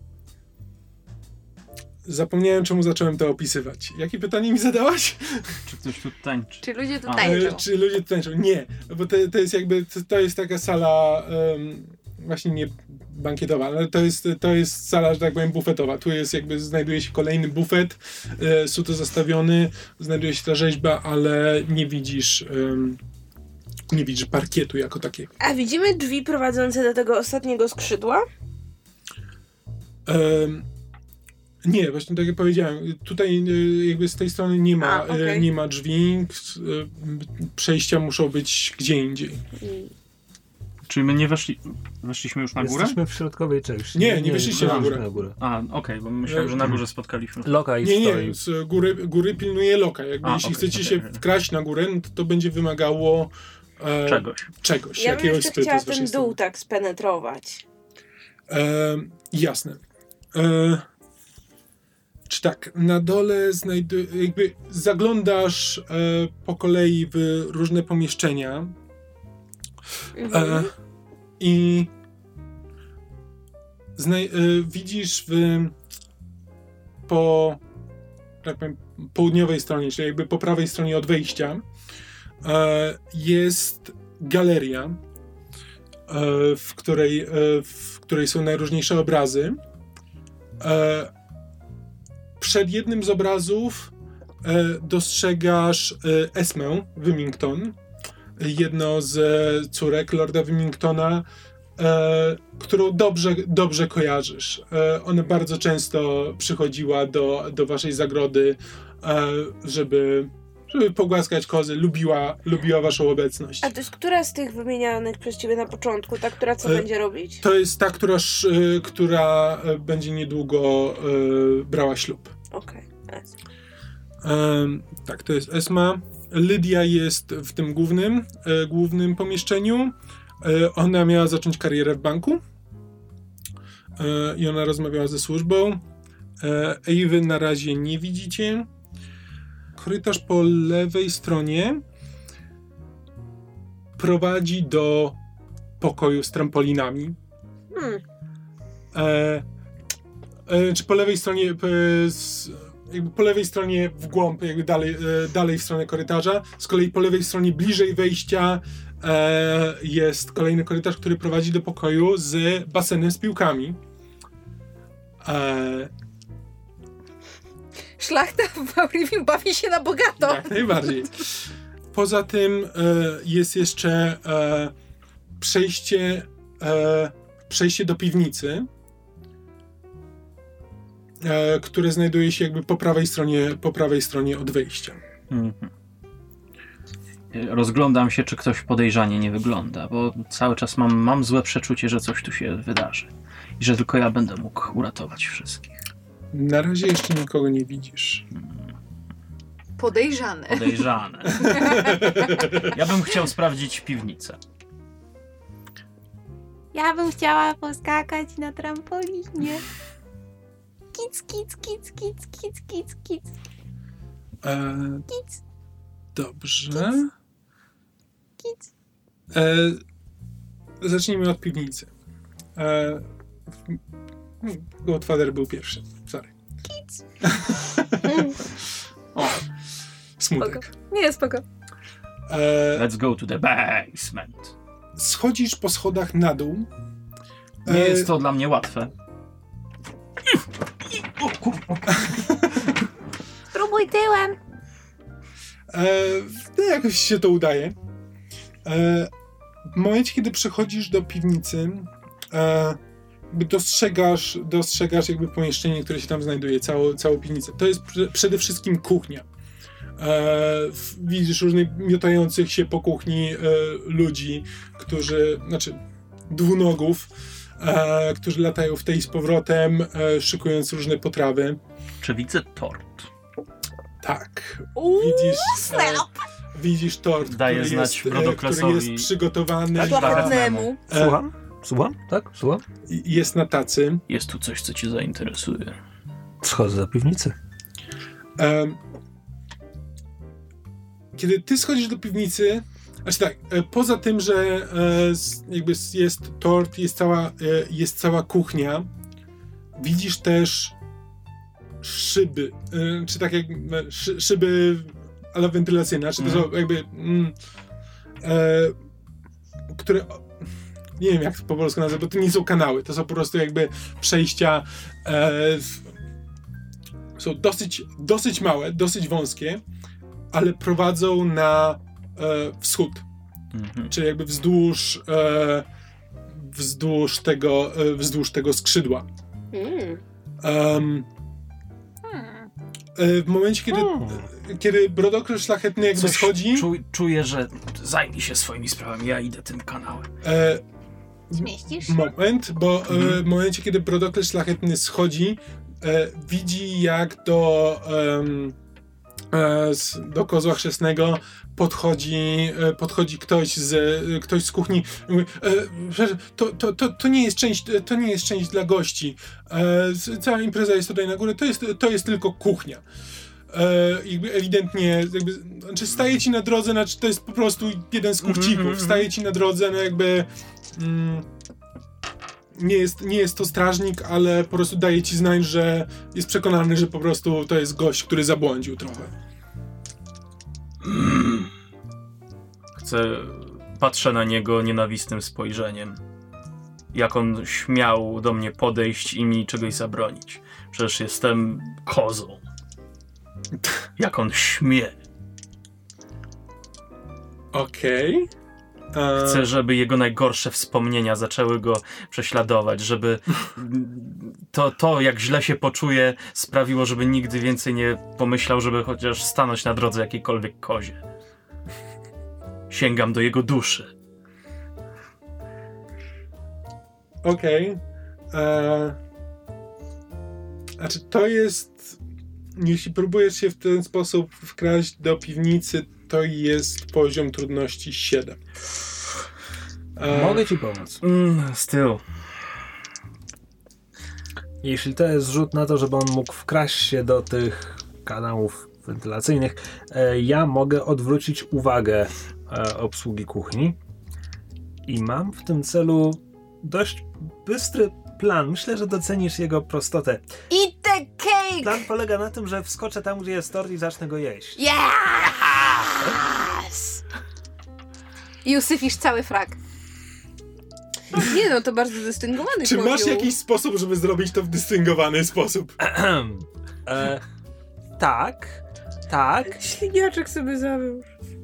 Zapomniałem, czemu zacząłem to opisywać. Jakie pytanie mi zadałaś? Czy ktoś tu tańczy? Czy ludzie tu tańczą? Czy ludzie tu tańczą? Nie, bo to jest jakby, to jest taka sala właśnie nie bankietowa, ale to jest sala, że tak powiem, bufetowa. Tu jest jakby, znajduje się kolejny bufet, suto zastawiony, znajduje się ta rzeźba, ale nie widzisz parkietu jako takiego. A widzimy drzwi prowadzące do tego ostatniego skrzydła? Nie, właśnie tak jak powiedziałem, tutaj jakby z tej strony nie ma drzwi, przejścia muszą być gdzie indziej. Czyli my nie weszliśmy już na górę? Jesteśmy w środkowej części. Nie wyszliście na górę. Okej, bo myślałem, że na górze spotkaliśmy. Loka i stoi. Nie, z góry pilnuje Loka. Jeśli chcecie się wkraść na górę, no to będzie wymagało czegoś. Ja jakiegoś bym jeszcze chciała ten dół tak spenetrować. Jasne. Czy tak, na dole jakby zaglądasz po kolei w różne pomieszczenia i widzisz po tak powiem, południowej stronie, czyli jakby po prawej stronie od wejścia jest galeria, w której są najróżniejsze obrazy. Przed jednym z obrazów dostrzegasz Esmę Wymington, jedną z córek Lorda Wymingtona, którą dobrze kojarzysz. Ona bardzo często przychodziła do waszej zagrody, żeby pogłaskać kozy, lubiła waszą obecność. A to jest która z tych wymienianych przez ciebie na początku? Ta, która co będzie robić? To jest ta, która będzie niedługo brała ślub. Okej. Tak, to jest Esma. Lydia jest w tym głównym pomieszczeniu. Ona miała zacząć karierę w banku i ona rozmawiała ze służbą. Ewy na razie nie widzicie. korytarz po lewej stronie prowadzi do pokoju z trampolinami. Czy po lewej stronie jakby po lewej stronie w głąb, jakby dalej w stronę korytarza. Z kolei po lewej stronie bliżej wejścia jest kolejny korytarz, który prowadzi do pokoju z basenem z piłkami. Szlachta w Aurivim bawi się na bogato. Jak najbardziej. Poza tym jest jeszcze przejście do piwnicy, które znajduje się jakby po prawej stronie od wejścia. Rozglądam się, czy ktoś podejrzanie nie wygląda, bo cały czas mam złe przeczucie, że coś tu się wydarzy i że tylko ja będę mógł uratować wszystkich. Na razie jeszcze nikogo nie widzisz. Podejrzane. Ja bym chciał sprawdzić piwnicę. Ja bym chciała poskakać na trampolinie. Kic, kic, kic, kic, kic, kic, kic. Kic. Dobrze. Kic. Zacznijmy od piwnicy. Godfather był pierwszy. Sorry. Kic. Smutek. Spoko. Nie, spoko. Let's go to the basement. Schodzisz po schodach na dół. Nie jest to dla mnie łatwe. Spróbuj tyłem. Jakoś się to udaje. W momencie, kiedy przechodzisz do piwnicy, dostrzegasz jakby pomieszczenie, które się tam znajduje, całą piwnicę. To jest przede wszystkim kuchnia. Widzisz różnych miotających się po kuchni ludzi, dwunogów, którzy latają w tej z powrotem, szykując różne potrawy. Czy widzę tort? Tak. Widzisz tort, który jest przygotowany. Szlachetnemu. Słucham? Tak? Słucham? Jest na tacy. Jest tu coś, co cię zainteresuje. Schodzę do piwnicy. Kiedy ty schodzisz do piwnicy, poza tym, że jakby jest tort, jest cała kuchnia, widzisz też szyby, czy tak jak szyby ale wentylacyjne, czy to są jakby które nie wiem jak to po polsku nazwać, bo to nie są kanały, to są po prostu jakby przejścia są dosyć małe, dosyć wąskie, ale prowadzą na wschód. Czyli jakby wzdłuż tego skrzydła. W momencie, kiedy Brodokres Szlachetny jakby schodzi... Czuję, że zajmij się swoimi sprawami, ja idę tym kanałem. Zmieścisz? Moment, bo w momencie, kiedy Brodokles Szlachetny schodzi, widzi jak do kozła chrzestnego podchodzi ktoś z kuchni. Mówi, to nie jest część dla gości. Cała impreza jest tutaj na górę, to jest tylko kuchnia. Jakby ewidentnie, staje ci na drodze, to jest po prostu jeden z kuchcików. Staje ci na drodze, nie jest to strażnik, ale po prostu daje ci znać, że jest przekonany, że po prostu to jest gość, który zabłądził trochę. Patrzę na niego nienawistnym spojrzeniem. Jak on śmiał do mnie podejść i mi czegoś zabronić. Przecież jestem kozą. Jak on śmie. Okej. Chcę, żeby jego najgorsze wspomnienia zaczęły go prześladować, żeby to jak źle się poczuje, sprawiło, żeby nigdy więcej nie pomyślał, żeby chociaż stanąć na drodze jakiejkolwiek kozie. Sięgam do jego duszy. Okej. Znaczy to jest... Jeśli próbujesz się w ten sposób wkraść do piwnicy, to jest poziom trudności 7. Mogę ci pomóc. Styl. Jeśli to jest rzut na to, żeby on mógł wkraść się do tych kanałów wentylacyjnych, ja mogę odwrócić uwagę obsługi kuchni i mam w tym celu dość bystry plan. Myślę, że docenisz jego prostotę. Eat the cake! Plan polega na tym, że wskoczę tam, gdzie jest tort i zacznę go jeść. Yes! I usyfisz cały frak. Nie no, to bardzo dystyngowany Czy kozioł. masz jakiś sposób, żeby zrobić to w dystyngowany sposób? Tak. Śliniaczek sobie zawył.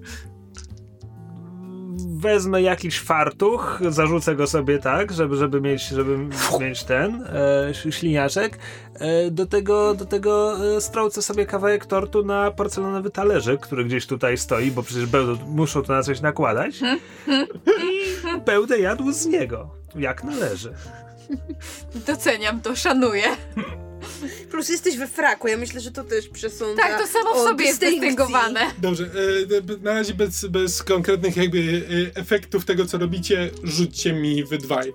Wezmę jakiś fartuch, zarzucę go sobie tak, żeby mieć ten śliniaczek. Do tego strącę sobie kawałek tortu na porcelanowy talerzyk, który gdzieś tutaj stoi, bo przecież muszą to na coś nakładać. I będę jadł z niego, jak należy. Doceniam to, szanuję. Plus jesteś we fraku, ja myślę, że to też przesądza. Tak, to samo w sobie jest dystyngowane. Dobrze, na razie bez konkretnych jakby efektów tego, co robicie, rzućcie mi wy dwaj.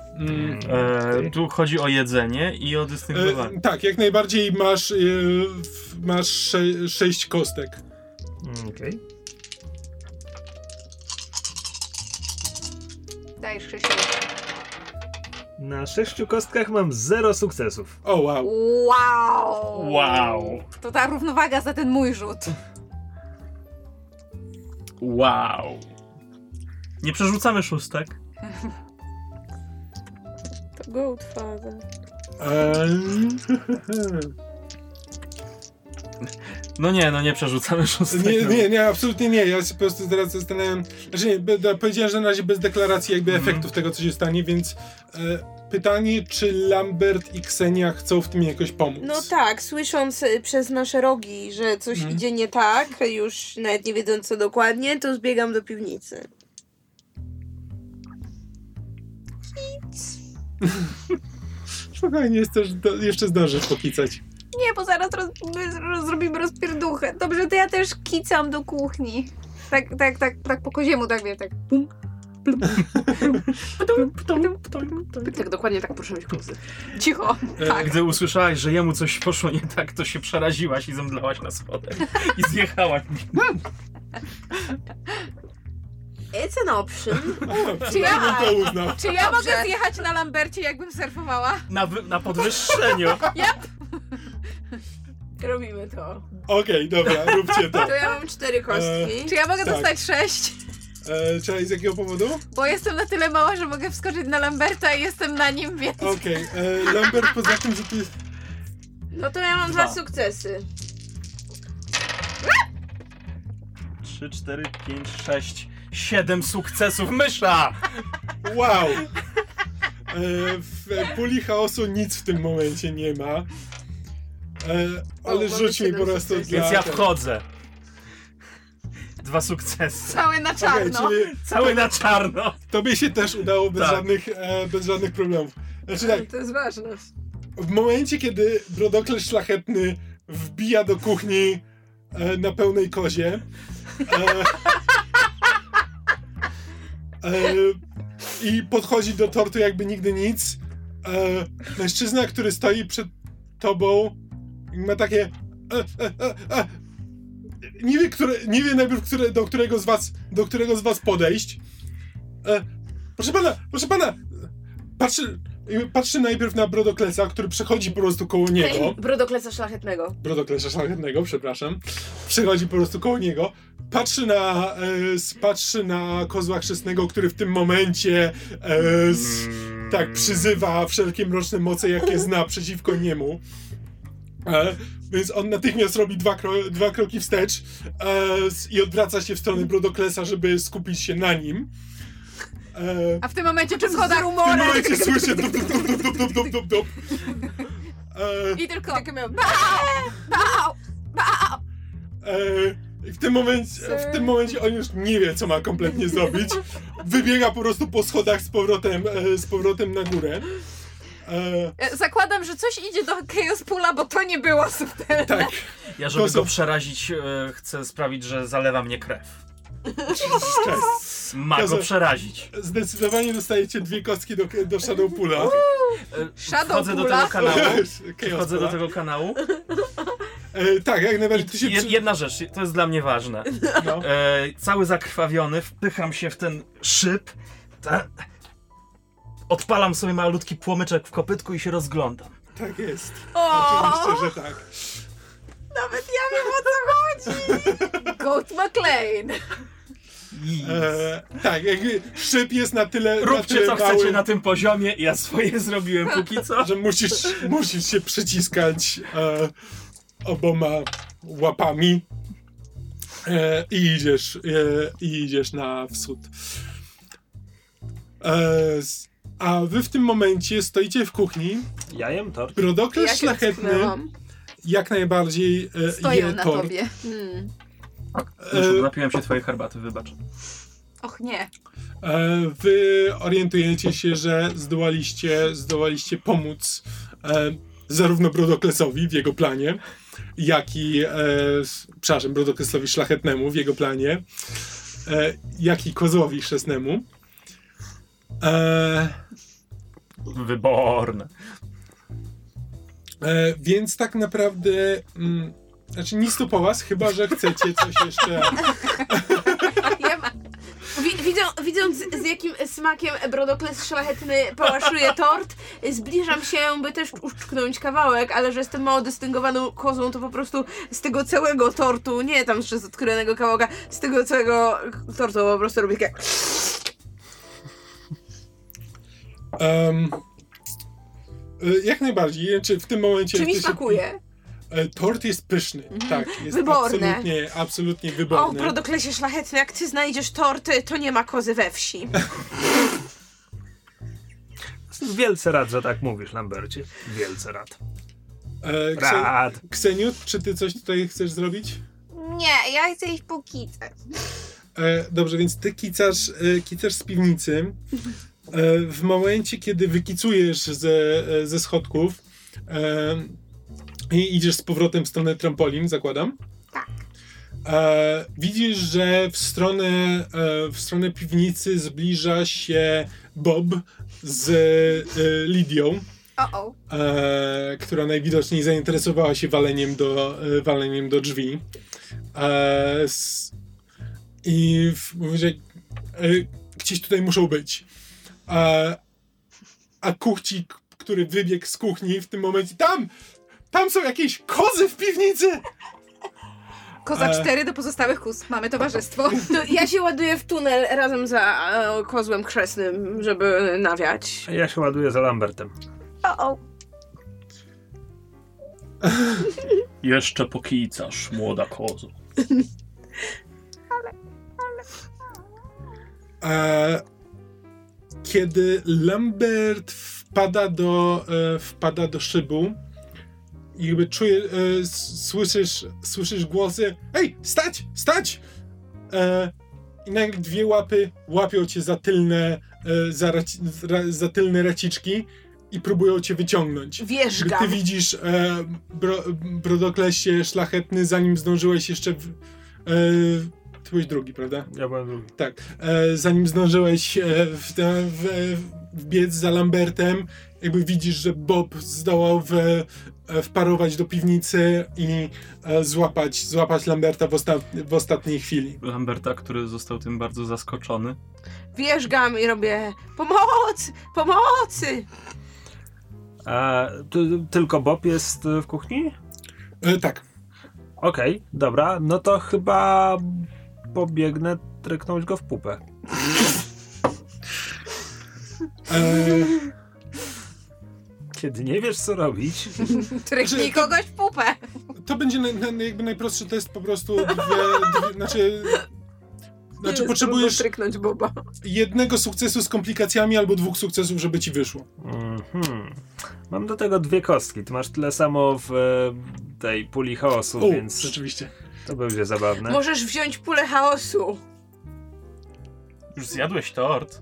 Tu chodzi o jedzenie i o dystyngowanie. Tak, jak najbardziej masz 6 kostek. Okej. Dajesz Krzysiu. Na 6 kostkach mam 0 sukcesów. O, wow. Wow. To ta równowaga za ten mój rzut. Wow. Nie przerzucamy szóstek. To goat father. No nie przerzucamy szóstek. Nie, absolutnie nie. Ja się po prostu teraz zastanawiam. Znaczy nie, powiedziałem, że na razie bez deklaracji jakby efektów tego, co się stanie, więc pytanie, czy Lambert i Ksenia chcą w tym jakoś pomóc? No tak, słysząc przez nasze rogi, że coś idzie nie tak, już nawet nie wiedząc co dokładnie, to zbiegam do piwnicy. Spokojnie, jeszcze zdążysz pokicać. Nie, bo zaraz zrobimy rozpierduchę. Dobrze, to ja też kicam do kuchni. Tak po koziemu, tak wiesz, tak. Pum, plum, Tak, dokładnie tak proszę mieć kozy. Cicho. Tak. Gdy usłyszałaś, że jemu coś poszło nie tak, to się przeraziłaś i zemdlałaś na schodach. I zjechałaś. It's an option. Czy ja mogę zjechać na Lambercie, jakbym surfowała? Na podwyższeniu. Robimy to. Okej, dobra, róbcie to. To ja mam 4 kostki. Czy ja mogę Tak. dostać 6? Czekaj, z jakiego powodu? Bo jestem na tyle mała, że mogę wskoczyć na Lamberta i jestem na nim, więc... Okej, Lambert poza tym, że ty... No to ja mam 2 sukcesy. 3, 4, 5, 6, 7 sukcesów, mysza! Wow! W puli chaosu nic w tym momencie nie ma. Ale rzuć mi po prostu dla... Więc ja wchodzę. 2 sukcesy. Cały na czarno. Czyli Cały na czarno. tobie się też udało bez żadnych problemów. Znaczy tak, To jest ważne. w momencie, kiedy Brodokles Szlachetny wbija do kuchni na pełnej kozie i podchodzi do tortu jakby nigdy nic, mężczyzna, który stoi przed tobą, ma takie nie wie najpierw, do którego z was podejść. Proszę pana, patrzy najpierw na Brodoklesa, który przechodzi po prostu koło niego. Brodoklesa Szlachetnego. Brodoklesa Szlachetnego, przepraszam. Przechodzi po prostu koło niego. Patrzy na kozła chrzestnego, który w tym momencie tak przyzywa wszelkie mroczne moce, jakie zna przeciwko niemu. Więc on natychmiast robi dwa kroki wstecz i odwraca się w stronę Brodoklesa, żeby skupić się na nim. A w tym momencie przy schodach W tym momencie słyszę dup. I tylko W tym momencie on już nie wie, co ma kompletnie zrobić. Wybiega po prostu po schodach z powrotem na górę. Zakładam, że coś idzie do Chaos Poola, bo to nie było subtelne. Tak. Ja, żeby go przerazić, chcę sprawić, że zalewa mnie krew. Ma go przerazić. Zdecydowanie dostajecie 2 kostki do Shadow Poola. Wchodzę do tego kanału. Wchodzę do tego kanału. Tak, jak najbardziej. Ty się Jedna rzecz, to jest dla mnie ważne. No. Cały zakrwawiony, wpycham się w ten szyb, odpalam sobie malutki płomyczek w kopytku i się rozglądam. Tak jest. O! Oczywiście, że tak. Nawet ja wiem, o co chodzi! Goat McLean. Tak, jakby szyb jest na tyle Róbcie co mały, chcecie na tym poziomie, ja swoje zrobiłem póki co. że musisz się przyciskać oboma łapami i idziesz na wschód. A wy w tym momencie stoicie w kuchni. Ja jem tort. Brodokles szlachetny jak najbardziej Stoją je na tort. tobie. Już napiłem się twojej herbaty, wybacz. Och nie. Wy orientujecie się, że zdołaliście pomóc zarówno Brodoklesowi w jego planie, jak i Brodoklesowi Szlachetnemu w jego planie, jak i Kozłowi Chrzestnemu. Wyborne. Więc tak naprawdę znaczy nic tu po was, chyba że chcecie coś jeszcze... Widząc z jakim smakiem Brodokles Szlachetny pałaszuje tort, zbliżam się, by też uszczknąć kawałek, ale że jestem mało dystyngowaną kozą, to po prostu z tego całego tortu, nie tam przez odkryjonego kawałka, z tego całego tortu po prostu robię takie... Jak najbardziej. Czy w tym momencie... Czy mi smakuje? Tort jest pyszny, tak. Jest Wyborne. absolutnie O, wyborny. Brodoklesie Szlachetny, jak ty znajdziesz tort, to nie ma kozy we wsi. Wielce rad, że tak mówisz, Lambercie. Wielce rad. Rad. Kseniu, czy ty coś tutaj chcesz zrobić? Nie, ja chcę iść po kicę. Dobrze, więc ty kicasz z piwnicy. W momencie, kiedy wykicujesz ze schodków i idziesz z powrotem w stronę trampolin, zakładam? Tak. Widzisz, że w stronę piwnicy zbliża się Bob z Lidią, która najwidoczniej zainteresowała się waleniem do drzwi. I mówi, że gdzieś tutaj muszą być. A kuchcik, który wybiegł z kuchni w tym momencie, tam są jakieś kozy w piwnicy! Koza 4 do pozostałych kóz. Mamy towarzystwo. To ja się ładuję w tunel razem za kozłem chrzestnym, żeby nawiać. Ja się ładuję za Lambertem. Jeszcze pokicasz, młoda kozo. Kiedy Lambert wpada do szybu i jakby czuje, słyszysz głosy: hej, stać! I nagle dwie łapy łapią cię za tylne raciczki i próbują cię wyciągnąć. Wierzgam. Ty widzisz Brodoklesie Szlachetny, zanim zdążyłeś jeszcze ty byłeś drugi, prawda? Ja byłem drugi. Tak. Zanim zdążyłeś wbiec za Lambertem, jakby widzisz, że Bob zdołał wparować do piwnicy i złapać Lamberta w ostatniej chwili. Lamberta, który został tym bardzo zaskoczony. Wierzgam i robię: pomocy! Tylko Bob jest w kuchni? Tak. Okej, dobra, no to chyba pobiegnę tryknąć go w pupę. Kiedy nie wiesz, co robić... Tryknij kogoś w pupę. To będzie jakby najprostszy test, po prostu Znaczy potrzebujesz tryknąć Boba. jednego sukcesu z komplikacjami albo 2 sukcesów, żeby ci wyszło. Mam do tego 2 kostki. Ty masz tyle samo w tej puli chaosu, więc... Rzeczywiście. To będzie zabawne. Możesz wziąć pulę chaosu. Już zjadłeś tort.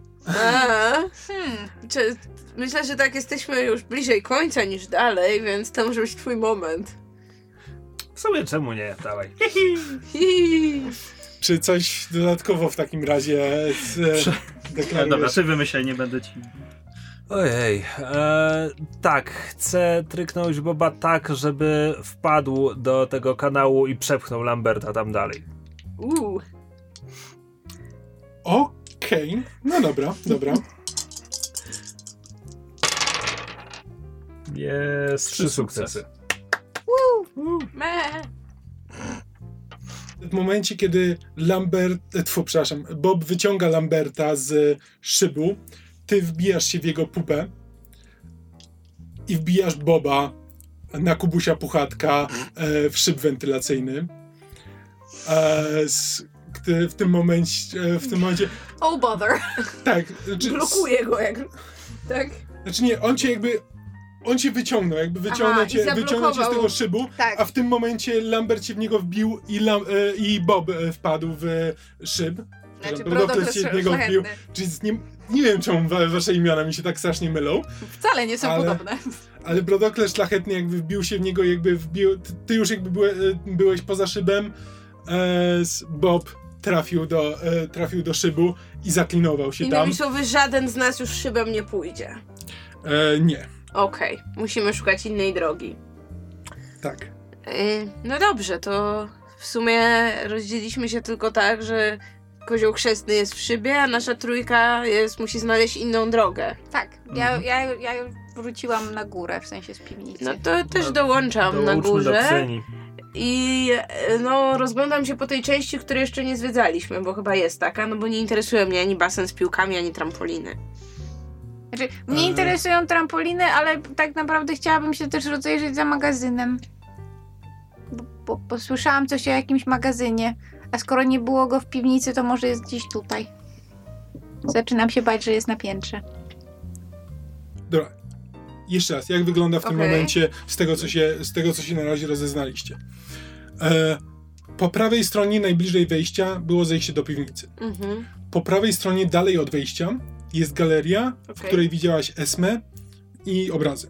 Myślę, że tak jesteśmy już bliżej końca niż dalej, więc to może być twój moment. W sumie czemu nie? Dawaj. Czy coś dodatkowo w takim razie deklarujesz? Dobra, ty wymyślaj, nie będę ci... Ojej, tak, chcę tryknąć Boba tak, żeby wpadł do tego kanału i przepchnął Lamberta tam dalej. Okej, no dobra. Jest 3 sukcesy. W momencie, kiedy Bob wyciąga Lamberta z szybu, ty wbijasz się w jego pupę i wbijasz Boba na Kubusia Puchatka w szyb wentylacyjny. W tym momencie... Oh bother. Tak. Blokuje go jak... Tak? Znaczy nie, on cię wyciągnął, wyciągnął cię z tego szybu, tak. A w tym momencie Lambert się w niego wbił i Bob wpadł w szyb. Znaczy, Brodokles się w niego wbił. Nie wiem, czemu wasze imiona mi się tak strasznie mylą. Wcale nie są podobne. Ale Brodokles szlachetny wbił się w niego, ty już byłeś poza szybem, Bob trafił do szybu i zaklinował się tam. Innymi słowy, żaden z nas już szybem nie pójdzie. Nie. Okej, musimy szukać innej drogi. Tak. No dobrze, to w sumie rozdzieliliśmy się tylko tak, że Kozioł Chrzestny jest w szybie, a nasza trójka musi znaleźć inną drogę. Tak, ja już wróciłam na górę, w sensie z piwnicy. No to też dołączam na górze. I rozglądam się po tej części, której jeszcze nie zwiedzaliśmy, bo chyba jest taka, bo nie interesuje mnie ani basen z piłkami, ani trampoliny. Znaczy, mnie interesują trampoliny, ale tak naprawdę chciałabym się też rozejrzeć za magazynem. Bo słyszałam coś o jakimś magazynie, a skoro nie było go w piwnicy, to może jest gdzieś tutaj. Zaczynam się bać, że jest na piętrze. Dobra. Jeszcze raz, jak wygląda w tym momencie z tego, co się na razie rozeznaliście? Po prawej stronie, najbliżej wejścia, było zejście do piwnicy. Po prawej stronie, dalej od wejścia, jest galeria, w której widziałaś Esmę i obrazy.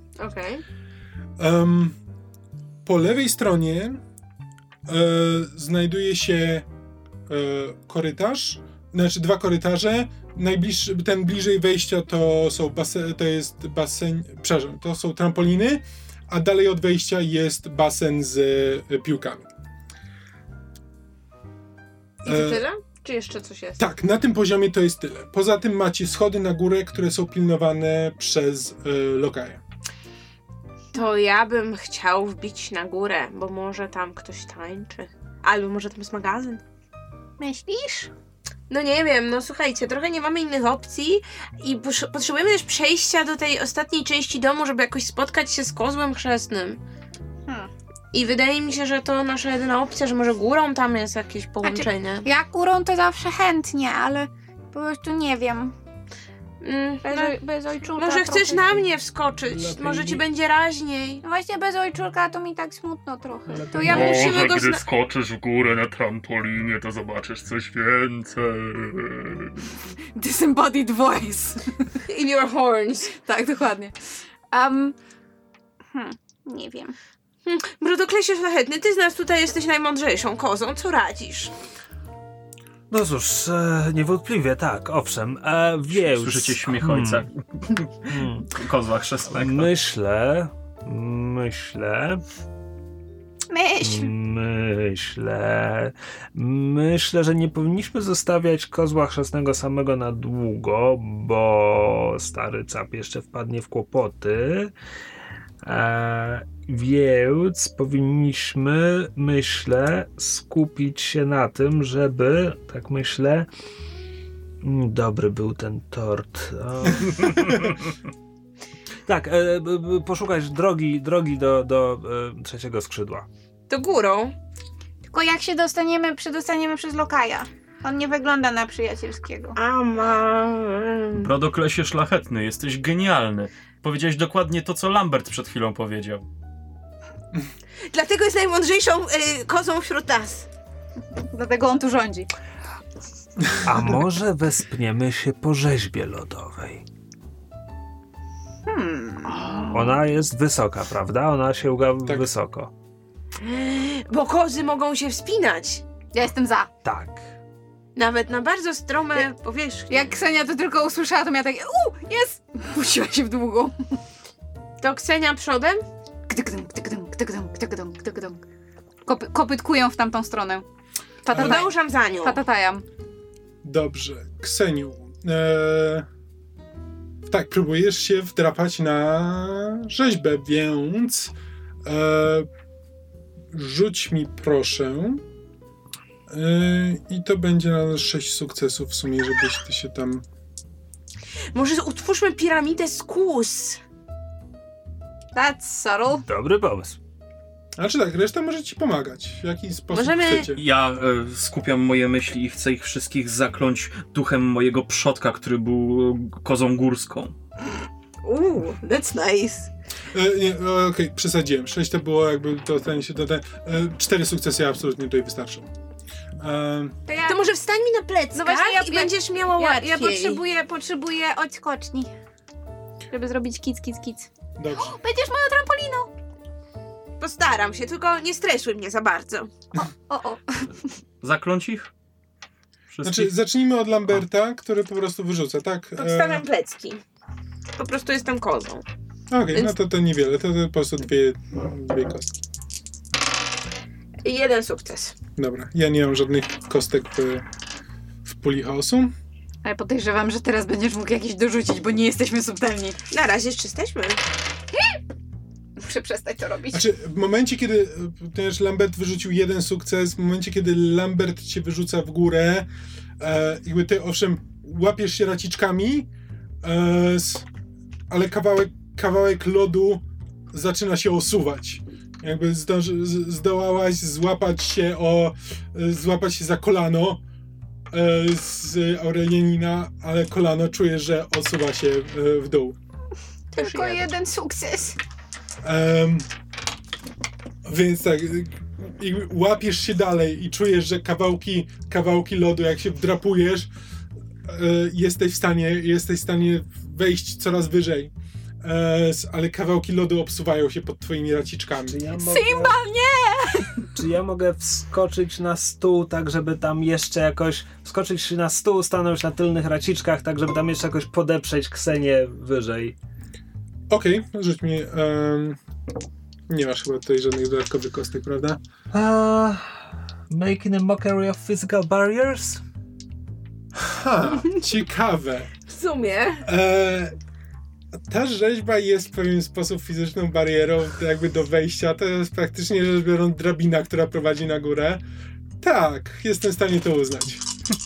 Po lewej stronie znajduje się korytarz, znaczy 2 korytarze. Najbliższy, ten bliżej wejścia to są trampoliny, a dalej od wejścia jest basen z piłkami. I to tyle? Czy jeszcze coś jest? Tak, na tym poziomie to jest tyle. Poza tym macie schody na górę, które są pilnowane przez lokaja. To ja bym chciał wbić na górę, bo może tam ktoś tańczy. Albo może tam jest magazyn. Myślisz? No nie wiem, słuchajcie, trochę nie mamy innych opcji i potrzebujemy też przejścia do tej ostatniej części domu, żeby jakoś spotkać się z Kozłem Chrzestnym. I wydaje mi się, że to nasza jedyna opcja, że może górą tam jest jakieś połączenie. Znaczy, ja górą to zawsze chętnie, ale po prostu nie wiem. Bez ojczulka. Może chcesz na mnie wskoczyć, może ci będzie raźniej. No właśnie bez ojczulka to mi tak smutno trochę. To ja musimy go gdy skoczysz w górę na trampolinie, to zobaczysz coś więcej. Disembodied voice. In your horns. Tak, dokładnie. Nie wiem. Brodoklesie szlachetny, ty z nas tutaj jesteś najmądrzejszą kozą, co radzisz? No cóż, niewątpliwie tak, owszem. Więc... Słyszycie śmiech ojca Kozła Chrzestnego. Myślę, że nie powinniśmy zostawiać Kozła Chrzestnego samego na długo, bo stary cap jeszcze wpadnie w kłopoty. Więc powinniśmy, myślę, skupić się na tym, żeby, tak myślę, dobry był ten tort. Tak, poszukać drogi do trzeciego skrzydła. To górą. Tylko jak się przedostaniemy przez lokaja. On nie wygląda na przyjacielskiego. Brodoklesie szlachetny, jesteś genialny. Powiedziałeś dokładnie to, co Lambert przed chwilą powiedział. Dlatego jest najmądrzejszą kozą wśród nas. Dlatego on tu rządzi. A może wespniemy się po rzeźbie lodowej? Ona jest wysoka, prawda? Ona się wysoko. Bo kozy mogą się wspinać. Ja jestem za. Tak. Nawet na bardzo strome powierzchnie. Jak Ksenia to tylko usłyszała, to miała takie jest! Puściła się w długą. To Ksenia przodem? Kopytkują w tamtą stronę. Podążam za nią. Patatajam. Dobrze. Kseniu. Tak, próbujesz się wdrapać na rzeźbę, więc rzuć mi proszę. I to będzie na 6 sukcesów w sumie, żebyś ty się tam... Może utwórzmy piramidę z kłus. That's subtle. Dobry pomysł. Znaczy tak, reszta może ci pomagać. W jaki sposób chcecie. Ja skupiam moje myśli i chcę ich wszystkich zakląć duchem mojego przodka, który był kozą górską. That's nice. Okej, przesadziłem. 6 to było jakby to ten się do 4 sukcesy absolutnie tutaj wystarczą. To może wstań mi na pleckach, No właśnie, i będziesz miała łatwiej. Ja potrzebuję odskoczni. Żeby zrobić kic. Dobrze. Będziesz moją trampoliną. Postaram się, tylko nie stresuj mnie za bardzo. O. Zakląć ich? Wszystkich? Znaczy, zacznijmy od Lamberta, który po prostu wyrzuca, tak? Podstawiam plecki. Po prostu jestem kozą. Okej, no to niewiele, to po prostu dwie kostki. I 1 sukces. Dobra, ja nie mam żadnych kostek w puli chaosu. Ale podejrzewam, że teraz będziesz mógł jakieś dorzucić, bo nie jesteśmy subtelni. Na razie jeszcze jesteśmy. Muszę przestać to robić. Znaczy, w momencie, kiedy też Lambert wyrzucił 1 sukces, w momencie, kiedy Lambert cię wyrzuca w górę, jakby ty owszem łapiesz się raciczkami, ale kawałek lodu zaczyna się osuwać. Jakby zdołałaś złapać się za kolano z Aurelianina, ale kolano czujesz, że osuwa się w dół. Tylko 1 sukces. Więc tak, łapiesz się dalej i czujesz, że kawałki lodu, jak się wdrapujesz, jesteś w stanie wejść coraz wyżej. Ale kawałki lodu obsuwają się pod twoimi raciczkami. Simba, nie! Czy ja mogę wskoczyć na stół, tak żeby tam jeszcze jakoś... Wskoczyć na stół, stanąć na tylnych raciczkach, tak żeby tam jeszcze jakoś podeprzeć Ksenię wyżej? Okej, rzuć mi... nie masz chyba tutaj żadnych dodatkowych kostek, prawda? Making a mockery of physical barriers? Ciekawe. W sumie. Ta rzeźba jest w pewien sposób fizyczną barierą jakby do wejścia. To jest praktycznie rzecz biorąc drabina, która prowadzi na górę. Tak, jestem w stanie to uznać.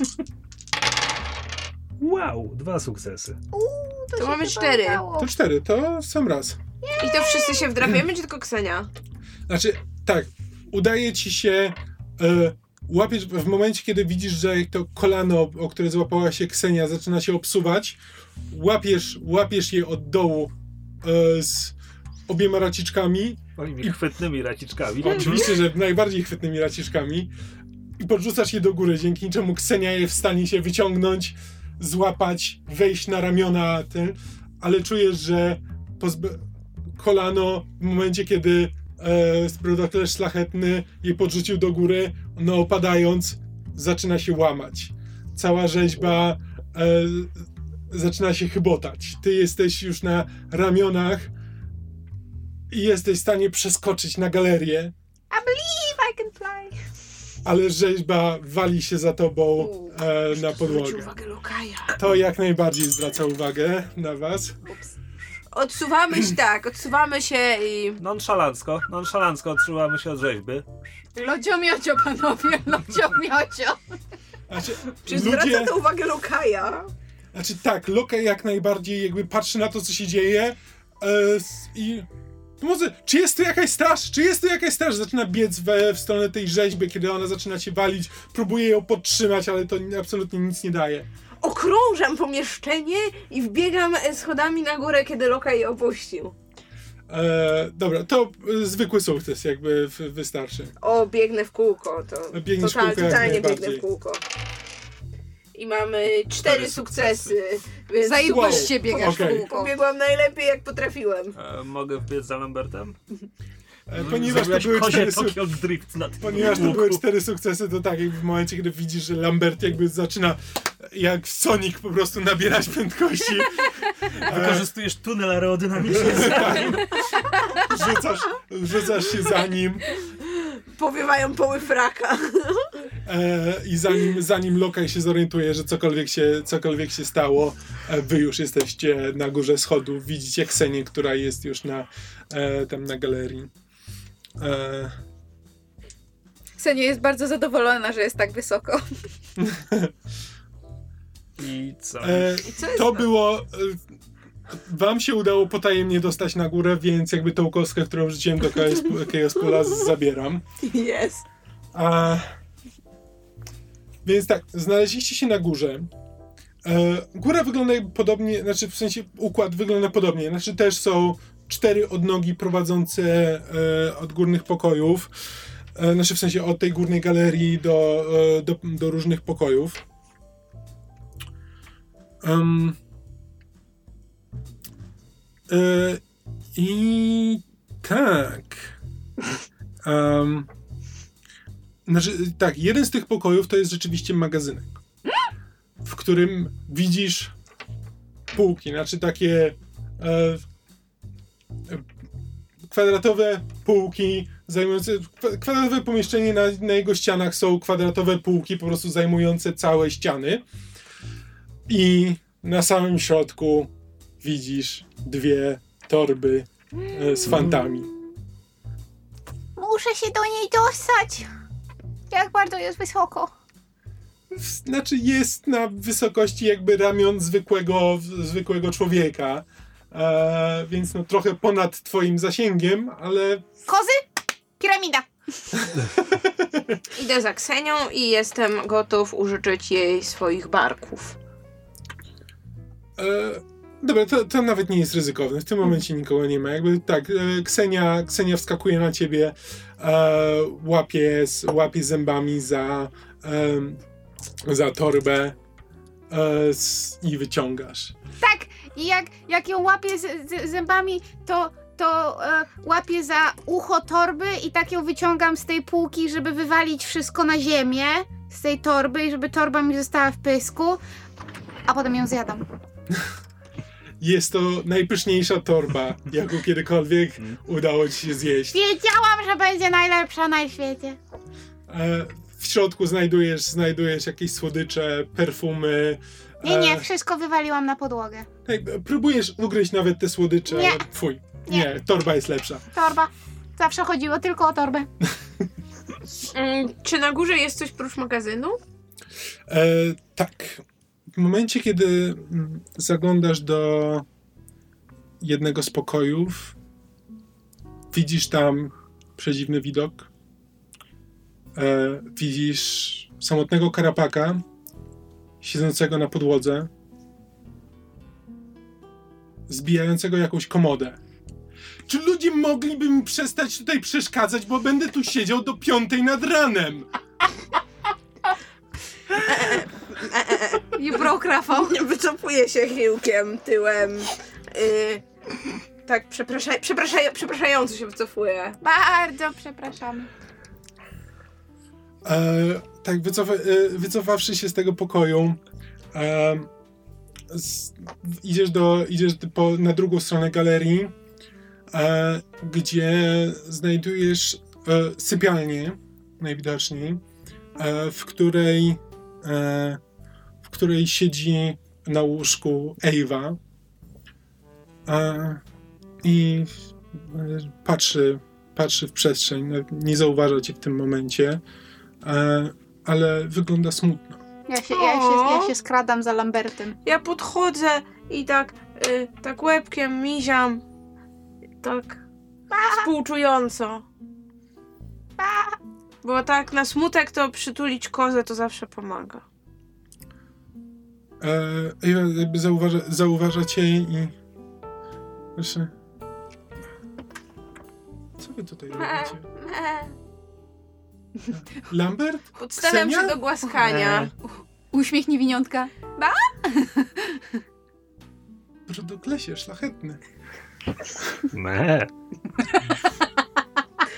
Wow, 2 sukcesy. To mamy 4. To 4, to sam raz. I to wszyscy się wdrapiemy, czy tylko Ksenia? Znaczy, tak, udaje ci się łapiesz w momencie, kiedy widzisz, że to kolano, o które złapała się Ksenia, zaczyna się obsuwać, łapiesz je od dołu z obiema raciczkami. Moimi chwytnymi raciczkami. Oczywiście, że najbardziej chwytnymi raciczkami. I podrzucasz je do góry, dzięki czemu Ksenia jest w stanie się wyciągnąć, złapać, wejść na ramiona, ale czujesz, że kolano w momencie, kiedy Brodokles szlachetny jej podrzucił do góry, ono opadając zaczyna się łamać. Cała rzeźba zaczyna się chybotać. Ty jesteś już na ramionach i jesteś w stanie przeskoczyć na galerię. I believe I can fly. Ale rzeźba wali się za tobą na podłogę. Uwagę Lokaja. To jak najbardziej zwraca uwagę na was. Odsuwamy się i... Nonszalancko odsuwamy się od rzeźby. Lodziomiocio, panowie, lodziomiocio. Znaczy, Czy zwraca to uwagę Lokaja? Znaczy tak, Lokaj jak najbardziej jakby patrzy na to, co się dzieje i... Może, czy jest tu jakaś straż? Zaczyna biec w stronę tej rzeźby, kiedy ona zaczyna się walić. Próbuje ją podtrzymać, ale to absolutnie nic nie daje. Okrążam pomieszczenie i wbiegam schodami na górę, kiedy Lokaj je opuścił. Dobra, to zwykły sukces jakby wystarczy. Biegnę w kółko. Biegniesz w kółko jak totalnie najbardziej. biegnę w kółko. I mamy 4 sukcesy. Więc Zajebiście biegasz okej. w kółko. pobiegłam najlepiej jak potrafiłem. Mogę wbiec za Lambertem? Ponieważ to były ponieważ to były 4 sukcesy, to tak jakby w momencie, kiedy widzisz, że Lambert jakby zaczyna jak Sonic po prostu nabierać prędkości. Wykorzystujesz tunel aerodynamiczny. Rzucasz się za nim. Powiewają poły fraka. I zanim Lokaj się zorientuje, że cokolwiek się stało, wy już jesteście na górze schodów. Widzicie Ksenię, która jest już tam na galerii. Ksenia jest bardzo zadowolona, że jest tak wysoko. I co? To było... Wam się udało potajemnie dostać na górę, więc jakby tą kostkę, którą wrzuciłem do Chaos Poola, zabieram. Jest. Więc tak, znaleźliście się na górze. Góra wygląda podobnie, znaczy w sensie układ wygląda podobnie. Znaczy też są 4 odnogi prowadzące od górnych pokojów. Znaczy w sensie od tej górnej galerii do różnych pokojów. I tak. Znaczy, tak, jeden z tych pokojów to jest rzeczywiście magazynek, w którym widzisz półki, znaczy takie kwadratowe półki zajmujące, kwadratowe pomieszczenie, na jego ścianach są kwadratowe półki po prostu zajmujące całe ściany i na samym środku widzisz 2 torby z fantami. Muszę się do niej dostać. Jak bardzo jest wysoko. Znaczy jest na wysokości jakby ramion zwykłego człowieka, więc no trochę ponad twoim zasięgiem, ale... Kozy? Piramida. Idę za Ksenią i jestem gotów użyczyć jej swoich barków. Dobra, to nawet nie jest ryzykowne. W tym momencie nikogo nie ma. Jakby tak, Ksenia wskakuje na ciebie, łapie zębami za torbę i wyciągasz. Tak, i jak ją łapię zębami, to łapię za ucho torby i tak ją wyciągam z tej półki, żeby wywalić wszystko na ziemię z tej torby i żeby torba mi została w pysku, a potem ją zjadam. Jest to najpyszniejsza torba, jaką kiedykolwiek udało ci się zjeść. Wiedziałam, że będzie najlepsza na świecie. W środku znajdujesz jakieś słodycze, perfumy. Nie, wszystko wywaliłam na podłogę. Tak, próbujesz ugryźć nawet te słodycze, Nie. ale fuj. Nie, torba jest lepsza. Torba. Zawsze chodziło tylko o torbę. Czy na górze jest coś prócz magazynu? Tak. W momencie, kiedy zaglądasz do jednego z pokojów, widzisz tam przedziwny widok. Widzisz samotnego karapaka siedzącego na podłodze, zbijającego jakąś komodę. Czy ludzie mogliby mi przestać tutaj przeszkadzać, bo będę tu siedział do 5 nad ranem? You broke, Rafał. Wycofuję się chyłkiem, tyłem. Tak, przepraszająco się wycofuję. Bardzo przepraszamy. Tak, wycofawszy się z tego pokoju, idziesz na drugą stronę galerii, gdzie znajdujesz sypialnię, najwidoczniej, w której siedzi na łóżku Ewa i patrzy w przestrzeń. Nie zauważa cię w tym momencie, ale wygląda smutno. Ja się skradam za Lambertem. Ja podchodzę i tak łebkiem miziam, tak współczująco. Bo tak na smutek to przytulić kozę to zawsze pomaga. Jakby zauważa cię i... Proszę. Co wy tutaj robicie? Lambert? Podstawiam Ksenia? się do głaskania. Uśmiech niewiniątka. Brodoklesie szlachetny.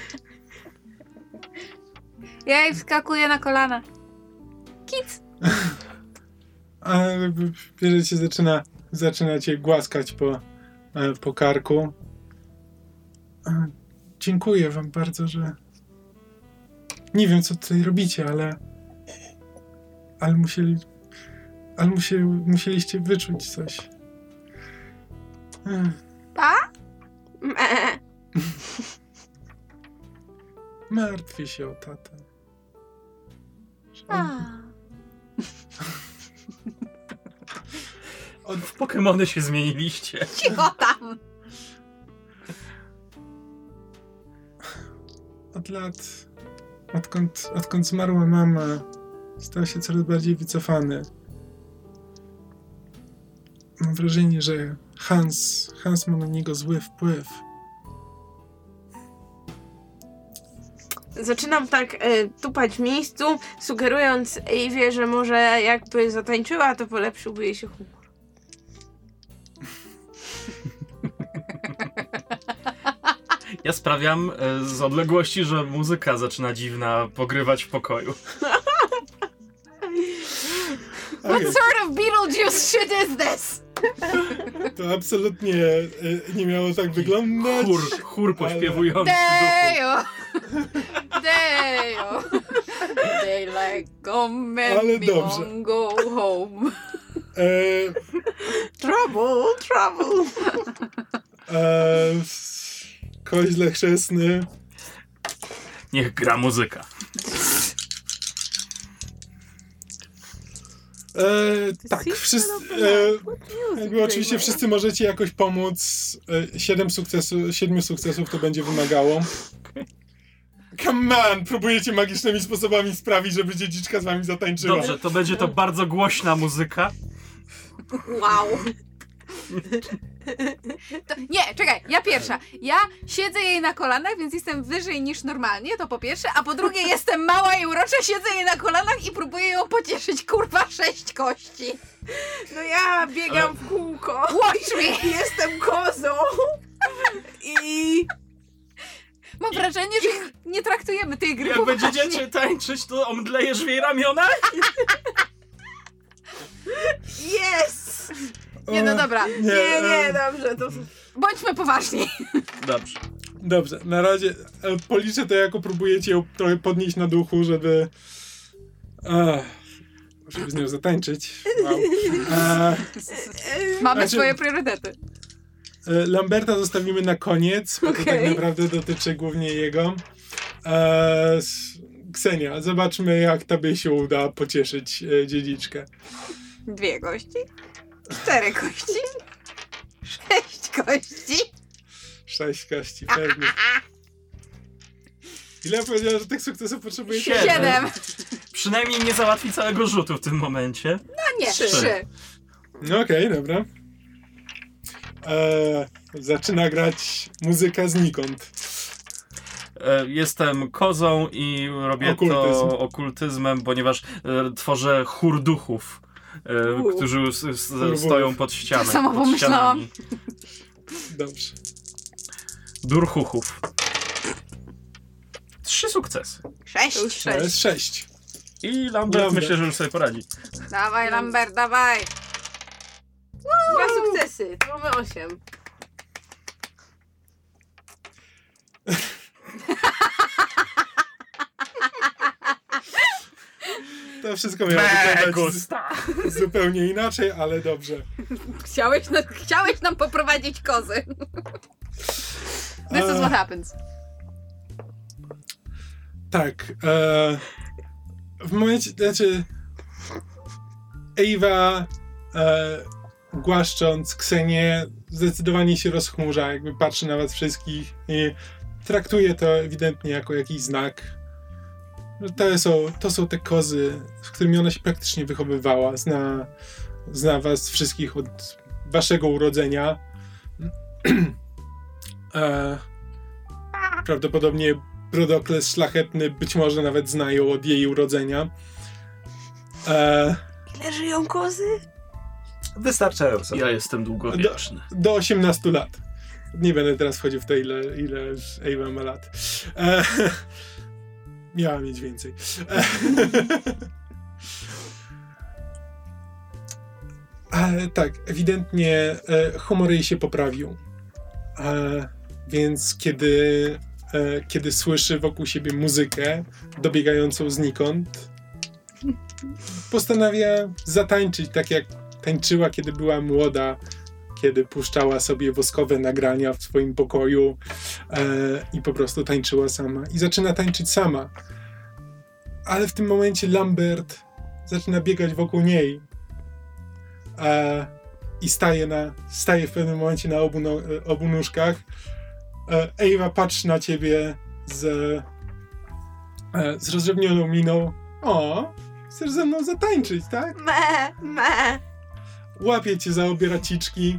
Ja jej wskakuję na kolana. Kic! A bierzecie, zaczyna cię głaskać po karku. Dziękuję wam bardzo, że... Nie wiem, co tutaj robicie, ale musieliście wyczuć coś. Pa? Martwię się o tatę. W Pokemony się zmieniliście. Cicho tam! Od lat, odkąd zmarła mama, stał się coraz bardziej wycofany. Mam wrażenie, że Hans ma na niego zły wpływ. Zaczynam tak tupać w miejscu, sugerując Ewie, że może jakby zatańczyła, to polepszyłby jej się humor. Ja sprawiam z odległości, że muzyka zaczyna dziwna pogrywać w pokoju. What sort of Beetlejuice shit is this? To absolutnie nie miało tak wyglądać. Chór pośpiewujący Dejo! Dejo! Daylight come and Ale me dobrze. won't go home. Trouble. Koźle chrzestny. Niech gra muzyka. Tak, wszyscy. Oczywiście wszyscy możecie jakoś pomóc. 7 sukcesów to będzie wymagało. Come on! Próbujecie magicznymi sposobami sprawić, żeby dziedziczka z wami zatańczyła. Dobrze, to będzie to bardzo głośna muzyka. Wow. Nie, czekaj, ja pierwsza. Ja siedzę jej na kolanach, więc jestem wyżej niż normalnie, to po pierwsze, a po drugie jestem mała i urocza, siedzę jej na kolanach i próbuję ją pocieszyć, kurwa, 6 kości. No ja biegam w kółko. Watch me! Jestem kozą. I... Mam wrażenie, że nie traktujemy tej gry Jak poważnie. będziecie tańczyć, to omdlejesz w jej ramionach? Yes! Nie, no dobra. Nie, dobrze, to... Bądźmy poważni. Dobrze. Dobrze, na razie policzę to, jako próbujecie ją trochę podnieść na duchu, żeby z nią zatańczyć. Wow. Mamy swoje priorytety. Lamberta zostawimy na koniec, bo to tak naprawdę dotyczy głównie jego. Ksenia, zobaczmy, jak tobie się uda pocieszyć dziedziczkę. 2 kości. 4 kości. 6 kości. 6 kości, pewnie. Ile powiedziała, że tych sukcesów potrzebujecie? 7. Przynajmniej nie załatwi całego rzutu w tym momencie. No nie, 3. No okej, dobra. Zaczyna grać muzyka znikąd. Jestem kozą i robię to okultyzmem, ponieważ tworzę chór duchów, którzy stoją pod ścianą. Tak samo pomyślałam. Dobrze. Durchuchów. 3 sukcesy. 6. To jest 6. I Lambert myślę, że już sobie poradzi. Dawaj, Lambert, dawaj. 2 sukcesy, to mamy 8. To wszystko miało wyglądać zupełnie inaczej, ale dobrze. Chciałeś nam poprowadzić kozy. This is what happens. Tak. W momencie, znaczy Ewa głaszcząc Ksenię zdecydowanie się rozchmurza, jakby patrzy na was wszystkich i traktuje to ewidentnie jako jakiś znak. To są te kozy, z którymi ona się praktycznie wychowywała. Zna was wszystkich od waszego urodzenia. Prawdopodobnie Brodokles Szlachetny być może nawet znają od jej urodzenia. Ile żyją kozy? Wystarczająco. Ja jestem długowieczny. Do 18 lat. Nie będę teraz wchodził w to, ile Ewa ma lat. miała mieć więcej. Ale tak, ewidentnie humor jej się poprawił. Więc kiedy słyszy wokół siebie muzykę dobiegającą znikąd, postanawia zatańczyć tak jak tańczyła, kiedy była młoda, kiedy puszczała sobie woskowe nagrania w swoim pokoju i po prostu tańczyła sama. I zaczyna tańczyć sama. Ale w tym momencie Lambert zaczyna biegać wokół niej i staje w pewnym momencie na obu nóżkach. Ewa patrzy na ciebie z rozrzewnioną miną. O, chcesz ze mną zatańczyć, tak? Me. Łapie cię za obie raciczki,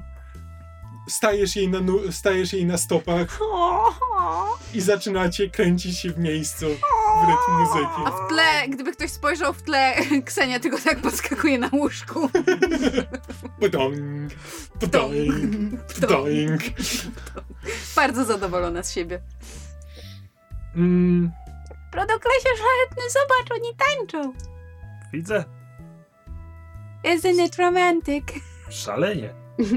stajesz jej na stopach i zaczynacie kręcić się w miejscu w rytm muzyki. A w tle, gdyby ktoś spojrzał w tle, Ksenia tylko tak podskakuje na łóżku. Pdong, pdong, pdong. Bardzo zadowolona z siebie. Mm, Brodoklesie szlachetny, zobacz, oni tańczą. Widzę. Isn't it romantic? Szalenie.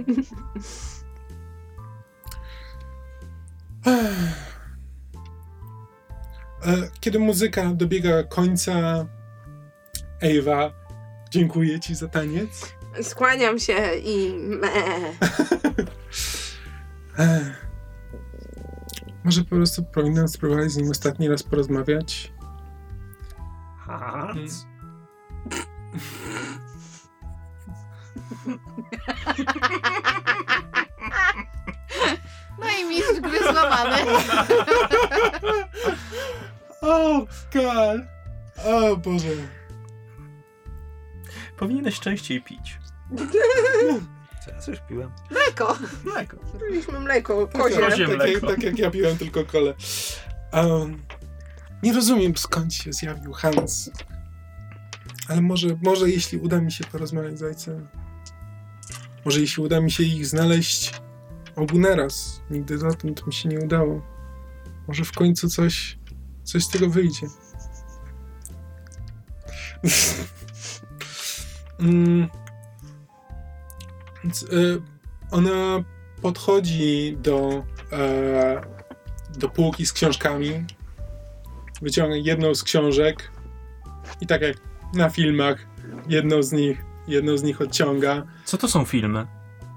Kiedy muzyka dobiega końca, Ewa, dziękuję ci za taniec. Skłaniam się i me. Może po prostu powinnam spróbować z nim ostatni raz porozmawiać? Hans? No i mistrz gry złamany. O, God! O Boże. Powinieneś częściej pić. Co ja coś piłem? Mleko. Mleko. Piliśmy mleko, kozie. Kozie mleko. Tak jak ja piłem tylko kole. Nie rozumiem, skąd się zjawił Hans. Ale może jeśli uda mi się porozmawiać z ojcem. Może jeśli uda mi się ich znaleźć obu naraz. Nigdy dotąd mi się nie udało. Może w końcu coś z tego wyjdzie. Więc, ona podchodzi do półki z książkami, wyciąga jedną z książek i tak jak na filmach jedną z nich odciąga. Co to są filmy?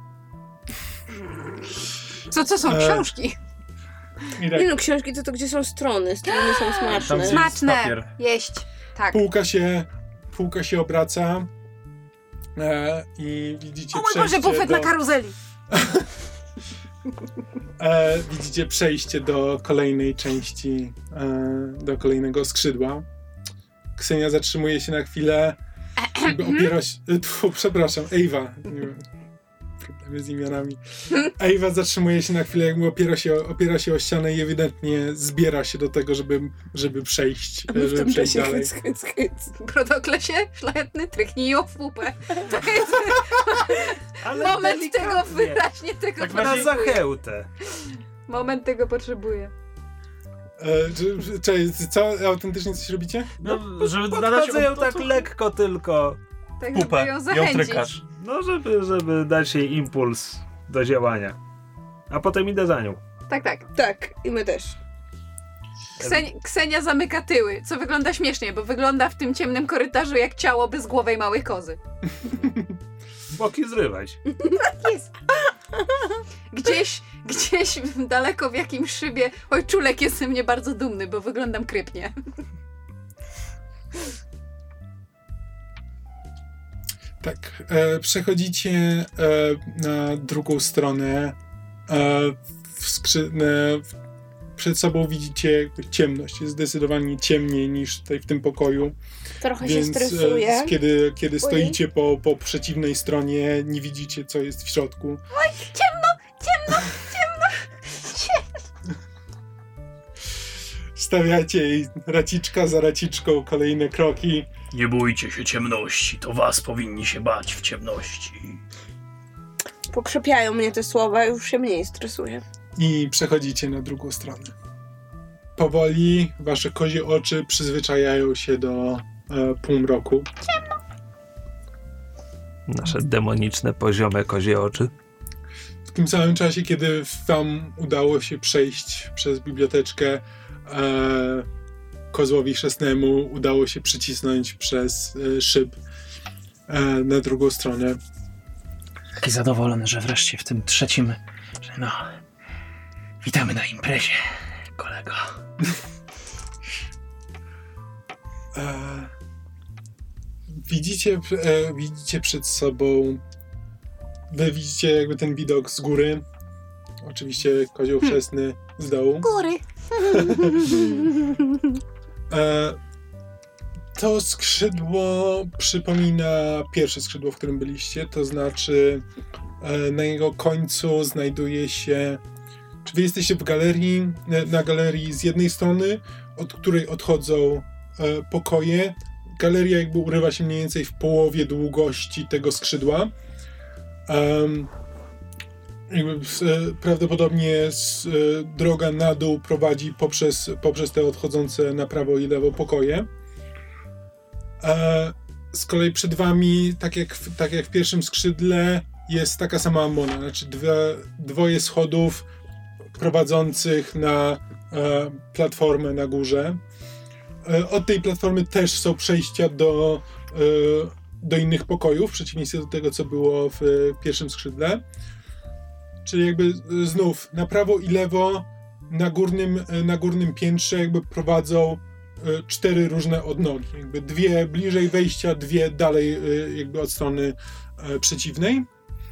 Co są książki? I tak Nie no, książki to gdzie są strony. Strony są smaczne. Tam gdzie- Smaczne. papier. Jeść. Tak. półka się obraca i widzicie O mój Boże, bufet na karuzeli. widzicie przejście do kolejnej części, do kolejnego skrzydła. Ksenia zatrzymuje się na chwilę, jakby opiera się... przepraszam, Ewa. Nie wiem, problemy z imionami. Ewa zatrzymuje się na chwilę, jakby opiera się o ścianę i ewidentnie zbiera się do tego, żeby przejść, żeby przejść dalej. Brodoklesie szlachetny, tryknij ją w pupę. To jest moment tego, wyraźnie tego Tak na zachętę. Moment tego potrzebuję. Co? Autentycznie coś robicie? No, żeby Podchodzę ją tak lekko tylko. Tak, pupę, żeby ją ją zachęcić. trykasz. No, żeby dać jej impuls do działania. A potem idę za nią. Tak. Tak, i my też. Ksenia zamyka tyły, co wygląda śmiesznie, bo wygląda w tym ciemnym korytarzu jak ciało bezgłowej małej kozy. Boki zrywać. Jest. Gdzieś daleko w jakimś szybie. Oj, czulek jest ze mnie bardzo dumny, bo wyglądam krypnie. Tak, przechodzicie na drugą stronę. Przed sobą widzicie ciemność. Jest zdecydowanie ciemniej niż tutaj w tym pokoju. Trochę się Więc stresuję. kiedy stoicie po przeciwnej stronie, nie widzicie, co jest w środku. Oj, ciemno. Stawiacie i raciczka za raciczką kolejne kroki. Nie bójcie się ciemności, to was powinni się bać w ciemności. Pokrzepiają mnie te słowa, już się mniej stresuję. I przechodzicie na drugą stronę. powoli wasze kozie oczy przyzwyczajają się do półmroku. Nasze demoniczne, poziome kozie oczy. W tym samym czasie, kiedy wam udało się przejść przez biblioteczkę, kozłowi chrzestnemu udało się przycisnąć przez szyb na drugą stronę. Taki zadowolony, że wreszcie w tym trzecim, że no, witamy na imprezie, kolego. Widzicie przed sobą, wy widzicie jakby ten widok z góry, oczywiście kozioł chrzestny z dołu. Góry. To skrzydło przypomina pierwsze skrzydło, w którym byliście, to znaczy na jego końcu znajduje się... Czy wy jesteście w galerii, na galerii z jednej strony, od której odchodzą pokoje. Galeria jakby urywa się mniej więcej w połowie długości tego skrzydła. Prawdopodobnie droga na dół prowadzi poprzez te odchodzące na prawo i lewo pokoje. Z kolei przed wami, tak jak w pierwszym skrzydle, jest taka sama ambona, znaczy dwoje schodów prowadzących na platformę na górze. Od tej platformy też są przejścia do innych pokojów, w przeciwieństwie do tego, co było w pierwszym skrzydle. Czyli jakby znów na prawo i lewo na górnym piętrze jakby prowadzą 4 różne odnogi. Jakby 2 bliżej wejścia, 2 dalej jakby od strony przeciwnej.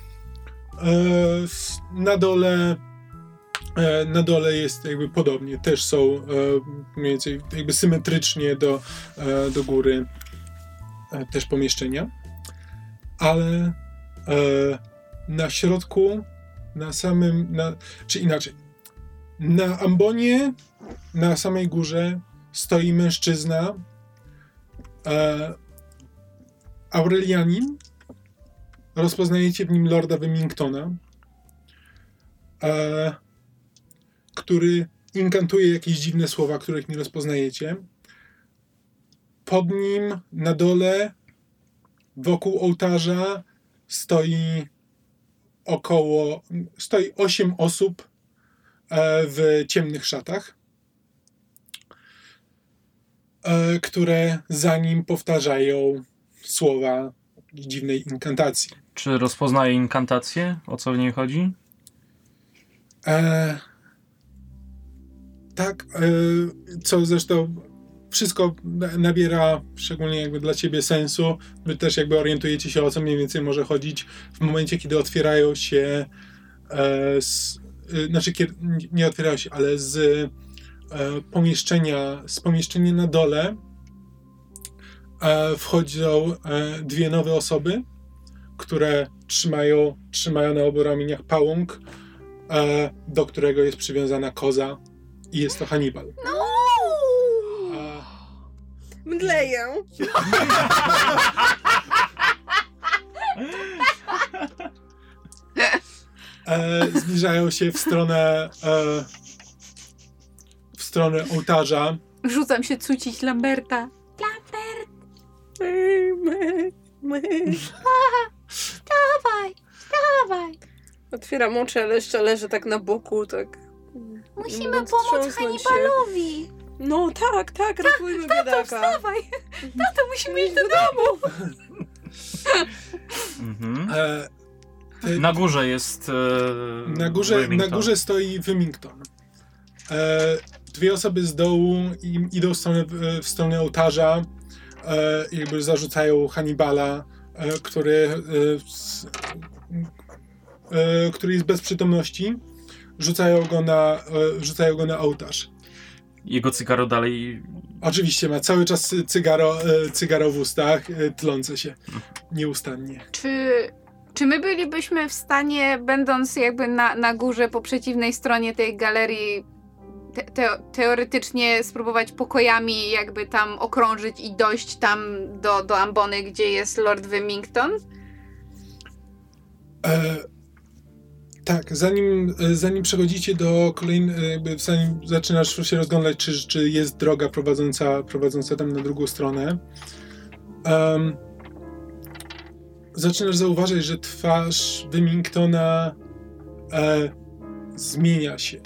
Na dole jest jakby podobnie. Też są mniej więcej jakby symetrycznie do góry też pomieszczenia. Ale na środku, czy inaczej, na ambonie, na samej górze stoi mężczyzna, Aurelianin. Rozpoznajecie w nim Lorda Wymingtona, który inkantuje jakieś dziwne słowa, których nie rozpoznajecie. Pod nim, na dole, wokół ołtarza stoi 8 osób w ciemnych szatach, które za nim powtarzają słowa dziwnej inkantacji. Czy rozpoznaje inkantację? O co w niej chodzi? Tak, co zresztą wszystko nabiera, szczególnie jakby dla ciebie, sensu. Wy też jakby orientujecie się, o co mniej więcej może chodzić w momencie, kiedy otwierają się nie otwierają się, ale z pomieszczenia na dole wchodzą 2 nowe osoby, które trzymają na obu ramieniach pałąk, do którego jest przywiązana koza i jest to Hannibal. No! Mdleję. Zbliżają się w stronę ołtarza. Rzucam się cucić Lamberta. Lambert! Dawaj! Otwieram oczy, ale jeszcze leży tak na boku, tak... Musimy pomóc Hannibalowi! No tak, ratujmy biedaka. Tato, wstawaj! Tato, musimy iść do domu! Na górze jest na górze stoi Wymington. 2 osoby z dołu idą w stronę ołtarza, jakby zarzucają Hannibala, który jest bez przytomności. Rzucają go na ołtarz. Jego cygaro dalej... Oczywiście, ma cały czas cygaro w ustach, tlące się nieustannie. Czy my bylibyśmy w stanie, będąc jakby na górze po przeciwnej stronie tej galerii, teoretycznie spróbować pokojami jakby tam okrążyć i dojść tam do ambony, gdzie jest Lord Wymington? Tak, zanim przechodzicie do jakby zanim zaczynasz się rozglądać, czy jest droga prowadząca tam na drugą stronę, zaczynasz zauważyć, że twarz Wymingtona zmienia się.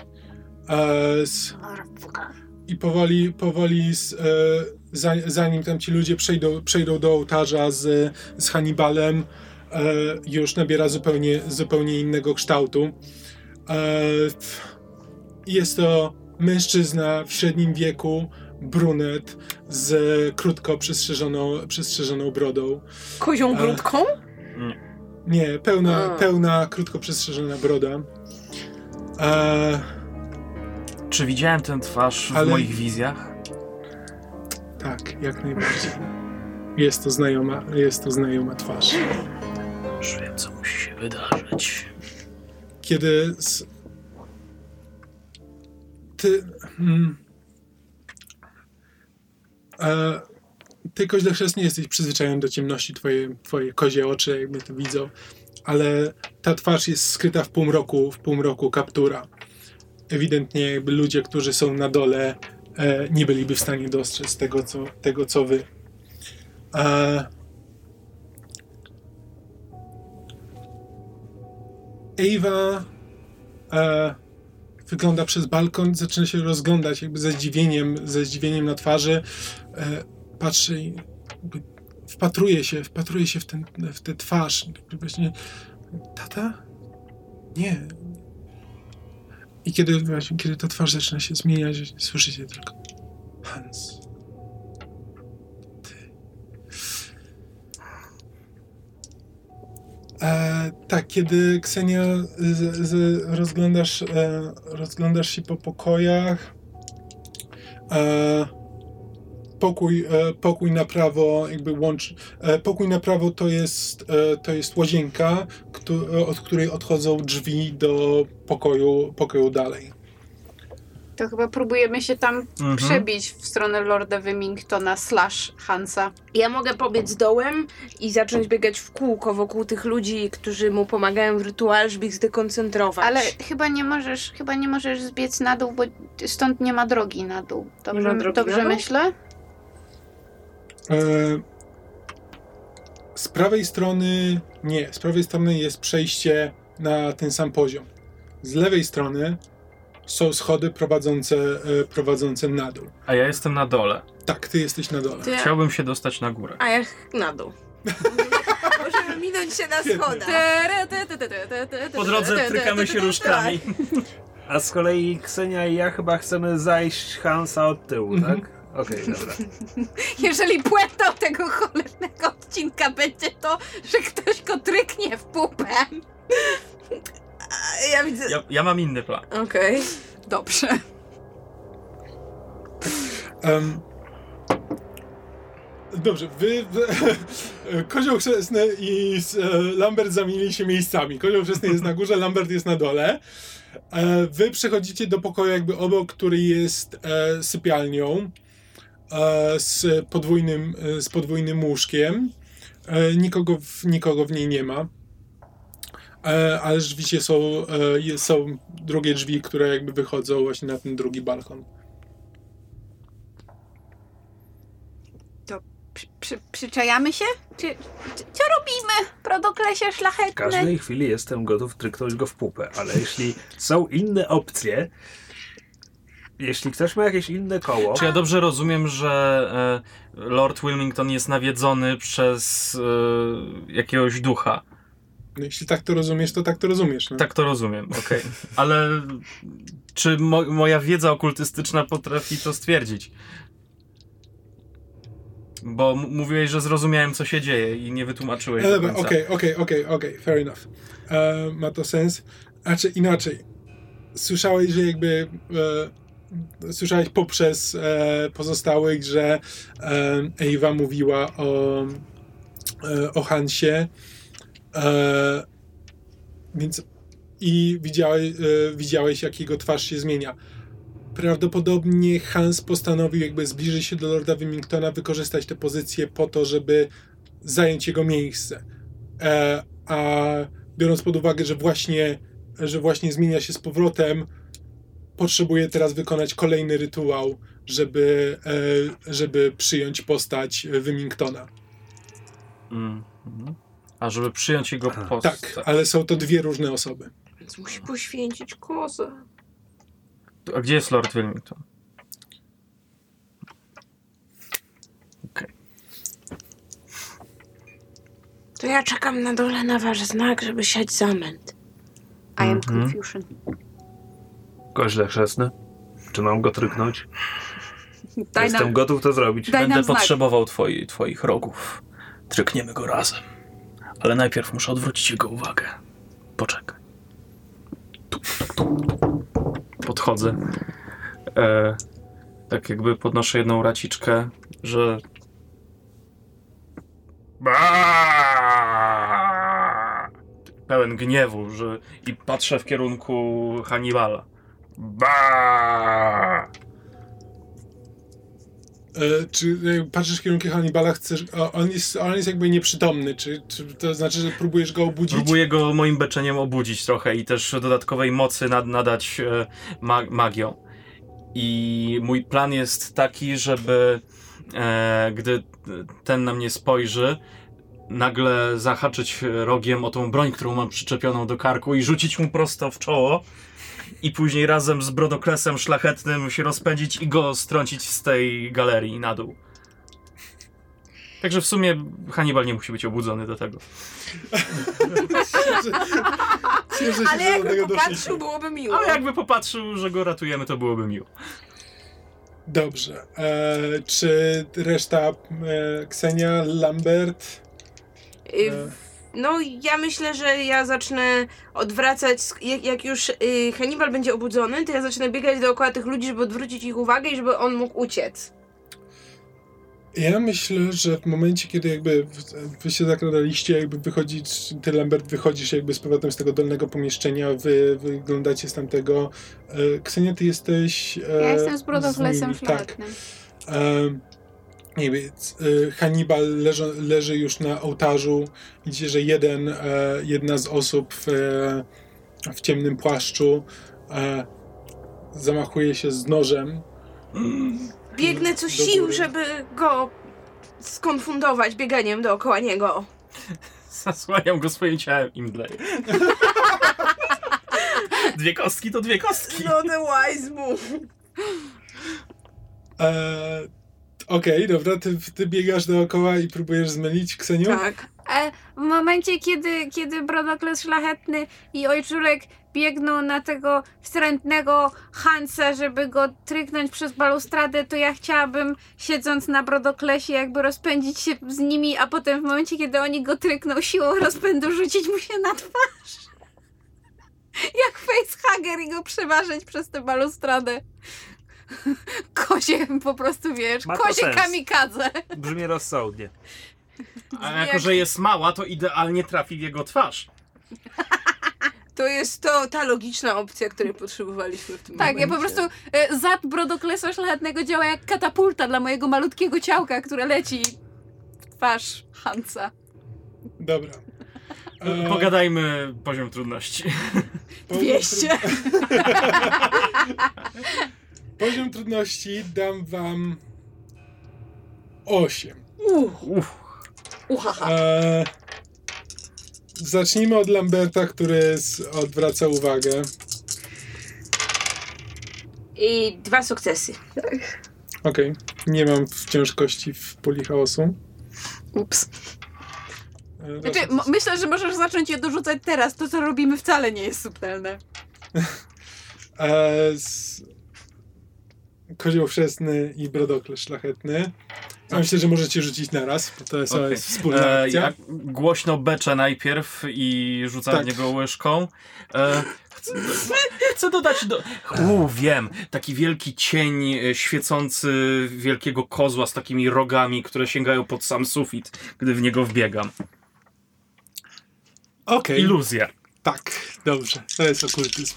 I powoli zanim tam ci ludzie przejdą do ołtarza z Hannibalem, już nabiera zupełnie innego kształtu. Jest to mężczyzna w średnim wieku, brunet z krótko przystrzyżoną brodą. Kozią brudką? Nie, pełna krótko przystrzyżona broda. Czy widziałem tę twarz w moich wizjach? Tak, jak najbardziej. Jest to znajoma twarz. Już wiem, co musi się wydarzyć. Kiedy ty, koźle chrzestny, jesteś przyzwyczajony do ciemności, twoje kozie oczy jakby to widzą, ale ta twarz jest skryta w półmroku kaptura. Ewidentnie jakby ludzie, którzy są na dole, nie byliby w stanie dostrzec tego, co wy. Ewa wygląda przez balkon, zaczyna się rozglądać jakby ze zdziwieniem na twarzy. Patrzy i wpatruje się w tę twarz. Właśnie, tata? Nie. I kiedy ta twarz zaczyna się zmieniać, słyszycie tylko Hans. Ty. Tak, kiedy Ksenia rozglądasz się po pokojach, pokój na prawo jakby pokój na prawo to jest łazienka, od której odchodzą drzwi do pokoju dalej. To chyba próbujemy się tam przebić w stronę Lorda Wymingtona / Hansa. Ja mogę pobiec dołem i zacząć biegać w kółko wokół tych ludzi, którzy mu pomagają w rytuale, żeby ich zdekoncentrować. Ale chyba nie możesz zbiec na dół, bo stąd nie ma drogi na dół. Dobrze myślę? Z prawej strony nie. Z prawej strony jest przejście na ten sam poziom. Z lewej strony są schody prowadzące na dół. A ja jestem na dole. Tak, ty jesteś na dole. Chciałbym się dostać na górę. A ja na dół. Możemy minąć się na schodach. Po drodze trykamy się różkami. A z kolei Ksenia i ja chyba chcemy zajść Hansa od tyłu, tak? Okej, dobra. Jeżeli puentą tego cholernego odcinka będzie to, że ktoś go tryknie w pupę. Ja widzę... Ja mam inny plan. Okej. Dobrze. Dobrze, Kozioł Chrzestny i Lambert zamienili się miejscami. Kozioł Chrzestny jest na górze, Lambert jest na dole. Wy przechodzicie do pokoju jakby obok, który jest sypialnią z podwójnym łóżkiem. Nikogo w niej nie ma. Ale rzeczywiście są drugie drzwi, które jakby wychodzą właśnie na ten drugi balkon. To przyczajamy się? Co robimy, Brodoklesie szlachetny? W każdej chwili jestem gotów tryknąć go w pupę, ale jeśli są inne opcje, jeśli ktoś ma jakieś inne koło... Czy ja dobrze rozumiem, że Lord Wilmington jest nawiedzony przez jakiegoś ducha? No jeśli tak to rozumiesz, to tak to rozumiesz. No. Tak to rozumiem, okej. Ale czy moja wiedza okultystyczna potrafi to stwierdzić? Bo mówiłeś, że zrozumiałem, co się dzieje i nie wytłumaczyłeś do końca. Okej, fair enough. Ma to sens. A czy inaczej? Słyszałeś, że jakby... Słyszałeś poprzez pozostałych, że Ewa mówiła o Hansie. Więc i widziałeś, jak jego twarz się zmienia. Prawdopodobnie Hans postanowił jakby zbliżyć się do Lorda Wymingtona, wykorzystać tę pozycję po to, żeby zająć jego miejsce. A biorąc pod uwagę, że właśnie że właśnie zmienia się z powrotem, potrzebuje teraz wykonać kolejny rytuał, żeby przyjąć postać Wymingtona. A żeby przyjąć jego postać. Tak, ale są to dwie różne osoby. Więc musi poświęcić kozę. A gdzie jest Lord Wilmington? Okej. To ja czekam na dole na wasz znak, żeby siać zamęt. I am Confusion. Koźle chrzestny? Czy mam go tryknąć? Daj Jestem gotów to zrobić. Daj Będę nam znak. potrzebował twoich rogów. Trykniemy go razem. Ale najpierw muszę odwrócić jego uwagę. Poczekaj. Podchodzę. Tak jakby podnoszę jedną raciczkę, że... Pełen gniewu, że... I patrzę w kierunku Hannibala. Czy patrzysz w kierunku Hannibala, chcesz... On jest jakby nieprzytomny, czy to znaczy, że próbujesz go obudzić? Próbuję go moim beczeniem obudzić trochę i też dodatkowej mocy nadać magią. I mój plan jest taki, żeby gdy ten na mnie spojrzy, nagle zahaczyć rogiem o tą broń, którą mam przyczepioną do karku i rzucić mu prosto w czoło i później razem z Brodoklesem szlachetnym się rozpędzić i go strącić z tej galerii na dół. Także w sumie Hannibal nie musi być obudzony do tego. Ale jakby popatrzył, byłoby miło. Ale jakby popatrzył, że go ratujemy, to byłoby miło. Dobrze. Czy reszta Ksenia, Lambert? No, ja myślę, że ja zacznę odwracać, jak już Hannibal będzie obudzony, to ja zacznę biegać dookoła tych ludzi, żeby odwrócić ich uwagę i żeby on mógł uciec. Ja myślę, że w momencie, kiedy jakby wy się zakradaliście, jakby wychodzić, ty Lambert wychodzisz jakby z powrotem z tego dolnego pomieszczenia, wy wyglądacie z tamtego. Ksenia, ty jesteś... Ja jestem z Brodoklesem szlachetnym. Tak. Hannibal leży już na ołtarzu. Widzicie, że jedna z osób w ciemnym płaszczu zamachuje się z nożem. Biegnę co sił, żeby go skonfundować bieganiem dookoła niego. Zasłaniam go swoim ciałem i mdleję. 2 kostki to 2 kostki. No the wise move. Okej, dobra, ty biegasz dookoła i próbujesz zmylić Ksenię? Tak. W momencie, kiedy Brodokles szlachetny i Ojczulek biegną na tego wstrętnego Hansa, żeby go tryknąć przez balustradę, to ja chciałabym, siedząc na Brodoklesie, jakby rozpędzić się z nimi, a potem w momencie, kiedy oni go trykną, siłą rozpędu rzucić mu się na twarz. Jak facehugger i go przeważyć przez tę balustradę. Kozie po prostu, wiesz, kozie kamikadze. Brzmi rozsądnie. A jako, że jest mała, to idealnie trafi w jego twarz. To jest ta logiczna opcja, której potrzebowaliśmy w tym tak, momencie. ja po prostu zad Brodoklesa szlachetnego działa jak katapulta dla mojego malutkiego ciałka, które leci w twarz Hansa. Dobra. Pogadajmy poziom trudności. 200. Poziom trudności dam wam 8. Zacznijmy od Lamberta, który odwraca uwagę. I 2 sukcesy. Okej. Nie mam ciężkości w puli chaosu. Ups. Znaczy, myślę, że możesz zacząć je dorzucać teraz. To, co robimy, wcale nie jest subtelne. Kozioł chrzestny i Brodokles szlachetny. Myślę, że możecie rzucić naraz, bo to jest wspólna akcja. Ja głośno beczę najpierw i rzucam w niego łyżką. Chcę dodać wiem, taki wielki cień świecący wielkiego kozła z takimi rogami, które sięgają pod sam sufit, gdy w niego wbiegam. Iluzja. Tak, dobrze. To jest okultyzm.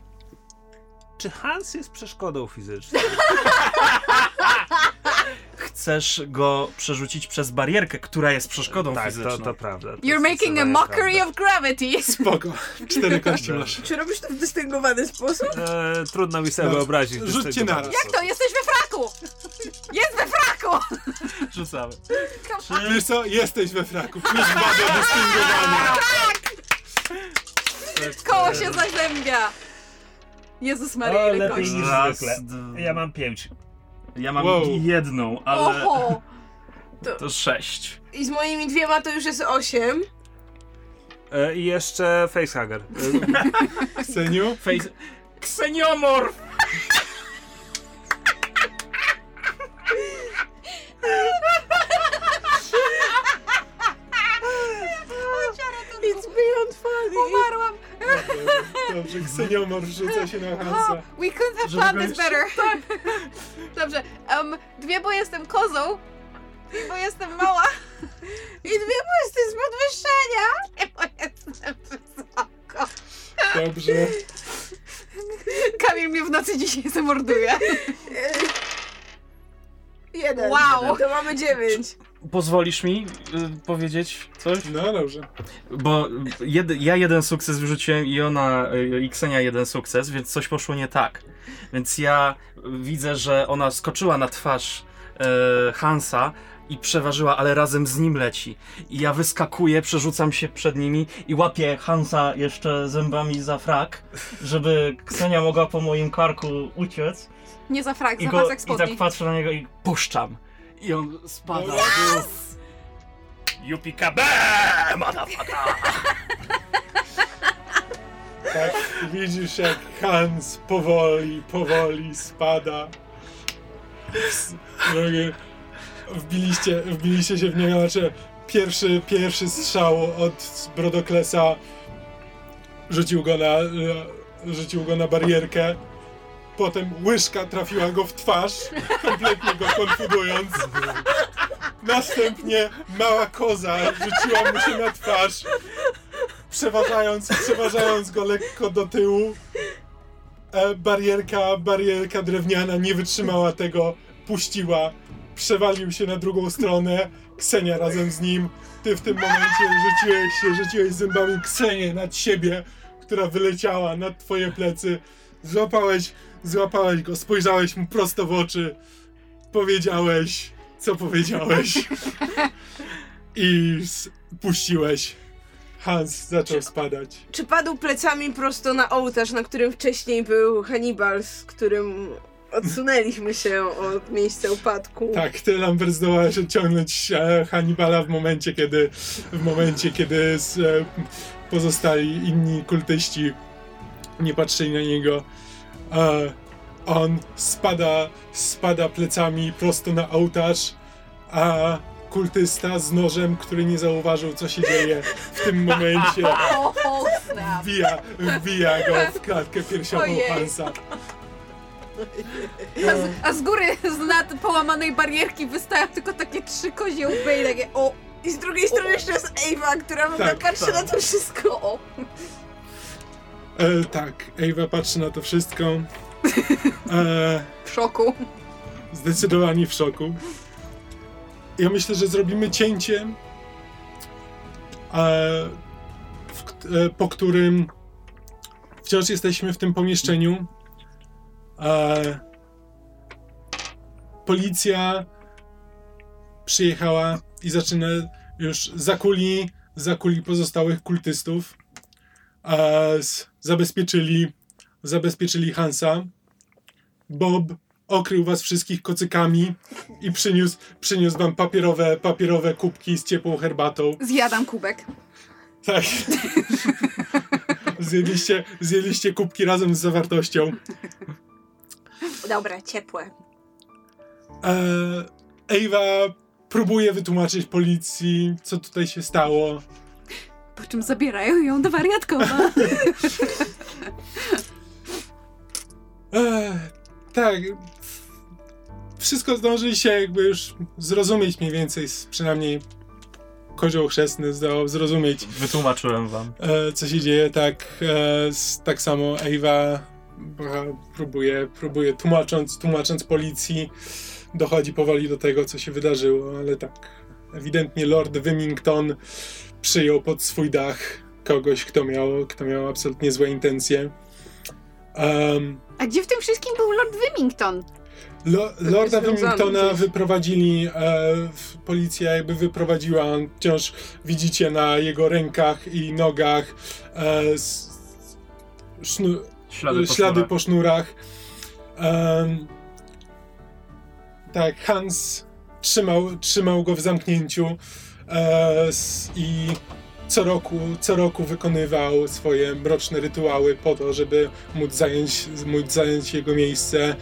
Czy Hans jest przeszkodą fizyczną? chcesz go przerzucić przez barierkę, która jest przeszkodą fizyczną. To prawda. You're making a mockery of gravity. Spoko. 4 kości masz. Czy robisz to w dystyngowany sposób? Trudno mi sobie wyobrazić. Rzućcie naraz. Jak to? Jesteś we fraku! Jest we fraku! Rzucamy. Wiesz co? Jesteś we fraku. Plus 2 do dystyngowania. Koło się zazębia. Jezus Maria, ile lepiej kości. niż Raz, zwykle. Ja mam 5. Ja mam Wow. jedną, ale Oho! to 6. I z moimi 2 to już jest 8. I jeszcze facehugger. Kseniu? Kseniomorf! It's beyond funny. Umarłam. Dobrze, Kseniomor rzuca się na Hansa. We couldn't have planned this better. Dobrze. 2, bo jestem kozą. 2, bo jestem mała. I 2, bo jestem z podwyższenia. I bo jestem wysoko. Dobrze. Kamil mnie w nocy dzisiaj zamorduje. 1. Wow. To mamy 9. Pozwolisz mi powiedzieć coś? No dobrze. Bo ja jeden sukces wyrzuciłem i ona, i Ksenia jeden sukces, więc coś poszło nie tak. Więc ja widzę, że ona skoczyła na twarz Hansa i przeważyła, ale razem z nim leci. I ja wyskakuję, przerzucam się przed nimi i łapię Hansa jeszcze zębami za frak, żeby Ksenia mogła po moim karku uciec. Nie za frak, I, za go, pasek I spodni. tak patrzę na niego i puszczam. I on spada. Yes! Yupika motherfucker! Tak, widzisz jak Hans powoli spada. Wbiliście się w niego, znaczy pierwszy strzał od Brodoklesa rzucił go na barierkę. Potem łyżka trafiła go w twarz, kompletnie go konfudując. Następnie mała koza rzuciła mu się na twarz, przeważając go lekko do tyłu. Barierka drewniana nie wytrzymała tego, puściła, przewalił się na drugą stronę, Ksenia razem z nim. Ty w tym momencie rzuciłeś zębami Ksenię nad siebie, która wyleciała nad twoje plecy. Złapałeś go, spojrzałeś mu prosto w oczy, powiedziałeś, co powiedziałeś i puściłeś. Hans zaczął spadać. Czy padł plecami prosto na ołtarz, na którym wcześniej był Hannibal, z którym odsunęliśmy się od miejsca upadku? Tak, ty, Lambert, zdołałeś odciągnąć Hannibala w momencie, kiedy pozostali inni kultyści nie patrzyli na niego. On spada plecami prosto na ołtarz, a kultysta z nożem, który nie zauważył, co się dzieje w tym momencie, wbija go w klatkę piersiową Hansa. A z góry, z nad połamanej barierki wystają tylko takie 3 kozie łby i takie I z drugiej strony jeszcze jest Ewa, która patrzy na to wszystko. Tak, Ewa patrzy na to wszystko. w szoku. Zdecydowanie w szoku. Ja myślę, że zrobimy cięcie, po którym wciąż jesteśmy w tym pomieszczeniu. Policja przyjechała i zaczyna już zakuli pozostałych kultystów. Zabezpieczyli Hansa. Bob okrył was wszystkich kocykami i przyniósł wam papierowe kubki z ciepłą herbatą. Zjadam kubek. Tak. Zjedliście kubki razem z zawartością. Dobra, ciepłe. Ewa próbuje wytłumaczyć policji, co tutaj się stało. Po czym zabierają ją do wariatkowa. Tak. Wszystko zdążyliście jakby już zrozumieć mniej więcej, przynajmniej kozioł chrzestny zdołał zrozumieć. Wytłumaczyłem wam. Co się dzieje, tak samo Ewa próbuje tłumacząc policji, dochodzi powoli do tego, co się wydarzyło, ale tak, ewidentnie Lord Wymington przyjął pod swój dach kogoś, kto miał absolutnie złe intencje. A gdzie w tym wszystkim był Lord Wymington? Lorda Wymingtona wyprowadzili, policja jakby wyprowadziła, wciąż widzicie na jego rękach i nogach ślady po sznurach. Tak, Hans trzymał go w zamknięciu i co roku wykonywał swoje mroczne rytuały po to, żeby móc zająć jego miejsce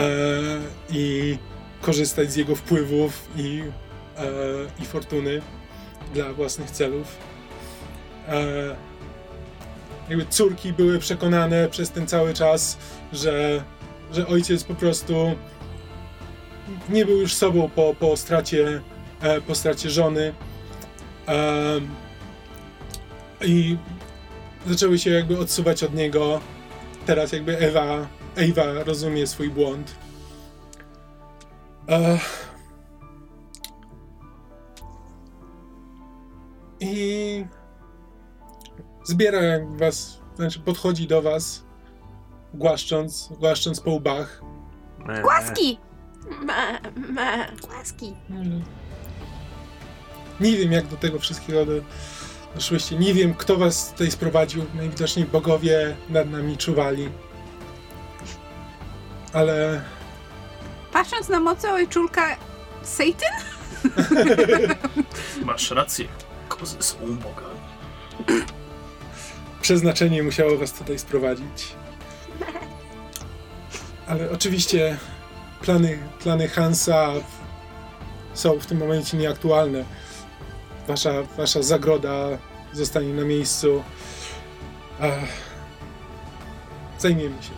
i korzystać z jego wpływów i fortuny dla własnych celów. Jakby córki były przekonane przez ten cały czas, że ojciec po prostu nie był już sobą po stracie żony. I zaczęły się jakby odsuwać od niego. Teraz jakby Ewa rozumie swój błąd. I zbiera was, znaczy podchodzi do was, głaszcząc po łbach. Głaski! Łaski. Nie wiem, jak do tego wszystkiego doszłyście. Nie wiem, kto was tutaj sprowadził. Najwidoczniej bogowie nad nami czuwali. Ale... Patrząc na moce ojczulka, Satan? Masz rację. Kozy są bogami. Przeznaczenie musiało was tutaj sprowadzić. Ale oczywiście plany Hansa są w tym momencie nieaktualne. Wasza zagroda zostanie na miejscu. Zajmiemy się.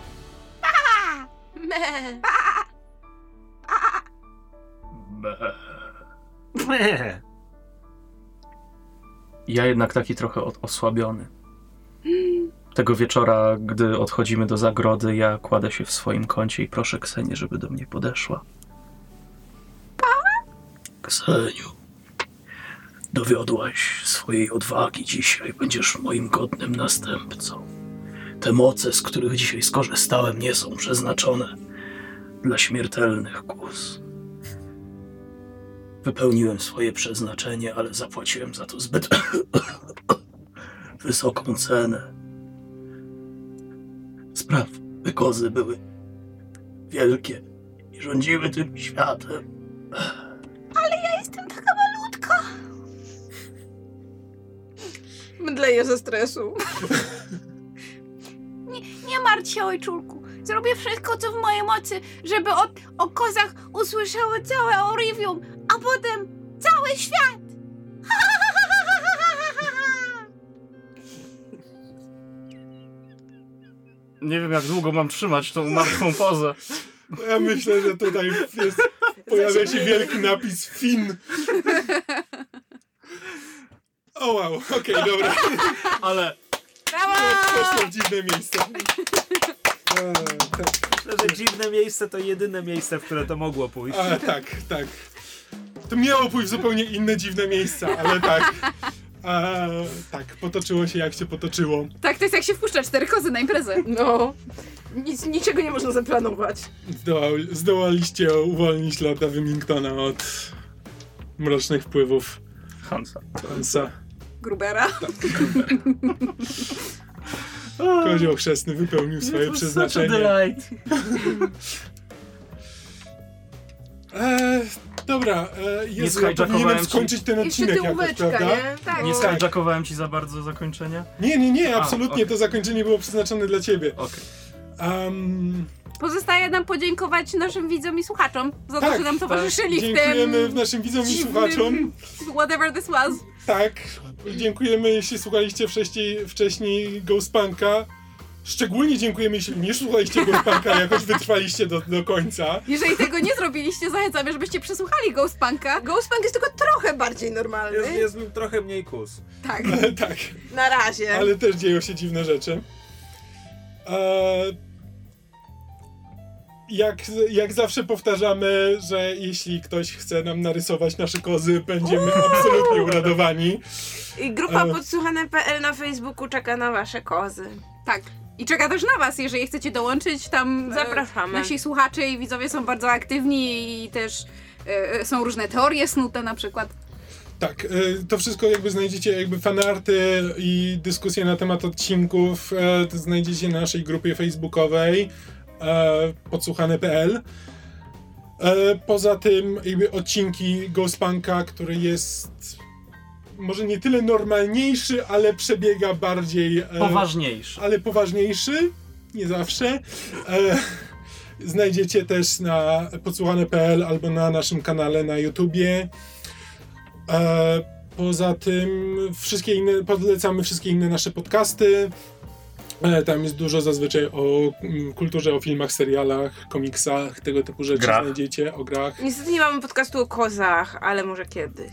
Ja jednak taki trochę osłabiony. Tego wieczora, gdy odchodzimy do zagrody, ja kładę się w swoim kącie i proszę Ksenię, żeby do mnie podeszła. Kseniu, dowiodłaś swojej odwagi dzisiaj. Będziesz moim godnym następcą. Te moce, z których dzisiaj skorzystałem, nie są przeznaczone dla śmiertelnych kóz. Wypełniłem swoje przeznaczenie, ale zapłaciłem za to zbyt wysoką cenę. Spraw, by kozy były wielkie i rządziły tym światem. Ale ja jestem taka malutka. Mdleję ze stresu. Nie martw się, ojczulku. Zrobię wszystko, co w mojej mocy, żeby o kozach usłyszało całe Orivium, a potem cały świat. Nie wiem, jak długo mam trzymać tą martwą pozę. Ja myślę, że tutaj pojawia się wielki napis Fin. O wow, okej, dobra. Ale... Poszło w dziwne miejsce. Myślę, że dziwne miejsce to jedyne miejsce, w które to mogło pójść. Tak. To miało pójść w zupełnie inne dziwne miejsca, ale tak. Tak, potoczyło się jak się potoczyło. Tak, to jest jak się wpuszcza 4 kozy na imprezę. No, niczego nie można zaplanować. Zdołaliście uwolnić Lorda Wymingtona od mrocznych wpływów Hansa. Grubera. Tak, Kozioł chrzestny wypełnił swoje przeznaczenie. Dobra, ja powinienem skończyć ten odcinek jakoś, prawda? Nie? Tak. Nie skarżakowałem ci za bardzo zakończenia? Nie, absolutnie. To zakończenie było przeznaczone dla ciebie. Pozostaje nam podziękować naszym widzom i słuchaczom za to, że nam towarzyszyli w tym... Dziękujemy naszym widzom i słuchaczom. Whatever this was. Tak, dziękujemy, jeśli słuchaliście wcześniej Ghostpunka. Szczególnie dziękujemy, jeśli nie słuchaliście Ghostpunka, jakoś wytrwaliście do końca. Jeżeli tego nie zrobiliście, zachęcamy, żebyście przesłuchali Ghostpunka. Ghostpunk jest tylko trochę bardziej normalny. Jest trochę mniej kus. Tak. Tak. Na razie. Ale też dzieją się dziwne rzeczy. Jak zawsze powtarzamy, że jeśli ktoś chce nam narysować nasze kozy, będziemy absolutnie uradowani. I grupa podsłuchane.pl na Facebooku czeka na wasze kozy. Tak. I czeka też na was, jeżeli chcecie dołączyć, tam zapraszamy. Nasi słuchacze i widzowie są bardzo aktywni i też są różne teorie snute na przykład. Tak, to wszystko jakby znajdziecie, fanarty i dyskusje na temat odcinków to znajdziecie na naszej grupie facebookowej podsłuchane.pl. Poza tym odcinki Ghostpunka, który jest może nie tyle normalniejszy, ale przebiega bardziej... poważniejszy. Ale poważniejszy, nie zawsze. Znajdziecie też na podsłuchane.pl albo na naszym kanale na YouTubie. Poza tym polecamy wszystkie inne nasze podcasty. Tam jest dużo zazwyczaj o kulturze, o filmach, serialach, komiksach, tego typu rzeczy znajdziecie, o grach. Niestety nie mamy podcastu o kozach, ale może kiedyś.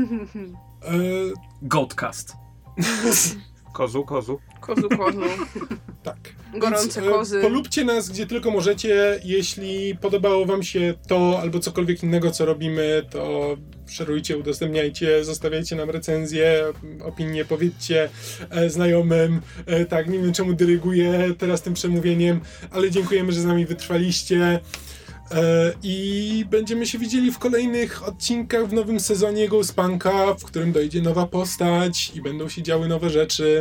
Goatcast. Kozu. Kozu. Tak. Gorące Więc, kozy. Polubcie nas gdzie tylko możecie. Jeśli podobało wam się to albo cokolwiek innego, co robimy, to szerujcie, udostępniajcie, zostawiajcie nam recenzje, opinie, powiedzcie znajomym. Tak, nie wiem czemu dyryguję teraz tym przemówieniem, ale dziękujemy, że z nami wytrwaliście. I będziemy się widzieli w kolejnych odcinkach w nowym sezonie Ghostpunka, w którym dojdzie nowa postać i będą się działy nowe rzeczy.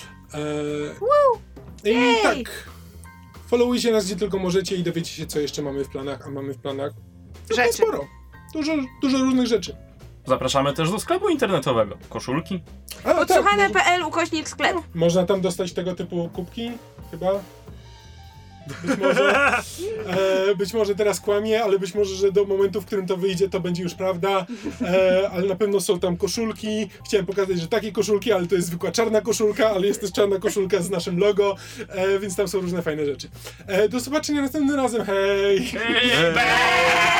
I tak, followujcie nas gdzie tylko możecie i dowiecie się, co jeszcze mamy w planach, a mamy w planach rzeczy. Sporo. Dużo różnych rzeczy. Zapraszamy też do sklepu internetowego. Koszulki. Podsłuchane.pl /sklep. Można tam dostać tego typu kubki, chyba. Być może teraz kłamie, ale być może, że do momentu, w którym to wyjdzie, to będzie już prawda, ale na pewno są tam koszulki. Chciałem pokazać, że takie koszulki, ale to jest zwykła czarna koszulka, ale jest też czarna koszulka z naszym logo, więc tam są różne fajne rzeczy. Do zobaczenia następnym razem, hej!